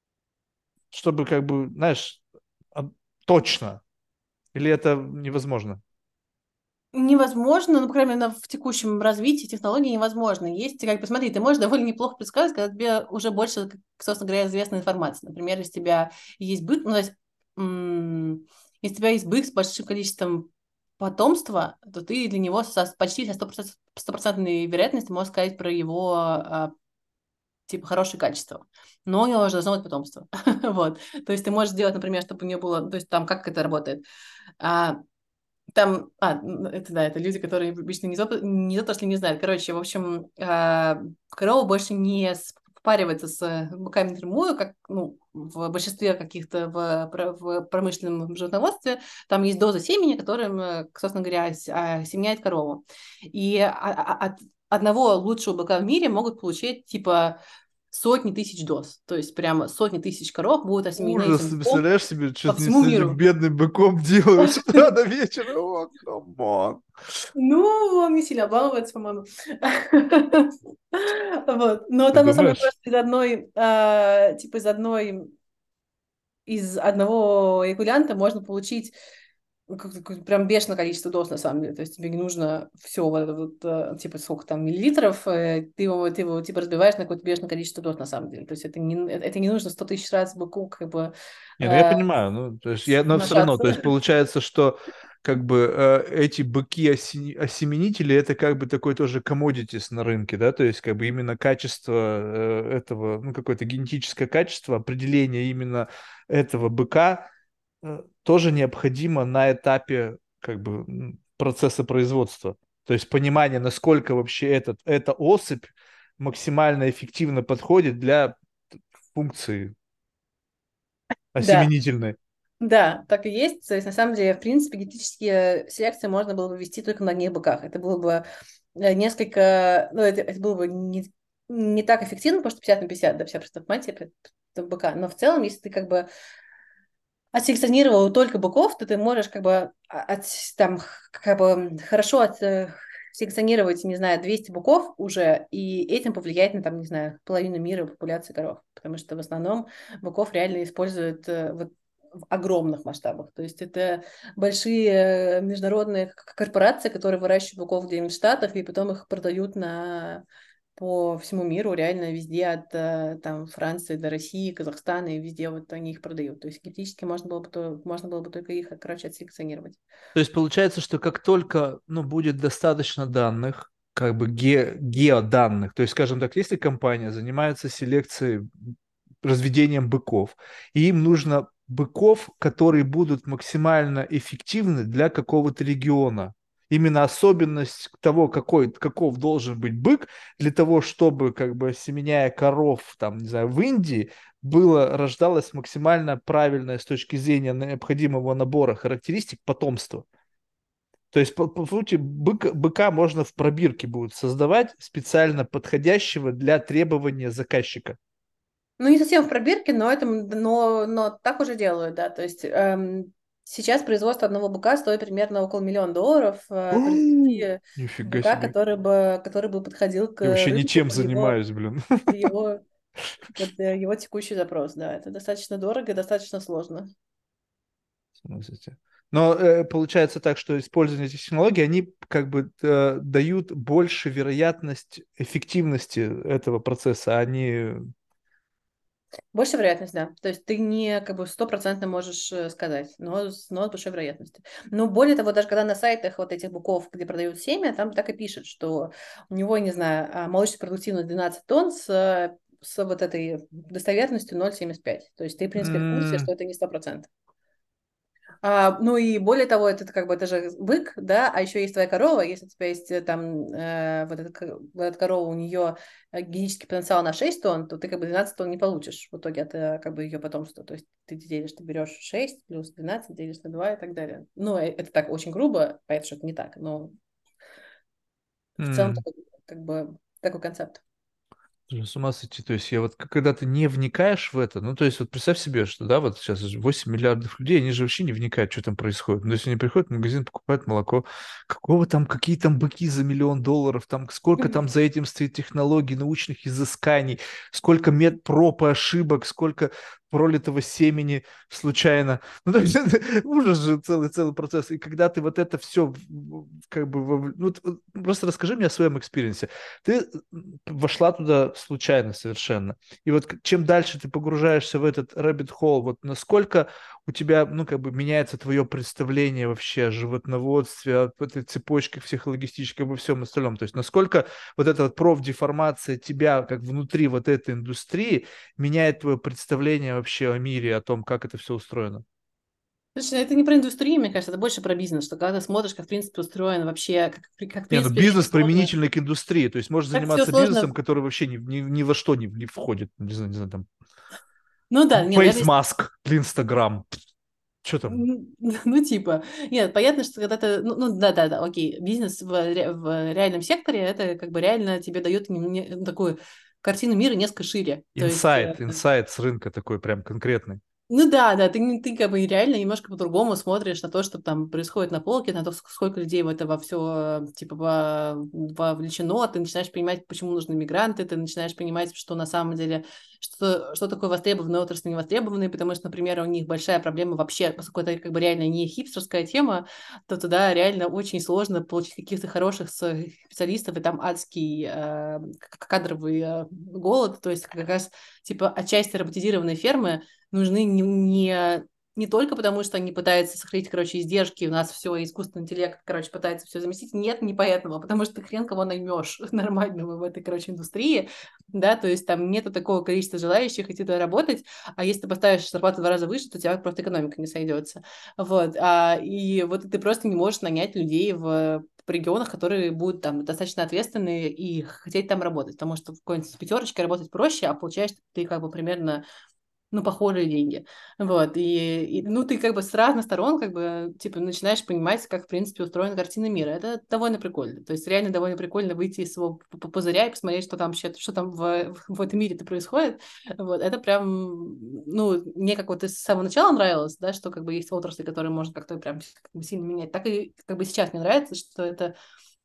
A: чтобы как бы, знаешь, а, точно, или это невозможно?
B: Невозможно, ну, кроме на, в текущем развитии технологий невозможно. Есть, как бы, смотри, ты можешь довольно неплохо предсказать, когда тебе уже больше, как, собственно говоря, известна информация. Например, если у тебя есть бык, ну, то есть, м, если у тебя есть бык с большим количеством потомства, то ты для него со, почти со стопроцентной стопроцентной вероятностью можешь сказать про его а, типа хорошее качество, но у него уже должно быть потомство. Вот. То есть ты можешь сделать, например, чтобы у нее было, то есть там как это работает. А, там, а, н- это да, это люди, которые обычно не, зап- не затросли, не знают. Короче, в общем, а, корова больше не впаривается с быками напрямую, как ну, в большинстве каких-то в, про- в промышленном животноводстве. Там есть доза семени, которым, э, собственно говоря, с- а, семеняет корову. И а- а- от одного лучшего быка в мире могут получить, типа, сотни тысяч доз. То есть прямо сотни тысяч коров будут осеменены
A: Ужас,
B: этим
A: ты
B: быком
A: представляешь себе, что
B: по
A: они
B: всему
A: с этим
B: миру.
A: бедным быком делают с утра до вечера? О, камон.
B: Ну, он не сильно обламывается, по-моему. Вот. Но
A: Ты
B: там, на самом деле,
A: думаешь?
B: просто из одной, а, типа, из одной, из одного регулянта можно получить как- прям бешеное количество доз, на самом деле. То есть тебе не нужно все, вот, это вот, э, типа, сколько там миллилитров, э, ты его, ты его, типа, разбиваешь на какое-то бешеное количество доз, на самом деле. То есть это не, это это не нужно сто тысяч раз быку, как бы,
A: Не, ну я
B: э,
A: понимаю, ну, то есть я, но все равно,
B: сношаться.
A: то есть получается, что как бы э, эти быки-осеменители это как бы такой тоже commodities на рынке, да, то есть как бы именно качество э, этого, ну какое-то генетическое качество, определение именно этого быка э, тоже необходимо на этапе как бы м, процесса производства. То есть понимание, насколько вообще этот, эта особь максимально эффективно подходит для функции
B: Да,
A: осеменительной.
B: да, так и есть. То есть, на самом деле, в принципе, генетические селекции можно было бы вести только на одних быках. Это было бы э, несколько... Ну, это, это было бы не, не так эффективно, потому что пятьдесят на пятьдесят, да, пятьдесят процентов мать, пятьдесят процентов быка. Но в целом, если ты как бы отселекционировал только быков, то ты можешь как бы от, там, как бы хорошо от, э, селекционировать, не знаю, двести быков уже, и этим повлиять на, там, не знаю, половину мира популяции коров. Потому что в основном быков реально используют э, вот в огромных масштабах. То есть это большие э, международные к- корпорации, которые выращивают быков где-нибудь в Штатах и потом их продают на по всему миру, реально везде, от э, там, Франции до России, Казахстана, и везде вот они их продают. То есть генетически можно было бы, то, можно было бы только их, короче, отселекционировать.
A: То есть получается, что как только ну, будет достаточно данных, как бы ге, геоданных, то есть, скажем так, если компания занимается селекцией, разведением быков, и им нужно быков, которые будут максимально эффективны для какого-то региона. Именно особенность того, какой, каков должен быть бык, для того, чтобы, как бы, семеняя коров, там, не знаю, в Индии, было, рождалось максимально правильное с точки зрения необходимого набора характеристик потомства. То есть, по, по сути, бык, быка можно в пробирке будет создавать специально подходящего для требования заказчика.
B: Ну, не совсем в пробирке, но, это, но, но так уже делают, да. То есть эм, сейчас производство одного быка стоит примерно около миллиона долларов. Э,
A: У,
B: произвести
A: нифига
B: быка,
A: себе.
B: который бы, который бы подходил
A: Я
B: к
A: вообще
B: рынку
A: ничем
B: под его,
A: занимаюсь, блин.
B: под его, под э, его текущий запрос, да. Это достаточно дорого и достаточно сложно.
A: Смотрите. Но э, получается так, что использование этих технологий, они как бы э, дают больше вероятность эффективности этого процесса, они...
B: Больше вероятность, да. То есть ты не как бы стопроцентно можешь э, сказать, но, с- но с большой вероятностью. Но более того, даже когда на сайтах вот этих буков, где продают семя, там так и пишут, что у него, не знаю, а, молочная продуктивность двенадцать тонн с, э, с вот этой достоверностью ноль целых семьдесят пять. То есть ты, в принципе, в курсе,
A: м,
B: что это не сто процентов. А, ну и более того, это как бы это же бык, да, а еще есть твоя корова, если у тебя есть э, там э, вот, эта, ко- вот эта корова, у нее э, генетический потенциал на шесть тонн, то ты как бы двенадцать тонн не получишь в итоге от э, как бы ее потомства. То есть ты делишь, ты берешь шесть плюс двенадцать, делишь на два и так далее. Ну, э, это так очень грубо, понятно, что это не так, но в целом
A: м.
B: такой, как бы такой концепт.
A: Слушай, с ума сойти. То есть я вот к- когда ты не вникаешь в это, ну то есть вот представь себе, что да, вот сейчас же восемь миллиардов людей, они же вообще не вникают, что там происходит. Ну, то есть они приходят в магазин, покупают молоко, какого там, какие там быки за миллион долларов, там сколько там за этим стоит технологий, научных изысканий, сколько медпроб и ошибок, сколько пролитого семени случайно. Ну, то есть это ужас же целый, целый процесс. И когда ты вот это все как бы... вов- Ну, вот, вот просто расскажи мне о своем экспириенсе. Ты вошла туда случайно совершенно. И вот к- чем дальше ты погружаешься в этот rabbit hole, вот насколько у тебя, ну, как бы меняется твое представление вообще о животноводстве, об этой цепочке психологистической, обо всем остальном. То есть насколько вот эта вот профдеформация тебя, как внутри вот этой индустрии, меняет твое представление вообще о мире, о том, как это все устроено.
B: Слушай, ну это не про индустрию, мне кажется, это больше про бизнес, что когда ты смотришь, как в принципе устроен вообще, как, как в
A: Не, ну
B: принципе реально
A: бизнес
B: сложно,
A: применительный к индустрии, то есть можешь
B: как все
A: заниматься бизнесом,
B: сложно.
A: который вообще ни, ни, ни во что не, не входит, не знаю, не знаю, там,
B: Ну да, нет,
A: face
B: наверное,
A: mask для Инстаграм. Что там?
B: М, ну, типа, нет, понятно, что когда ты, ну, ну, да, да, да, окей, бизнес в, ре- в реальном секторе, это как бы реально тебе дает не- не- ну, такую картину мира несколько шире. То есть, э,
A: Инсайт, инсайт с рынка такой прям конкретный.
B: Ну да, да, ты, не- ты как бы реально немножко по-другому смотришь на то, что там происходит на полке, на то, ск- сколько людей в это во все типа во- вовлечено, ты начинаешь понимать, почему нужны мигранты, ты начинаешь понимать, что на самом деле, что, что такое востребованные отрасли, невостребованные, потому что, например, у них большая проблема вообще, поскольку это как бы реально не хипстерская тема, то туда реально очень сложно получить каких-то хороших с- специалистов, и там адский э, к- кадровый э, голод, то есть как раз типа отчасти роботизированные фермы, нужны не, не, не только потому, что они пытаются сохранить, короче, издержки, у нас все, искусственный интеллект, короче, пытается все заместить. Нет, не поэтому, а потому что ты хрен кого наймешь нормального в этой, короче, индустрии, да, то есть там нету такого количества желающих идти туда работать, а если ты поставишь зарплату в два раза выше, то у тебя просто экономика не сойдется. Вот, а, и вот ты просто не можешь нанять людей в в регионах, которые будут там достаточно ответственные и хотеть там работать, потому что в какой-нибудь с пятерочкой работать проще, а получаешь ты как бы примерно ну, похожие деньги. Вот, и, и, ну, ты как бы с разных сторон, как бы, типа, начинаешь понимать, как, в принципе, устроена картина мира. Это довольно прикольно. То есть, реально довольно прикольно выйти из своего п- п- пузыря и посмотреть, что там вообще, что там в, в этом мире-то происходит. Вот, это прям, ну, мне как вот с самого начала нравилось, да, что как бы есть отрасли, которые можно как-то прям как бы сильно менять. Так и как бы сейчас мне нравится, что это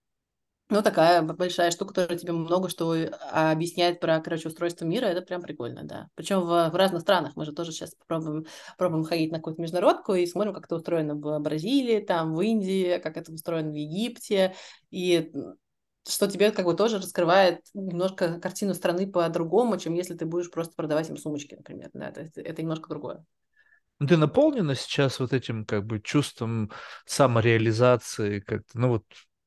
B: ну, такая б- большая штука, которая тебе много что э, а, объясняет про, короче, устройство мира, это прям прикольно, да. Причем в, в разных странах. Мы же тоже сейчас пробуем, пробуем ходить на какую-то международку и смотрим, как это устроено в Бразилии, там, в Индии, как это устроено в Египте. И м, что тебе как бы тоже раскрывает немножко картину страны по-другому, чем если ты будешь просто продавать им сумочки, например, да. То есть это немножко другое.
A: Ну, ты наполнена сейчас вот этим как бы чувством самореализации, как-то, ну вот,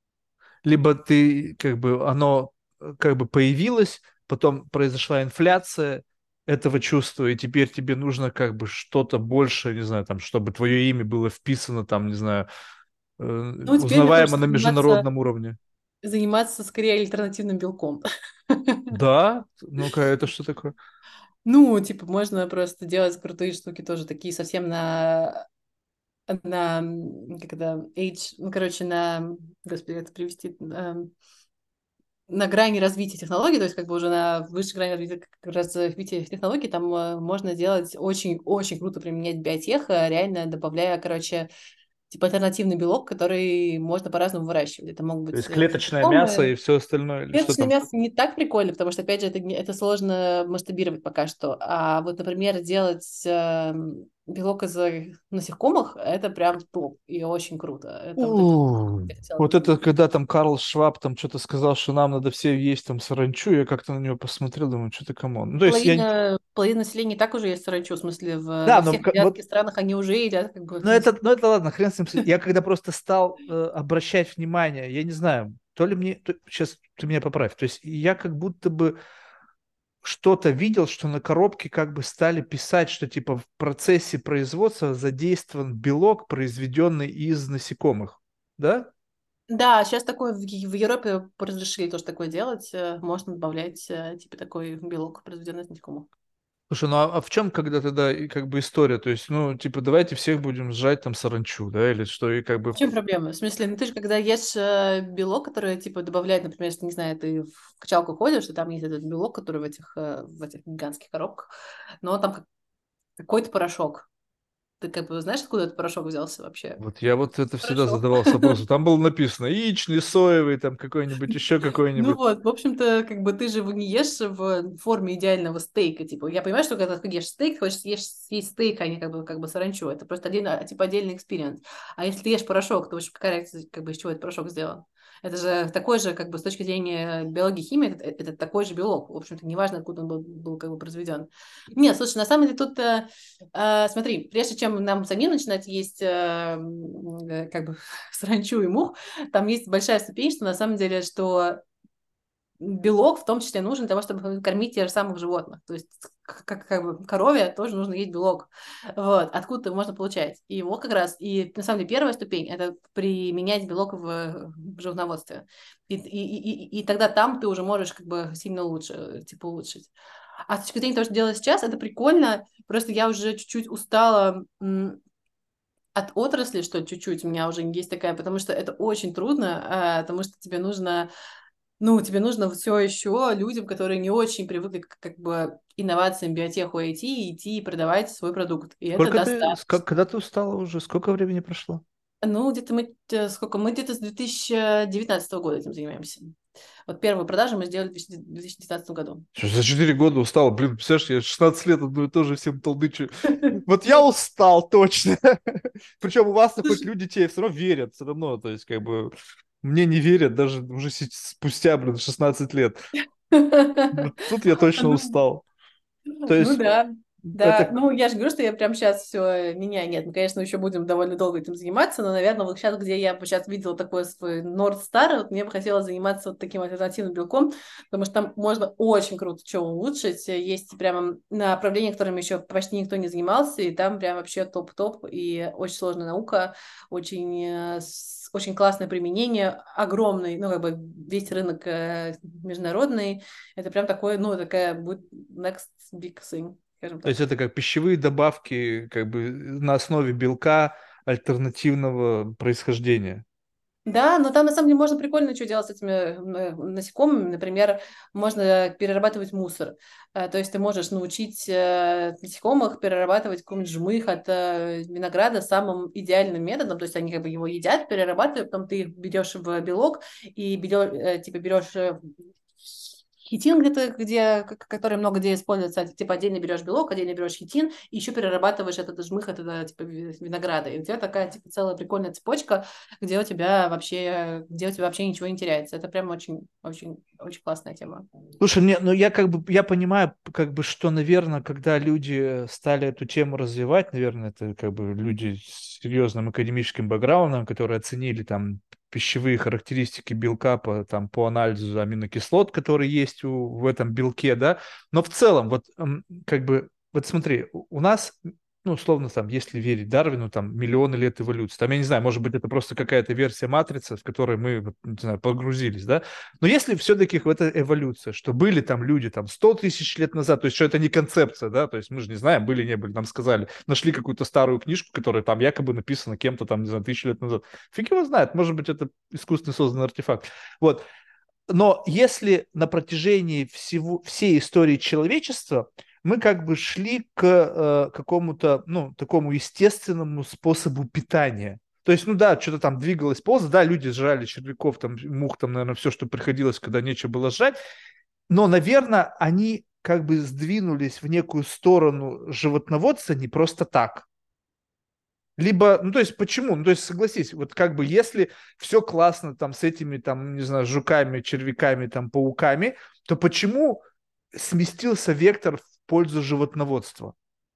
A: либо ты как бы оно э, как бы появилось, потом произошла инфляция этого чувства, и теперь тебе нужно как бы что-то больше, не знаю, там, чтобы твое имя было вписано там, не знаю, э,
B: Ну, теперь мне
A: узнаваемо
B: хочется
A: на
B: заниматься,
A: международном уровне.
B: заниматься скорее альтернативным белком.
A: Да? Ну-ка, это что такое?
B: Ну, типа, можно просто делать крутые штуки тоже, такие совсем на, на, м, как это, age, ну, короче, на, господи, это привести, эм, на грани развития технологий, то есть как бы уже на высшей грани развития, как раз развития технологий, там э, можно делать очень-очень круто применять биотех, э, реально добавляя, короче, типа альтернативный белок, который можно по-разному выращивать. Это могут
A: То
B: быть
A: есть
B: э,
A: клеточное мясо и
B: насекомые.
A: все остальное, или что
B: Клеточное
A: там?
B: мясо не так прикольно, потому что, опять же, это, не- это сложно масштабировать пока что. А вот, например, делать эм, белок из э, насекомых, это прям топ и очень круто. Это вот это
A: У,
B: я хотела бы
A: Вот это,
B: сделать.
A: когда там Карл Шваб там что-то сказал, что нам надо все есть там саранчу, я как-то на него посмотрел, думаю, что-то камон. Ну, то есть я...
B: Половина, половина населения и так уже есть саранчу, в смысле, в,
A: Да,
B: во
A: но
B: всех
A: ка- вот,
B: азиатских странах они уже едят, как бы.
A: ну это, ну это ладно, хрен с ним. с- Я когда просто стал э, обращать внимание, я не знаю, то ли мне... сейчас ты меня поправь. То есть я как будто бы что-то видел, что на коробке как бы стали писать, что типа в процессе производства задействован белок, произведенный из насекомых. Да?
B: Да, сейчас такое в, Е- в Европе разрешили тоже такое делать. э, Можно добавлять, э, типа, такой белок, произведенный из насекомых.
A: Слушай, ну а, а в чем когда тогда и как бы история? То есть, ну, типа, давайте всех будем сжать там саранчу, да, или что, и как
B: В
A: бы...
B: чем проблема? В смысле, ну ты же когда ешь э, белок, который типа добавляет, например, если, не знаю, ты в качалку ходишь, и там есть этот белок, который в этих, э, в этих гигантских коробках, но там как- какой-то порошок. Ты как бы знаешь, откуда этот порошок взялся вообще?
A: Вот я вот это всегда
B: Порошок.
A: задавался вопросом. Там было написано яичный, соевый, там какой-нибудь, еще
B: Ну
A: какой-нибудь.
B: вот, в общем-то, как бы ты же его не ешь в форме идеального стейка. Типа, я понимаю, что когда ты ешь стейк, хочешь съесть, съесть стейк, а не как бы, как бы саранчу. Это просто отдельно, типа отдельный экспириенс. А если ты ешь порошок, то вообще какая разница, как бы из чего этот порошок сделан? Это же такой же, как бы с точки зрения биологии, химии, это, это такой же белок. В общем-то, неважно, откуда он был, был как бы произведен. Нет, слушай, на самом деле тут, э, э, смотри, прежде чем нам самим начинать есть э, м, э, как бы саранчу и мух, там есть большая ступень, что на самом деле, что белок в том числе нужен для того, чтобы кормить тех же самых животных. То есть как, как, как бы корове тоже нужно есть белок. Вот. Откуда можно получать? И его как раз, и на самом деле первая ступень– это применять белок в, в животноводстве. И, и, и, и и тогда там ты уже можешь как бы сильно лучше, типа, улучшить. А с точки зрения того, что делаю сейчас, это прикольно. Просто я уже чуть-чуть устала м, от отрасли, что чуть-чуть у меня уже есть такая, потому что это очень трудно, а, потому что тебе нужно Ну, тебе нужно все еще людям, которые не очень привыкли к как бы инновациям, биотеху, ай ти, идти и продавать свой продукт. И это
A: Сколько ты, ска-
B: достаточно.
A: когда ты устала уже? Сколько времени прошло?
B: Ну, где-то мы, э, сколько, мы где-то с две тысячи девятнадцатого года этим занимаемся. Вот первые продажи мы сделали в две тысячи девятнадцатом году.
A: Что, за четыре года устал? Блин, представляешь, я шестнадцать лет одно и то же всем толдычу. Вот я устал, точно. Причем у вас хоть
B: Слушай,
A: люди тебе все равно верят, все равно, то есть как бы мне не верят даже уже се- спустя, блин, шестнадцать лет. Вот тут я точно
B: ну,
A: устал. То
B: ну
A: есть
B: да, да.
A: это,
B: Ну, я же говорю, что я прям сейчас все меняю. Нет, мы, конечно, еще будем довольно долго этим заниматься, но, наверное, вот сейчас, где я сейчас видела такой свой North Star, вот мне бы хотелось заниматься вот таким альтернативным белком, потому что там можно очень круто что улучшить. Есть прямо направления, которыми еще почти никто не занимался, и там прям вообще топ-топ, и очень сложная наука, очень, э, с- очень классное применение, огромный, ну, как бы весь рынок э, международный. Это прям такой, ну, такая будет next big thing, скажем
A: то есть
B: так.
A: это как пищевые добавки как бы на основе белка альтернативного происхождения.
B: Да, но там на самом деле можно прикольно что делать с этими э, насекомыми. Например, можно перерабатывать мусор. Э, То есть ты можешь научить э, насекомых перерабатывать какой-нибудь жмых от э, винограда самым идеальным методом. То есть они как бы его едят, перерабатывают, потом ты их берешь в белок и берешь, типа берешь э, хитин где-то, где, к- который много где используется, типа отдельно берешь белок, отдельно берешь хитин, и еще перерабатываешь этот жмых от этого, типа ви- винограда. И у тебя такая типа целая прикольная цепочка, где у тебя вообще, где у тебя вообще ничего не теряется. Это прям очень, очень, очень классная тема.
A: Слушай, мне, ну я как бы, я понимаю, как бы, что, наверное, когда люди стали эту тему развивать, наверное, это как бы люди с серьезным академическим бэкграундом, которые оценили там пищевые характеристики белка по, там, по анализу аминокислот, которые есть у, в этом белке, да, но в целом, вот м, как бы, вот смотри, у у нас, ну, условно, там, если верить Дарвину, там, миллионы лет эволюции, там, я не знаю, может быть, это просто какая-то версия матрицы, в которой мы, вот, не знаю, погрузились, да, но если все-таки в это эволюция, что были там люди там сто тысяч лет назад, то есть что это не концепция, да, то есть мы же не знаем, были, не были, нам сказали, нашли какую-то старую книжку, которая там якобы написана кем-то там, не знаю, тысячу лет назад. Фиг его знает, может быть, это искусственно созданный артефакт. Вот. Но если на протяжении всего, всей истории человечества мы как бы шли к э, какому-то, ну, такому естественному способу питания. То есть, ну да, что-то там двигалось, полза, да, люди жрали червяков, там, мух, там, наверное, все, что приходилось, когда нечего было жрать. Но, наверное, они как бы сдвинулись в некую сторону животноводства не просто так. Либо, ну, то есть, почему? Ну, то есть, согласись, вот как бы, если все классно там с этими, там, не знаю, жуками, червяками, там, пауками, то почему сместился вектор в пользу животноводства?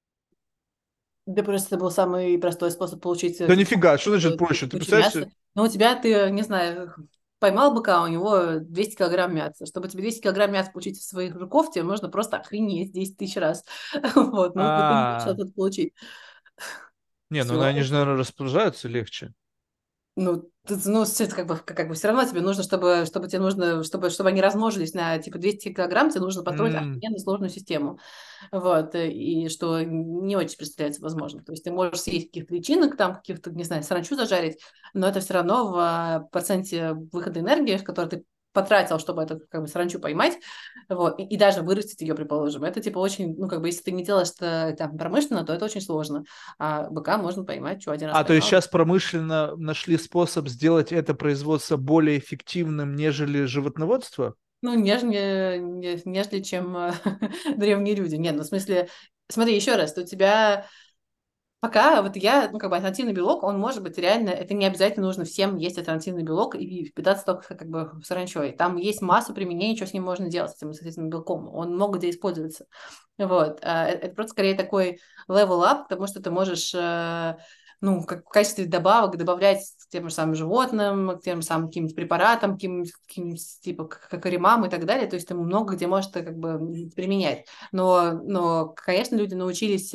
B: Да просто это был самый простой способ получить э,
A: Да
B: кучу,
A: нифига, что значит
B: э,
A: проще? Ты
B: кучу
A: представляешь себе?
B: мяса. Но у тебя, ты, не знаю, поймал быка, у него двести килограмм мяса. Чтобы тебе двести килограмм мяса получить из своих жуков, тебе можно просто охренеть десять тысяч раз. Вот, ну, ты не можешь
A: А,
B: это получить.
A: не, ну
B: Все.
A: они же, наверное, распоряжаются легче.
B: Ну, ты, ну, это как бы, как, как бы все равно тебе нужно, чтобы, чтобы тебе нужно, чтобы, чтобы они размножились на типа двести килограмм, тебе нужно построить
A: М.
B: охрененно сложную систему. Вот, э, и что не очень представляется возможным. То есть ты можешь съесть каких-то личинок, там каких-то, не знаю, саранчу зажарить, но это все равно в а, проценте выхода энергии, который ты потратил, чтобы эту как бы саранчу поймать, вот, и, и даже вырастить ее, предположим. Это типа очень, ну как бы, если ты не делаешь это там промышленно, то это очень сложно. А быка можно поймать, что один раз
A: А, то есть
B: поймал.
A: сейчас промышленно нашли способ сделать это производство более эффективным, нежели животноводство?
B: Ну, нежнее, не- нежели чем э, древние люди. Нет, ну, в смысле, смотри, еще раз, у тебя пока вот я, ну, как бы альтернативный белок, он может быть реально, это не обязательно нужно всем есть альтернативный белок и питаться только как бы саранчой. Там есть масса применений, что с ним можно делать, с этим, с этим белком. Он много где используется. Вот. А, э, Это просто скорее такой level up, потому что ты можешь э, ну, как в качестве добавок добавлять к тем же самым животным, к тем же самым каким-нибудь препаратам, каким-нибудь, каким-нибудь типа к- к коремам и так далее. То есть ты много где можешь это как бы применять. Но, но, конечно, люди научились э,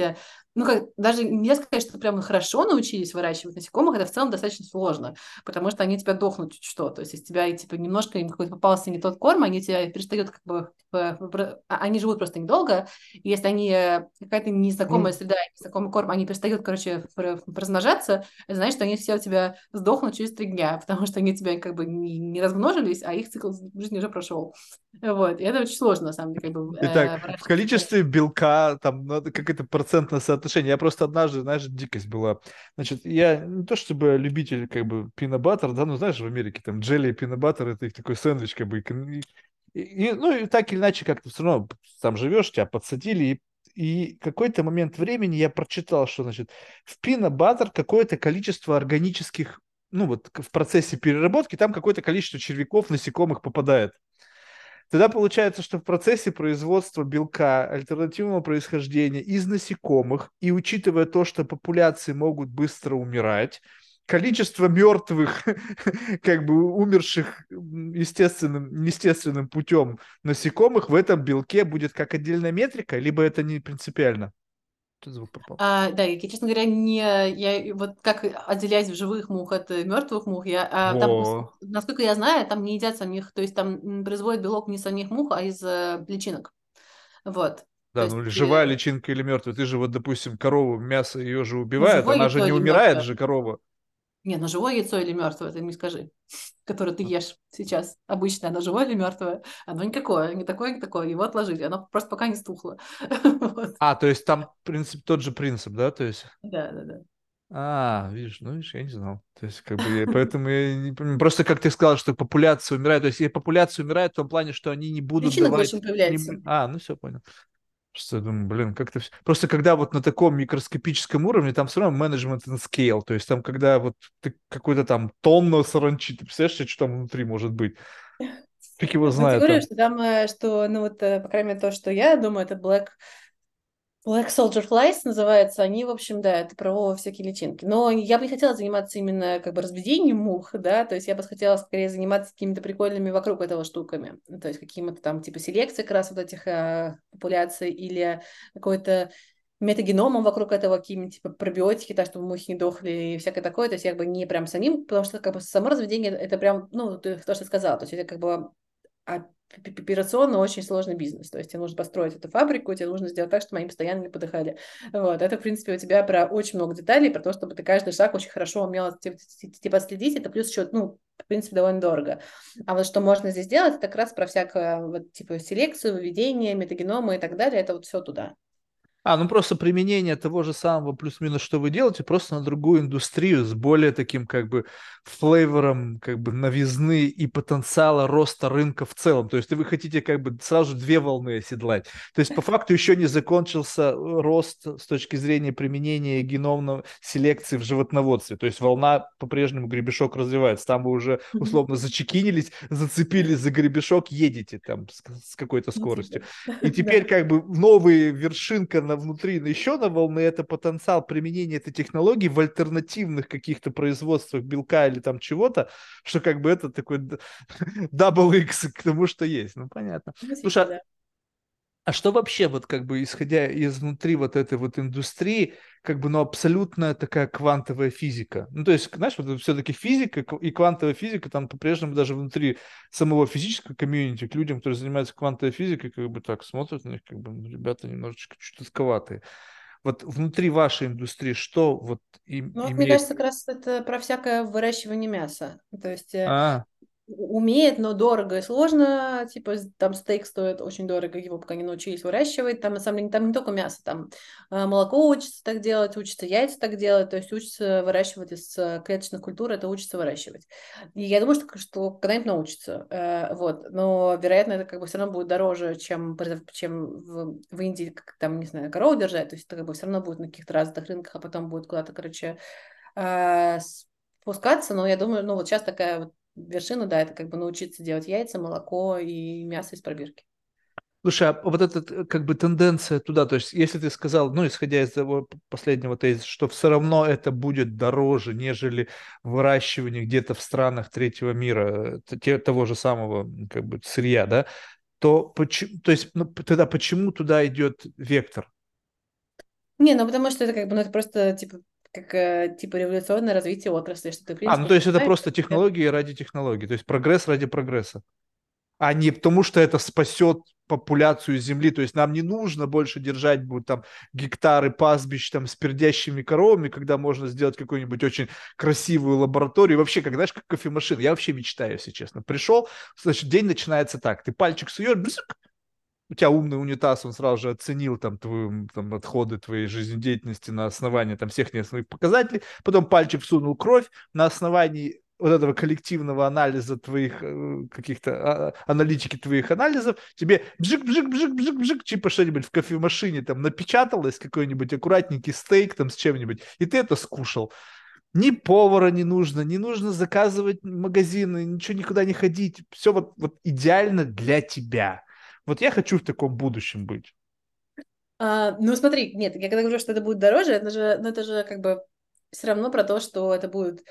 B: ну, как, даже нельзя сказать, что прям хорошо научились выращивать насекомых, это в целом достаточно сложно, потому что они тебя дохнут чуть что. То есть, если тебя, типа, немножко им какой-то попался не тот корм, они тебя перестают, как бы, э, бр- а- они живут просто недолго, и если они, э, какая-то незнакомая
A: Ну,
B: среда, незнакомый корм, они перестают, короче, пр- размножаться, это значит, что они все у тебя сдохнут через три дня, потому что они у тебя, как бы, не, не размножились, а их цикл жизни уже прошел. Вот, и это очень сложно, на самом деле, как бы,
A: итак,
B: э,
A: в
B: выращивать
A: количестве белка, там, надо какое-то процентное соотношение. Я просто однажды, знаешь, дикость была. Значит, я не то чтобы любитель, как бы, peanut butter, да, ну, знаешь, в Америке там джелли и peanut butter, это их такой сэндвич, как бы, и, кон- и- и, ну, и так или иначе, как-то все равно там живешь, тебя подсадили, и, и какой-то момент времени я прочитал, что, значит, в peanut butter какое-то количество органических, ну, вот в процессе переработки там какое-то количество червяков, насекомых попадает. Тогда получается, что в процессе производства белка альтернативного происхождения из насекомых, и учитывая то, что популяции могут быстро умирать, количество мертвых, как бы умерших естественным, естественным путем насекомых в этом белке будет как отдельная метрика, либо это не принципиально? Что звук пропал?
B: А, да, я, честно говоря, не, я вот как отделять живых мух от э, мертвых мух, я, а, там, с-
A: Во.
B: насколько я знаю, там не едят самих, то есть там м, производят белок не самих мух, а из э, личинок. Вот. То
A: Да, ну или
B: есть,
A: живая
B: э,
A: личинка или мертвая. Ты же вот, допустим, корову, мясо ее же
B: ну,
A: убивают,
B: живое
A: она же
B: яйцо
A: не
B: или
A: умирает
B: мертвое.
A: же, корова.
B: Не, ну живое яйцо или мертвое, ты мне скажи, которое ты ешь сейчас. Обычно оно живое или мертвое? Оно никакое, не такое, не такое. Его отложили, оно просто пока не стухло. Вот.
A: А, то есть там принцип тот же принцип, да? То есть,
B: Да, да, да.
A: а, видишь, ну видишь, я не знал. То есть, как бы, я- поэтому я не понимаю. Просто как ты сказал, что популяция умирает. То есть, если популяция умирает в том плане, что они не будут
B: Личинок больше
A: давать.
B: не появляется.
A: не- А, ну все, понял. Просто я думаю, блин, как-то всё- Просто когда вот на таком микроскопическом уровне, там все равно менеджмент and scale. То есть, там, когда вот ты какой-то там тонну саранчи, ты представляешь, себе, что там внутри может быть? Фиг его
B: Ну, я тебе
A: знает
B: говорю,
A: там.
B: что там, э, что, ну вот, э, по крайней мере, то, что я думаю, это Black, Black Soldier Flies называется. Они, в общем, да, это про всякие личинки. Но я бы не хотела заниматься именно как бы разведением мух, да, то есть я бы хотела скорее заниматься какими-то прикольными вокруг этого штуками. Ну, то есть какими-то там типа селекцией как раз вот этих э, популяций или какой-то метагеномом вокруг этого, какими-то типа пробиотики, так, чтобы мухи не дохли и всякое такое. То есть я бы не прям самим, потому что как бы само разведение это прям, ну, ты, то, что ты сказала, то есть это как бы а п- п- операционно очень сложный бизнес. То есть тебе нужно построить эту фабрику, тебе нужно сделать так, чтобы они постоянно не подыхали. Вот. Это, в принципе, у тебя про очень много деталей, про то, чтобы ты каждый шаг очень хорошо умела типа, типа следить. Это плюс еще, ну, в принципе, довольно дорого. А вот что можно здесь делать, это как раз про всякое, вот, типа, селекцию, выведение, метагеномы и так далее. Это вот все туда.
A: А, ну просто применение того же самого плюс-минус, что вы делаете, просто на другую индустрию с более таким как бы флейвором как бы новизны и потенциала роста рынка в целом. То есть вы хотите как бы сразу две волны оседлать. То есть по факту еще не закончился рост с точки зрения применения геномной селекции в животноводстве. То есть волна по-прежнему гребешок развивается. Там вы уже
B: Мгм.
A: условно зачекинились, зацепились за гребешок, едете там с, с какой-то
B: Ну,
A: скоростью.
B: типа,
A: И теперь
B: да.
A: как бы новые вершинка на внутри, на еще на волны, это потенциал применения этой технологии в альтернативных каких-то производствах белка или там чего-то, что как бы это такой д- дабл икс к тому, что есть. Ну, понятно.
B: Ну,
A: Слушай,
B: типа,
A: а
B: да.
A: а что вообще, вот как бы исходя изнутри вот этой вот индустрии, как бы, ну, абсолютно такая квантовая физика? Ну, то есть, знаешь, вот все-таки физика кв- и квантовая физика там по-прежнему даже внутри самого физического комьюнити к людям, которые занимаются квантовой физикой, как бы так смотрят на них, как бы, ну, ребята немножечко чутковатые. Вот внутри вашей индустрии что вот им
B: Ну, вот мне
A: имеет...
B: кажется, как раз это про всякое выращивание мяса. То есть э,
A: А,
B: умеет, но дорого и сложно. Типа, с- там стейк стоит очень дорого, его пока не научились выращивать. Там, на самом деле, там не только мясо, там э, молоко учится так делать, учится яйца так делать, то есть учится выращивать из э, клеточных культур, это учится выращивать. И я думаю, что, что когда-нибудь научится. Э, вот. Но, вероятно, это как бы все равно будет дороже, чем, произв- чем в, в Индии, как там, не знаю, корову держать. То есть это как бы все равно будет на каких-то развитых рынках, а потом будет куда-то, короче, э, спускаться. Но я думаю, ну вот сейчас такая вот вершина, да, это как бы научиться делать яйца, молоко и мясо из пробирки.
A: слушай, а вот эта т- как бы тенденция туда, то есть если ты сказал, ну, исходя из того п- последнего тезиса, что все равно это будет дороже, нежели выращивание где-то в странах третьего мира э, т- те- того же самого м, как бы сырья, да, то, почему, то есть ну, п- тогда почему туда идет вектор?
B: Не, ну потому что это как бы, ну это просто типа как э, типа революционное развитие отрасли, что ты, в
A: А, ну
B: принципе,
A: то есть это
B: понимаешь,
A: просто технологии ради технологий, то есть прогресс ради прогресса, а не потому, что это спасет популяцию Земли. То есть нам не нужно больше держать будет, там гектары пастбищ там, с пердящими коровами, когда можно сделать какую-нибудь очень красивую лабораторию. И вообще, как знаешь, как кофемашина. Я вообще мечтаю, если честно. Пришел, значит, день начинается так. Ты пальчик суешь, бзык, у тебя умный унитаз, он сразу же оценил там, твою, там отходы твоей жизнедеятельности на основании там, всех основных показателей, потом пальчик всунул кровь на основании вот этого коллективного анализа твоих э, каких-то а, аналитики твоих анализов, тебе бжик, бжик, бжик, бжик, бжик, типа что-нибудь в кофемашине там напечаталось, какой-нибудь аккуратненький стейк там с чем-нибудь, и ты это скушал. Ни повара не нужно, не нужно заказывать магазины, ничего никуда не ходить. Все вот, вот идеально для тебя. Вот я хочу в таком будущем быть.
B: А, ну смотри, нет, я когда говорю, что это будет дороже, это же, ну, это же как бы все равно про то, что это будет.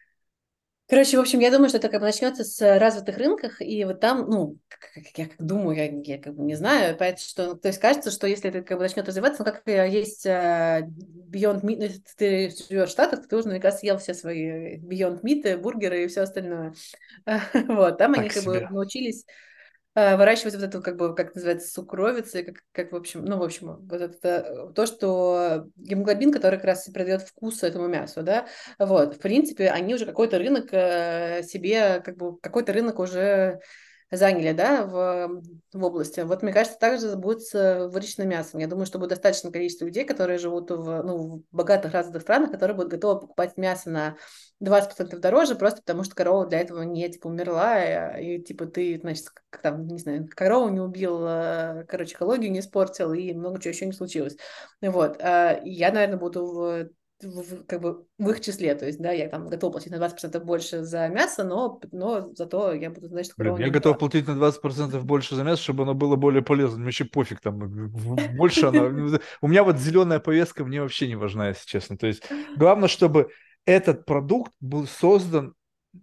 B: Короче, в общем, я думаю, что это как бы начнется с развитых рынках, и вот там, ну, как, как я как думаю, я, я как бы не знаю, поэтому что, то есть кажется, что если это как бы начнет развиваться, ну, как э, есть э, Beyond Meat, ну, если ты живешь в Штатах, ты уже наверняка съел все свои Beyond Meat, бургеры и все остальное. Вот, там они
A: Так
B: как бы
A: себе.
B: научились э, выращивать вот эту, как бы, как называется, сукровицы, как, как, в общем, ну, в общем, вот это э, то, что гемоглобин, который как раз и придает вкус этому мясу, да, вот, в принципе, они уже какой-то рынок э, себе, как бы, какой-то рынок уже заняли, да, в, в области. Вот, мне кажется, также будет с выращенным мясом. Я думаю, что будет достаточное количество людей, которые живут в, ну, в богатых развитых странах, которые будут готовы покупать мясо на двадцать процентов дороже, просто потому что корова для этого не, типа, умерла, и, и, типа, ты, значит, как там, не знаю, корову не убил, э, короче, экологию не испортил, и много чего еще не случилось. Вот. А я, наверное, буду в, в- как бы в их числе, то есть, да, я там готова платить на двадцать процентов больше за мясо, но, но зато я буду знать, что
A: Блин,
B: корова не
A: я готов
B: умерла.
A: платить на двадцать процентов больше за мясо, чтобы оно было более полезным. Мне вообще пофиг, там, в- больше она... У меня вот зеленая повестка мне вообще не важна, если честно. То есть главное, чтобы этот продукт был создан,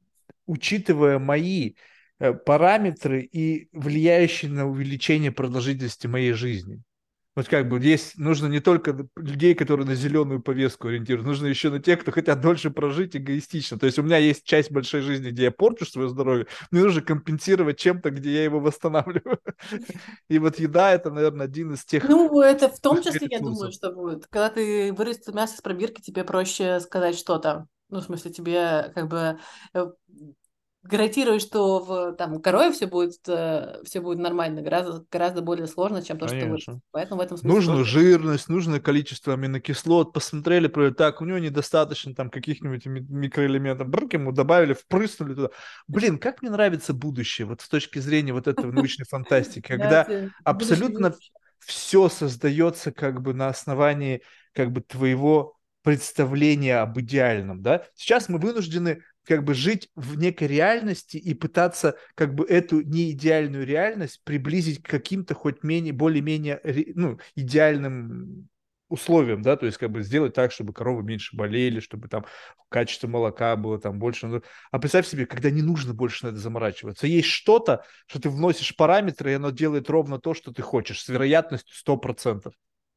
A: учитывая мои э, параметры и влияющие на увеличение продолжительности моей жизни. Вот как бы есть, нужно не только людей, которые на зеленую повестку ориентируются, нужно еще на тех, кто хотят дольше прожить эгоистично. То есть у меня есть часть большой жизни, где я порчу свое здоровье, мне нужно компенсировать чем-то, где я его восстанавливаю. И вот еда — это, наверное, один из тех
B: Ну, это в том числе, я думаю,
A: ресурсов.
B: что будет. Когда ты вырастил мясо с пробирки, тебе проще сказать что-то. Ну, в смысле, тебе как бы э, гарантирую, что в там корове все будет, все будет нормально, гораздо, гораздо более сложно, чем то, что ты вырастил.
A: Конечно.
B: Поэтому в этом смысле
A: Нужную
B: тоже.
A: жирность, нужное количество аминокислот. Посмотрели, про так, у него недостаточно там каких-нибудь ми- микроэлементов. Брк, ему добавили, впрыснули туда. Блин, как мне нравится будущее, вот с точки зрения вот этого научной фантастики,
B: Да,
A: когда
B: ты будущее не
A: абсолютно все создается как бы на основании как бы твоего представления об идеальном, да? Сейчас мы вынуждены как бы жить в некой реальности и пытаться как бы эту неидеальную реальность приблизить к каким-то хоть менее, более-менее ре- ну, идеальным условиям, да, то есть как бы сделать так, чтобы коровы меньше болели, чтобы там качество молока было там больше. Ну, а представь себе, когда не нужно больше на это заморачиваться. Есть что-то, что ты вносишь параметры, и оно делает ровно то, что ты хочешь, с вероятностью сто процентов.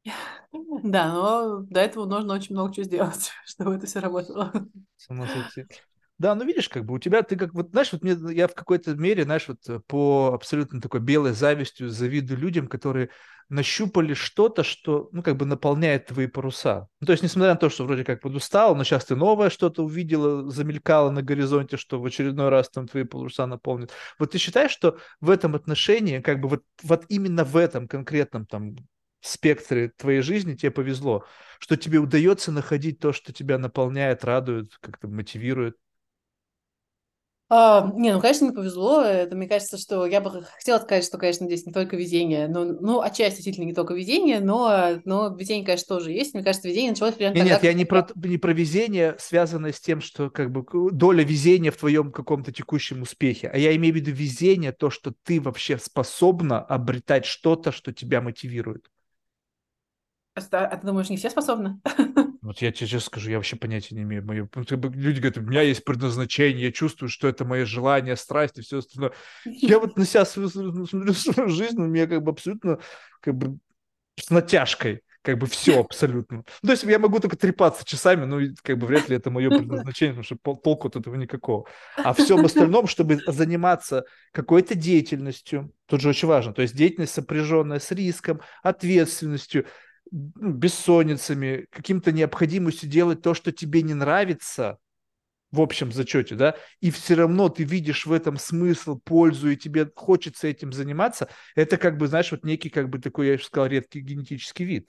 B: Да, но до этого нужно очень много чего сделать, чтобы это все работало.
A: С ума сойти. Да, ну видишь, как бы у тебя, ты как вот, знаешь, вот мне, я в какой-то мере, знаешь, вот э, по абсолютно такой белой завистью завидую людям, которые нащупали что-то, что, ну, как бы наполняет твои паруса. Ну, то есть, несмотря на то, что вроде как подустал, но сейчас ты новое что-то увидела, замелькало на горизонте, что в очередной раз там твои паруса наполнят. Вот ты считаешь, что в этом отношении, как бы вот, вот именно в этом конкретном там спектре твоей жизни тебе повезло, что тебе удается находить то, что тебя наполняет, радует, как-то мотивирует.
B: А, не, ну, конечно, мне повезло. Это, мне кажется, что я бы хотела сказать, что, конечно, здесь не только везение. Но, ну, отчасти действительно не только везение, но, но везение, конечно, тоже есть. Мне кажется, везение началось примерно
A: Нет,
B: тогда,
A: нет, я
B: когда
A: не
B: я...
A: про, не про везение, связанное с тем, что как бы к- доля везения в твоем каком-то текущем успехе, а я имею в виду везение, то, что ты вообще способна обретать что-то, что тебя мотивирует.
B: А, а ты думаешь, не все способны?
A: Вот я тебе честно скажу, я вообще понятия не имею. Моё- ну, как бы люди говорят, у меня есть предназначение, я чувствую, что это мое желание, страсть и все остальное. Я вот на себя свою- смотрю свою жизнь, у меня как бы абсолютно как бы с натяжкой. Как бы все абсолютно. Ну, то есть я могу только трепаться часами, но и как бы вряд ли это мое предназначение, потому что пол- толку от этого никакого. А всем остальном, чтобы заниматься какой-то деятельностью, тут же очень важно, то есть деятельность, сопряженная с риском, ответственностью, ну, бессонницами, каким-то необходимостью делать то, что тебе не нравится, в общем зачете, да, и все равно ты видишь в этом смысл, пользу, и тебе хочется этим заниматься, это как бы, знаешь, вот некий, как бы такой, я бы сказал, редкий генетический вид.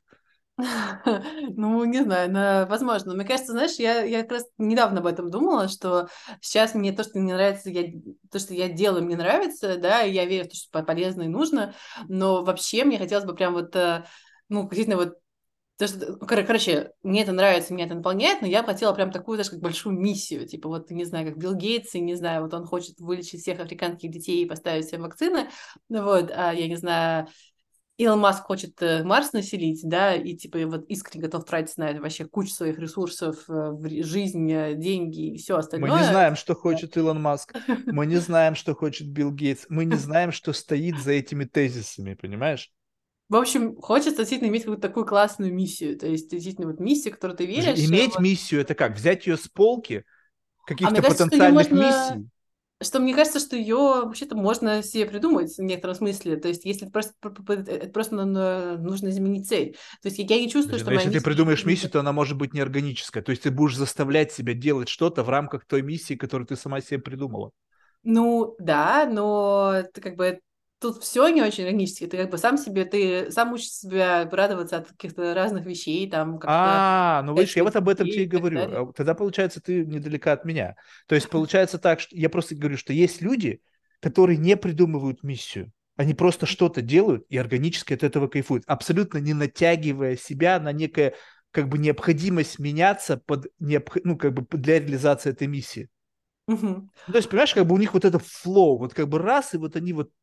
B: Ну, не знаю, на- возможно. Мне кажется, знаешь, я, я как раз недавно об этом думала, что сейчас мне то, что мне нравится, я, то, что я делаю, мне нравится, да, и я верю в то, что по- полезно и нужно, но вообще мне хотелось бы прям вот, э, ну, действительно вот, то, что, ну, кор- короче, мне это нравится, меня это наполняет, но я бы хотела прям такую, знаешь, как большую миссию, типа вот, не знаю, как Билл Гейтс, и, не знаю, вот он хочет вылечить всех африканских детей и поставить всем вакцины, ну вот, а я не знаю, Илон Маск хочет э, Марс населить, да, и типа и вот искренне готов тратить на это вообще кучу своих ресурсов, э, в ре- жизнь, э, деньги и все
A: Мы не
B: остальное.
A: знаем, что хочет Илон Маск, мы не знаем, что хочет Билл Гейтс, мы не знаем, что стоит за этими тезисами, понимаешь?
B: В общем, хочется действительно иметь какую-то такую классную миссию, то есть действительно вот миссию, в которую ты
A: Слушай,
B: веришь. э,
A: иметь
B: вот.
A: миссию это как? Взять ее с полки
B: А мне
A: каких-то
B: кажется, что ее
A: потенциальных
B: можно
A: миссий?
B: что мне кажется, что ее вообще-то можно себе придумать в некотором смысле. То есть, если это просто, п- п- это просто на- на- нужно изменить цель. То есть, я не чувствую,
A: Подожди,
B: что
A: но
B: моя
A: если ты
B: миссия есть
A: придумаешь
B: изменить.
A: миссию, то она может быть неорганическая. То есть ты будешь заставлять себя делать что-то в рамках той миссии, которую ты сама себе придумала.
B: Ну, да, но ты как бы тут все не очень органически. Ты как бы сам себе, ты сам учишь себя радоваться от каких-то разных вещей, там как-то
A: А, ну видишь, я
B: встречать
A: вот об этом тебе
B: людей
A: и
B: и так
A: говорю.
B: далее.
A: А тогда, получается, ты недалека от меня. То есть получается так, что я просто говорю, что есть люди, которые не придумывают миссию. Они просто что-то делают и органически от этого кайфуют, абсолютно не натягивая себя на некое как бы необходимость меняться под необх... ну, как бы для реализации этой миссии.
B: Мгм.
A: Ну, то есть, понимаешь, как бы у них вот это флоу, вот как бы раз, и вот они вот.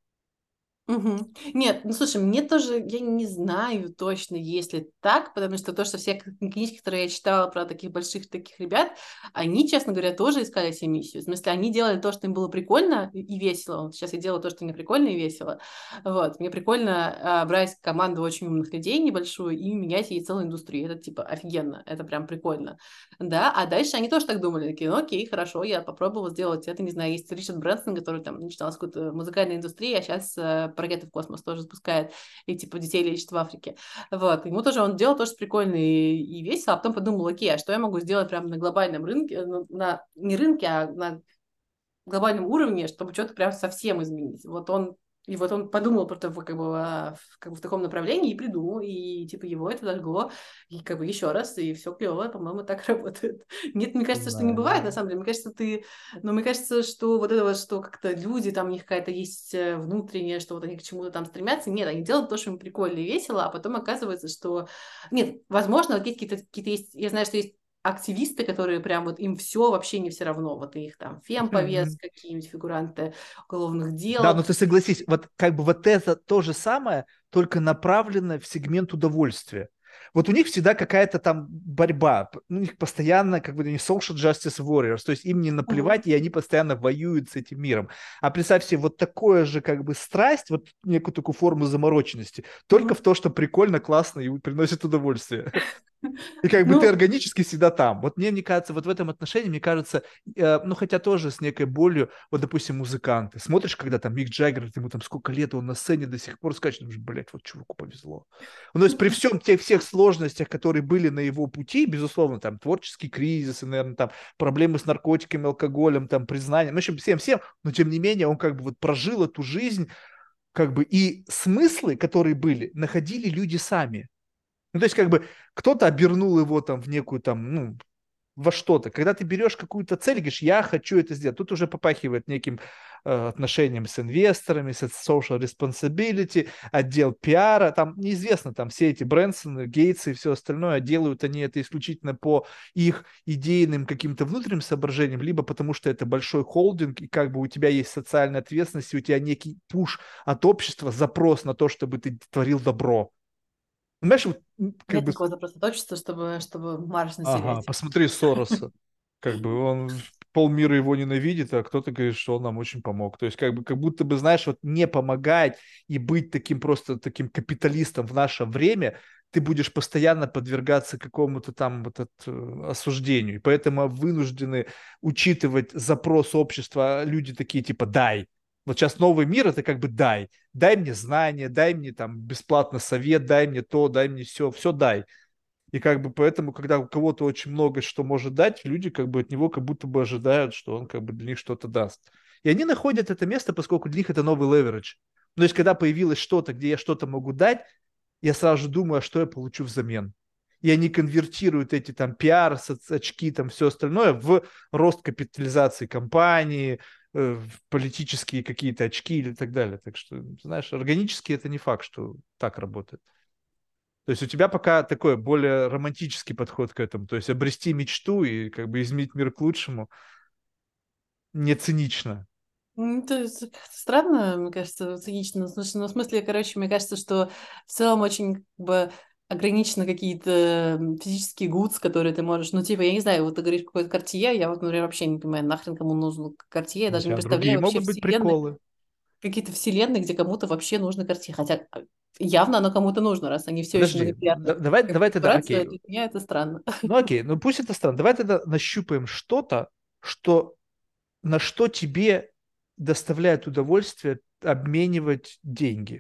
B: Мгм. Нет, ну слушай, мне тоже, я не знаю точно, есть ли так, потому что то, что все к- книжки, которые я читала про таких больших таких ребят, они, честно говоря, тоже искали себе миссию. В смысле, они делали то, что им было прикольно и и весело. Вот сейчас я делаю то, что мне прикольно и весело. Вот. Мне прикольно а, брать команду очень умных людей небольшую и менять ей целую индустрию. Это типа офигенно, это прям прикольно. Да, а дальше они тоже так думали, такие, ну окей, хорошо, я попробовала сделать это, не знаю, есть Ричард Брэнсон, который там начинал с какой-то музыкальной индустрии, а сейчас э, ракеты в космос тоже запускает, и типа детей лечит в Африке. Вот, ему тоже, он делал тоже прикольно и, и весело, а потом подумал, окей, а что я могу сделать прямо на глобальном рынке, на, на- не рынке, а на глобальном уровне, чтобы что-то прям совсем изменить. Вот он и вот он подумал про то, как бы, а, в- как бы в таком направлении и придумал, и типа его это зажгло, и как бы еще раз, и все клево, по-моему, так работает. Нет, мне кажется, что не
A: Знаю, не
B: бывает, на
A: знаю.
B: самом деле. Мне кажется, ты, но мне кажется, что вот это вот, что как-то люди, там у них какая-то есть э, внутреннее, что вот они к чему-то там стремятся. Нет, они делают то, что им прикольно и весело, а потом оказывается, что... Нет, возможно, вот есть какие-то, какие-то есть... Я знаю, что есть активисты, которые прям вот им все вообще не все равно. Вот их там фемповес, какие-нибудь фигуранты уголовных
A: Да, но
B: дел.
A: ты согласись, вот как бы вот это то же самое, только направлено в сегмент удовольствия. Вот у них всегда какая-то там борьба, п- у них постоянно как бы они social justice warriors, то есть им не
B: Мгм.
A: наплевать, и они постоянно воюют с этим миром. А представь себе, вот такое же как бы страсть, вот некую такую форму замороченности, только в
B: Мгм.
A: то, что прикольно, классно и приносит удовольствие. И как бы ты
B: Ну,
A: органически всегда там. Вот мне, мне кажется, вот в этом отношении, мне кажется, э, ну хотя тоже с некой болью, вот, допустим, музыканты. Смотришь, когда там Мик Джаггер, ему там сколько лет, он на сцене до сих пор скачет, думаешь, блядь, вот чуваку повезло. Ну, то есть при всем тех всех сложностях, которые были на его пути, безусловно, там творческие кризисы, наверное, там проблемы с наркотиками, алкоголем, там признание, ну, в общем, всем-всем, но тем не менее он как бы вот прожил эту жизнь, как бы и смыслы, которые были, находили люди сами. Ну, то есть, как бы кто-то обернул его там в некую там, ну, во что-то. Когда ты берешь какую-то цель и говоришь, я хочу это сделать, тут уже попахивает неким э, отношением с инвесторами, с social responsibility, отдел пиара, там неизвестно, там все эти Брэнсоны, Гейтсы и все остальное, делают они это исключительно по их идейным каким-то внутренним соображениям, либо потому что это большой холдинг, и как бы у тебя есть социальная ответственность, и у тебя некий пуш от общества, запрос на то, чтобы ты творил добро. Понимаешь, вот, как
B: нет
A: бы,
B: никакого запроса от общества, чтобы, чтобы Марс
A: ага,
B: населять.
A: посмотри Сороса, как бы он полмира его ненавидит, а кто-то говорит, что он нам очень помог. То есть как бы как будто бы, знаешь, вот не помогать и быть таким просто таким капиталистом в наше время, ты будешь постоянно подвергаться какому-то там вот это, э, осуждению. И поэтому вынуждены учитывать запрос общества. Люди такие типа «дай». Вот сейчас новый мир — это как бы «дай». Дай мне знания, дай мне там бесплатно совет, дай мне то, дай мне все, все дай. И как бы поэтому, когда у кого-то очень много что может дать, люди как бы от него как будто бы ожидают, что он как бы для них что-то даст. И они находят это место, поскольку для них это новый леверидж. То есть, когда появилось что-то, где я что-то могу дать, я сразу же думаю, а что я получу взамен. И они конвертируют эти там пиар, соц- очки, там все остальное в рост капитализации компании, э, в политические какие-то очки или так далее. Так что, знаешь, органически это не факт, что так работает. То есть у тебя пока такой более романтический подход к этому. То есть обрести мечту и как бы изменить мир к лучшему не цинично.
B: Ну, это с- как-то странно, мне кажется, цинично. Ну, слушай, ну, в смысле, короче, мне кажется, что в целом очень как бы ограничены какие-то м, физические гудс, которые ты можешь... Ну, типа, я не знаю, вот ты говоришь какой-то Cartier, я вот, например, вообще не понимаю, нахрен кому нужен Cartier, я
A: У
B: даже не
A: тебя
B: представляю
A: другие
B: вообще
A: могут быть
B: вселенной,
A: приколы.
B: какие-то вселенные, где кому-то вообще нужно Cartier. Хотя а, явно оно кому-то нужно, раз они все еще
A: Подожди, да-
B: многомиллиардная
A: давай,
B: как
A: давай тогда,
B: корпорация,
A: окей.
B: для меня это странно.
A: Ну окей, ну пусть это странно. Давай тогда нащупаем что-то, что, на что тебе доставляет удовольствие обменивать деньги.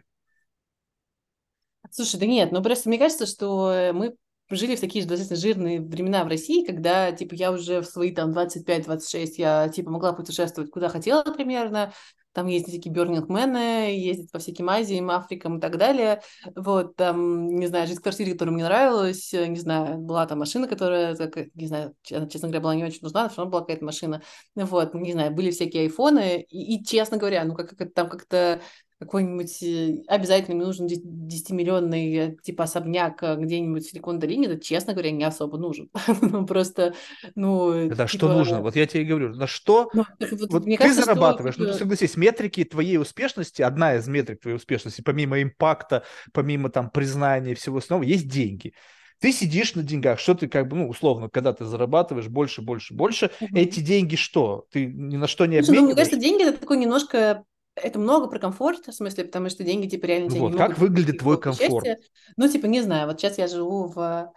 B: Слушай, да нет, ну просто мне кажется, что э, мы жили в такие же достаточно жирные времена в России, когда, типа, я уже в свои там двадцать пять двадцать шесть я, типа, могла путешествовать куда хотела примерно, там ездить всякие Бёрнингмены, ездить по всяким Азиям, Африкам и так далее. Вот, там, не знаю, жить в квартире, которая мне нравилась, э, не знаю, была там машина, которая, как, э, не знаю, ч- она, честно говоря, была не очень нужна, но все равно была какая-то машина. Вот, не знаю, были всякие айфоны, и, и, честно говоря, ну, как, как там как-то какой-нибудь э, обязательно мне нужен десятимиллионный э, типа особняк э, где-нибудь в Силикон-Долине, это, честно говоря, не особо нужен. Ну, просто, ну,
A: Тогда что
B: типа,
A: нужно? Вот я тебе и говорю, на что
B: ну, так вот
A: вот
B: мне
A: ты
B: кажется, что,
A: зарабатываешь, ну ты
B: типа,
A: согласись, метрики твоей успешности, одна из метрик твоей успешности, помимо импакта, помимо там признания и всего остального, есть деньги. Ты сидишь на деньгах, что ты как бы, ну, условно, когда ты зарабатываешь больше, больше, больше,
B: мгм.
A: эти деньги что? Ты ни на что не
B: Слушай, ну, мне кажется,
A: обмениваешь?
B: деньги это такой немножко это много про комфорт, в смысле, потому что деньги, типа, реально
A: Ну
B: тебе не
A: вот, как
B: могут
A: выглядит
B: принести
A: твой
B: какого-то
A: комфорт?
B: счастья. Ну, типа, не знаю, вот сейчас я живу в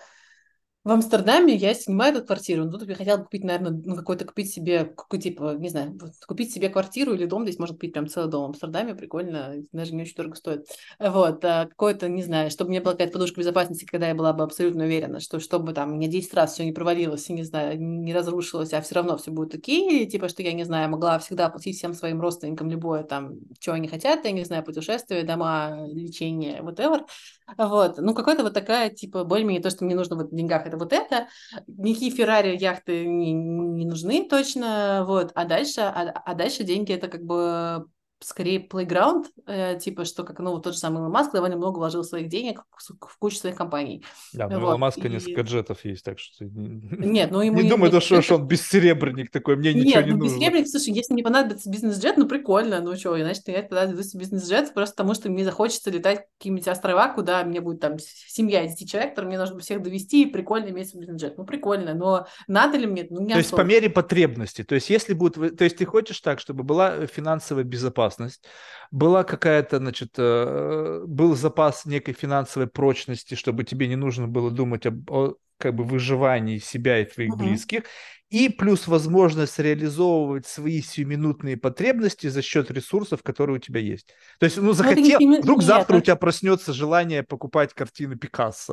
B: В Амстердаме я снимаю эту квартиру. Ну, тут я хотела бы купить, наверное, ну, какой-то купить себе, какой типа, не знаю, вот купить себе квартиру или дом. Здесь можно купить прям целый дом в Амстердаме, прикольно, даже не очень дорого стоит. Вот, а какой-то, не знаю, чтобы у меня была какая-то подушка безопасности, когда я была бы абсолютно уверена, что чтобы там у меня десять раз все не провалилось и, не знаю, не разрушилось, а все равно все будет окей, типа, что я, не знаю, могла всегда оплатить всем своим родственникам любое там, что они хотят, я не знаю, путешествия, дома, лечение, whatever. Вот, ну, какой-то вот такая, типа, более-менее то, что мне нужно вот в деньгах, это вот это. Никакие Феррари, яхты не, не нужны точно, вот. А дальше, а, а дальше деньги это как бы скорее playground, э, типа, что как, ну, вот тот же самый Илон Маск довольно много вложил своих денег в, в кучу своих компаний.
A: Да, ну у Илона
B: Вот.
A: Маска несколько
B: И
A: джетов есть, так что ты не,
B: нет, ну ему
A: не
B: не,
A: думай,
B: не
A: то, что, что он бессеребренник такой, мне ничего
B: нет,
A: не
B: ну без
A: нужно.
B: серебряных, слушай, если мне понадобится бизнес-джет, ну прикольно, ну что, значит, я тогда веду себе бизнес-джет, просто потому что мне захочется летать в какие-нибудь острова, куда мне будет там с- семья из десяти человек, которым мне нужно всех довести, и прикольно иметь свой бизнес-джет. Ну прикольно, но надо ли мне? Ну не
A: То есть по
B: особо.
A: мере потребности. То есть если будет, вы- то есть ты хочешь так, чтобы была финансовая безопасность, была какая-то, значит, э, был запас некой финансовой прочности, чтобы тебе не нужно было думать об о, как бы выживании себя и твоих
B: Мгм.
A: близких, и плюс возможность реализовывать свои сиюминутные потребности за счет ресурсов, которые у тебя есть. То есть, ну,
B: Ну это не
A: захотел,
B: семи-
A: вдруг
B: нет,
A: завтра у
B: ну
A: тебя проснется желание покупать картины Пикассо.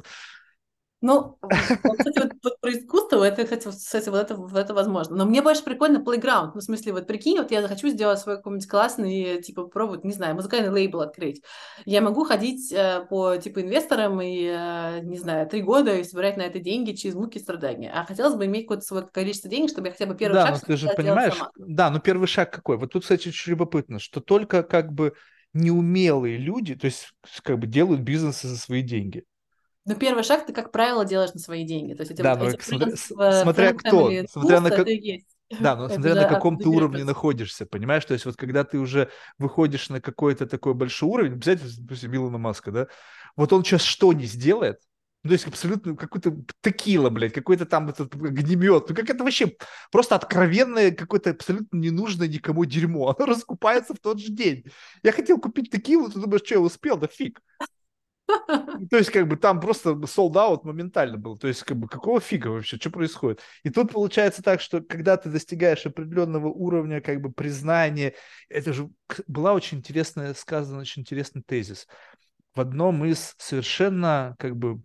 B: Ну, вот, кстати, вот, вот про искусство, это, кстати, вот, кстати, вот это, вот это возможно. Но мне больше прикольно playground. Ну, в смысле, вот прикинь, вот я захочу сделать свой какой-нибудь классный, типа, попробовать, не знаю, музыкальный лейбл открыть. Я могу ходить э, по, типа, инвесторам и, э, не знаю, три года и собирать на это деньги через муки и страдания. А хотелось бы иметь какое-то свое количество денег, чтобы я хотя бы первый
A: Да,
B: шаг
A: но ты же
B: смогла сделать
A: понимаешь,
B: сама.
A: да, но первый шаг какой? Вот тут, кстати, очень любопытно, что только как бы неумелые люди, то есть как бы делают бизнесы за свои деньги.
B: Но первый шаг ты, как правило, делаешь на свои деньги. То есть эти
A: Да,
B: вот
A: но
B: эти
A: к- смотря,
B: friends,
A: с-
B: э,
A: смотря
B: friend
A: кто,
B: family
A: смотря
B: tools,
A: на
B: это
A: как,
B: и есть.
A: да, но
B: Это
A: смотря
B: же
A: на каком ты
B: оттуда
A: уровне
B: берется.
A: находишься, понимаешь? То есть вот когда ты уже выходишь на какой-то такой большой уровень, взять, допустим, Илона Маска, да, вот он сейчас что не сделает, ну, то есть абсолютно какой-то текила, блядь, какой-то там этот огнемет, ну как это вообще просто откровенное какое-то абсолютно ненужное никому дерьмо, оно раскупается в тот же день. Я хотел купить текилу, ты думаешь, что я успел, да фиг. То есть, как бы там просто sold out моментально был. То есть, как бы, какого фига вообще, что происходит? И тут получается так, что когда ты достигаешь определенного уровня, как бы, признания, это же к- была очень интересная, сказана очень интересный тезис. В одном из совершенно, как бы,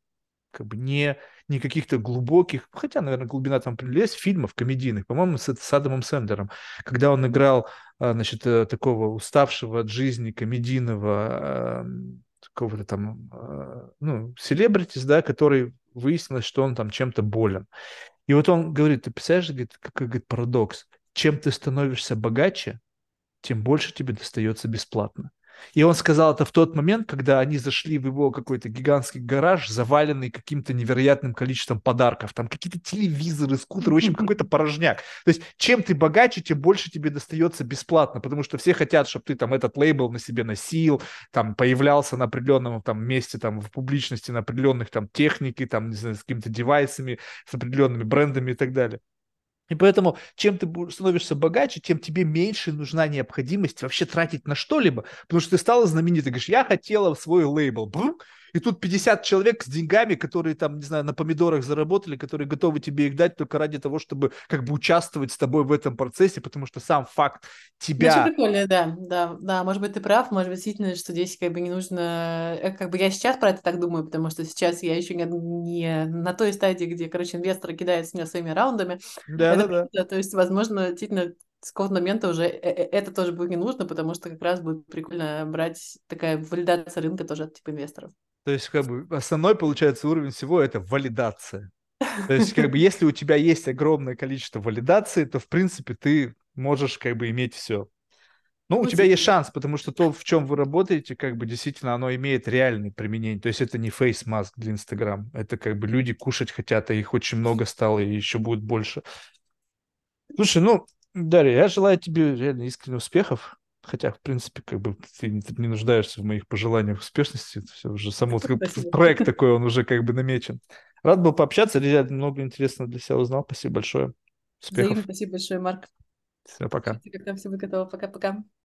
A: как бы не, не каких-то глубоких, хотя, наверное, глубина там есть, фильмов комедийных, по-моему, с, с Адамом Сэндлером, когда он играл, а, значит, э, такого уставшего от жизни комедийного, а, какого-то там, а, ну, селебритис, да, который выяснилось, что он там чем-то болен. И вот он говорит, ты представляешь, говорит, какой, говорит, парадокс, чем ты становишься богаче, тем больше тебе достается бесплатно. И он сказал это в тот момент, когда они зашли в его какой-то гигантский гараж, заваленный каким-то невероятным количеством подарков. Там какие-то телевизоры, скутеры, в общем, какой-то порожняк. То есть, чем ты богаче, тем больше тебе достается бесплатно, потому что все хотят, чтобы ты там этот лейбл на себе носил, там появлялся на определенном там месте, там в публичности, на определенных там технике, там, не знаю, с какими-то девайсами, с определенными брендами и так далее. И поэтому, чем ты становишься богаче, тем тебе меньше нужна необходимость вообще тратить на что-либо, потому что ты стала знаменитой, говоришь, я хотела свой лейбл, Бру! И тут пятьдесят человек с деньгами, которые там, не знаю, на помидорах заработали, которые готовы тебе их дать только ради того, чтобы как бы участвовать с тобой в этом процессе, потому что сам факт
B: Ну, очень
A: тебя...
B: прикольно, да, да, да, может быть, ты прав, может быть, действительно, что здесь как бы не нужно, э, как бы я сейчас про это так думаю, потому что сейчас я еще не, не на той стадии, где, короче, инвесторы кидают с меня своими раундами, это
A: Да-да-да.
B: правда, то есть, возможно, действительно, с какого-то момента уже э- э- это тоже будет не нужно, потому что как раз будет прикольно брать такая валидация рынка тоже от типа инвесторов.
A: То есть как бы основной, получается, уровень всего это валидация. То есть, как бы, если у тебя есть огромное количество валидации, то, в принципе, ты можешь, как бы, иметь все. Ну, у
B: Ну,
A: тебя есть
B: типа,
A: шанс, потому что то, в чем вы работаете, как бы действительно оно имеет реальное применение. То есть это не фейс-маск для Инстаграм. Это как бы люди кушать хотят, а их очень много стало, и еще будет больше. Слушай, ну, Дарья, я желаю тебе реально искренних успехов. Хотя, в принципе, как бы ты не, ты не нуждаешься в моих пожеланиях успешности. Это все уже само
B: спасибо.
A: проект такой, он уже как бы намечен. Рад был пообщаться, ребят, много интересного для себя узнал. Спасибо большое.
B: Взаимно,
A: Успехов.
B: спасибо большое, Марк.
A: Все, пока.
B: Когда все будет готово. Пока-пока.